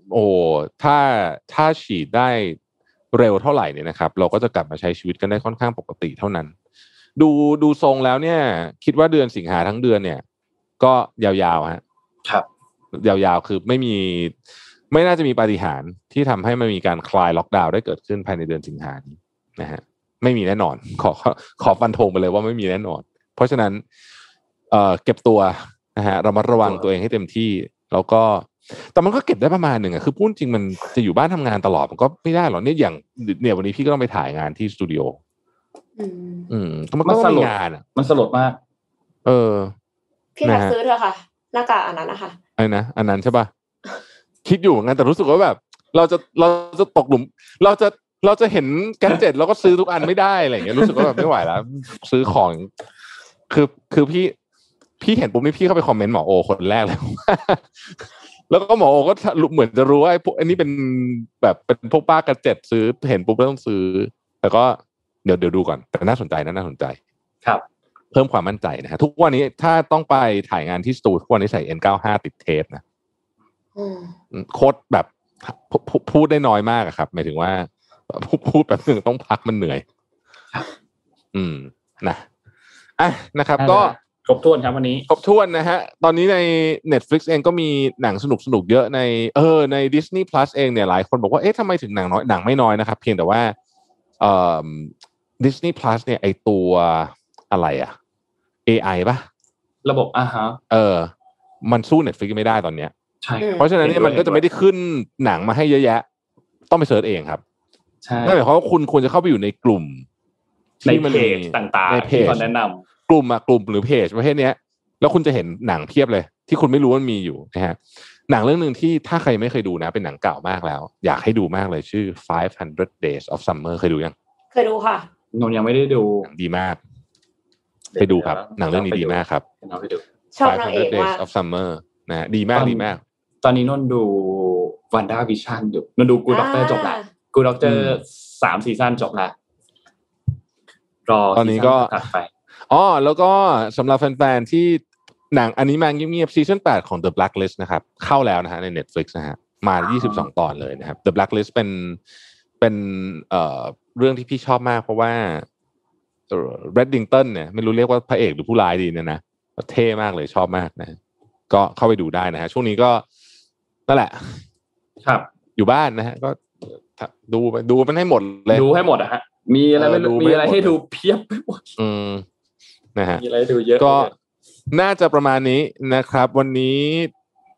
ถ้าฉีดได้เร็วเท่าไหร่เนี่ยนะครับเราก็จะกลับมาใช้ชีวิตกันได้ค่อนข้างปกติเท่านั้นดูทรงแล้วเนี่ยคิดว่าเดือนสิงหาทั้งเดือนเนี่ยก็ยาวๆฮะครับยาวๆคือไม่น่าจะมีปาฏิหาริย์ที่ทำให้มันมีการคลายล็อกดาวน์ได้เกิดขึ้นภายในเดือนสิงหาคมนะฮะไม่มีแน่นอนขอฟันธงไปเลยว่าไม่มีแน่นอนเพราะฉะนั้นเก็บตัวนะฮะระมัดระวังตัวเองให้เต็มที่แล้วก็แต่มันก็เก็บได้ประมาณหนึ่งอะคือพูดจริงมันจะอยู่บ้านทำงานตลอดมันก็ไม่ได้หรอกเนี่ยวันนี้พี่ก็ต้องไปถ่ายงานที่สตูดิโอมันก็มีงานอ่ะมันสลดมากพี่ทักซื้อเถอะค่ะหน้ากากอันนั้นนะคะไอ้นะอันนั้นใช่ป่ะคิดอยู่งั้นแต่รู้สึกว่าแบบเราจะตกหลุมเราจะเห็นแกดเจ็ตเราก็ซื้อทุกอันไม่ได้อะไรอย่างเงี้ยรู้สึกว่าแบบไม่ไหวแล้วซื้อของคือพี่เห็นปุ๊บนี่พี่เข้าไปคอมเมนต์หมอโอคนแรกเลยแล้วก็หมอโอก็เหมือนจะรู้ว่าไอ้พวกอันนี้เป็นแบบเป็นพวกป้าแกดเจ็ตซื้อเห็นปุ๊บแล้วต้องซื้อแต่ก็เดี๋ยวดูก่อนแต่น่าสนใจน่าสนใจครับเพิ่มความมั่นใจนะฮะทุกวันนี้ถ้าต้องไปถ่ายงานที่สตูทุกวันนี้ใส่ N95 ติดเทปนะโค้ดแบบพูดได้น้อยมากครับหมายถึงว่าพูดแบบนึงต้องพักมันเหนื่อยนะนะครับก็ครบถ้วนครับวันนี้ครบถ้วนนะฮะตอนนี้ใน Netflix เองก็มีหนังสนุกเยอะใน Disney Plus เองเนี่ยหลายคนบอกว่าเอ๊ะทำไมถึงหนังน้อยหนังไม่น้อยนะครับเพียงแต่ว่าDisney Plus เนี่ยไอตัวอะไรอ่ะ AI ป่ะระบบฮะมันสู้ Netflix ไม่ได้ตอนเนี้ยใช่เพราะฉะนั้นเนี่ยมันก็จะไม่ได้ขึ้นหนังมาให้เยอะแยะต้องไปเสิร์ชเองครับใช่นั่นหมายความว่าคุณควรจะเข้าไปอยู่ในกลุ่มที่มันมีต่างๆที่เขาแนะนำกลุ่มหรือเพจประเภทเนี้ยแล้วคุณจะเห็นหนังเพียบเลยที่คุณไม่รู้ว่ามีอยู่นะฮะหนังเรื่องนึงที่ถ้าใครไม่เคยดูนะเป็นหนังเก่ามากแล้วอยากให้ดูมากเลยชื่อ500 Days of Summer เคยดูยังเคยดูค่ะนนยังไม่ได้ดูดีมากไปดูครับหนังเรื่องนี้ดีมากครับชอบนางเอกมาก 500 Days of Summer นะดีมากตอนนี้นนดู WandaVision อยู่นนดู Good Doctor จบแล้ว Good Doctor 3 ซีซั่นจบแล้วรอตอนนี้ก็แล้วก็สำหรับแฟนๆที่หนังอันนี้มาเงียบๆซีซั่น8ของ The Blacklist นะครับเข้าแล้วนะฮะใน Netflix นะฮะมา22 ตอนเลยนะครับ The Blacklist เป็นเรื่องที่พี่ชอบมากเพราะว่าReddington เนี่ยไม่รู้เรียกว่าพระเอกหรือผู้ร้ายดีเนี่ยนะเท่มากเลยชอบมากนะก็เข้าไปดูได้นะฮะช่วงนี้ก็นั่นแหละครับอยู่บ้านนะฮะก็ดูมันให้หมดเลยดูให้หมดอะฮะมีอะไรไม่รู้มีอะไรให้ดูเพียบไปหมดนะฮะมีอะไรดูเยอะก็น่าจะประมาณนี้นะครับวันนี้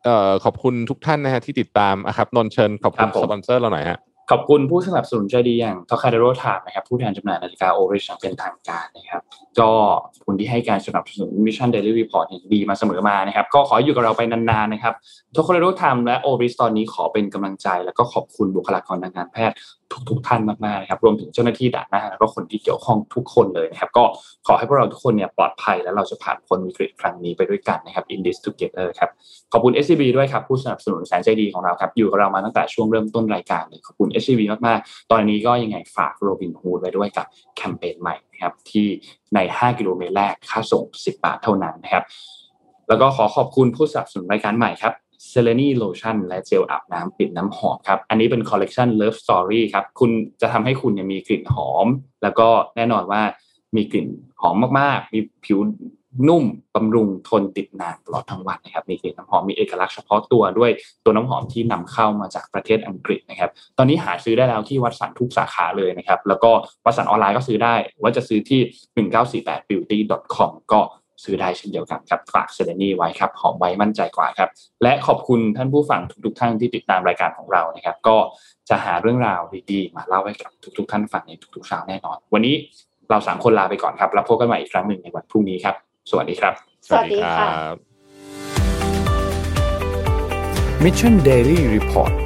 ขอบคุณทุกท่านนะฮะที่ติดตามครับนนท์เชิญขอบคุณสปอนเซอร์เราหน่อยฮะขอบคุณผู้สนับสนุนใจดีอย่างทอคาเดโรไทม์นะครับผู้แทนจำหน่ายนาฬิกาโอริชอย่างเป็นทางการนะครับก็คุณที่ให้การสนับสนุน Mission Daily Report อย่างดีมาเสมอมานะครับก็ขออยู่กับเราไปนานๆนะครับทอคาเดโรไทม์และโอริชตอนนี้ขอเป็นกำลังใจแล้วก็ขอบคุณบุคลากรทางการแพทย์ทุกท่านมากๆนะครับรวมถึงเจ้าหน้าที่ด่านหน้าแล้วก็คนที่เกี่ยวข้องทุกคนเลยนะครับก็ขอให้พวกเราทุกคนเนี่ยปลอดภัยและเราจะผ่านพ้นวิกฤตครั้งนี้ไปด้วยกันนะครับ In this together ครับขอบคุณ SCB ด้วยครับผู้สนับสนุนแสนใจดีของเราครับอยู่กับเรามาตั้งแต่ช่วงเริ่มต้นรายการเลยขอบคุณ SCB มากๆตอนนี้ก็ยังไงฝาก Robinhood ไว้ด้วยกับแคมเปญใหม่นะครับที่ใน5กิโลเมตรแรกค่าส่ง10 บาทเท่านั้นนะครับแล้วก็ขอบคุณผู้สนับสนุนรายการใหม่ครับSelenny Lotion และเจลอาบน้ำกลิ่นน้ำหอมครับอันนี้เป็นคอลเลกชัน Love Story ครับคุณจะทำให้คุณเนี่ยมีกลิ่นหอมแล้วก็แน่นอนว่ามีกลิ่นหอมมากๆมีผิวนุ่มบำรุงทนติดนานตลอดทั้งวันนะครับมีกลิ่นน้ำหอมมีเอกลักษณ์เฉพาะตัวด้วยตัวน้ำหอมที่นำเข้ามาจากประเทศอังกฤษนะครับตอนนี้หาซื้อได้แล้วที่วัตสันทุกสาขาเลยนะครับแล้วก็วัตสันออนไลน์ก็ซื้อได้ว่าจะซื้อที่1948beauty.com ก็ซื้อได้เช่นเดียวกันครับฝากเซเลนี่ไว้ครับหอมไว้มั่นใจกว่าครับและขอบคุณท่านผู้ฟังทุกท่านที่ติดตามรายการของเรานะครับก็จะหาเรื่องราวดีๆมาเล่าให้กับทุกท่านฟังในทุกๆเช้าแน่นอนวันนี้เรา3คนลาไปก่อนครับแล้วพบกันใหม่อีกครั้งหนึ่งในวันพรุ่งนี้ครับสวัสดีครับสวัสดีค่ะ Mission Daily Report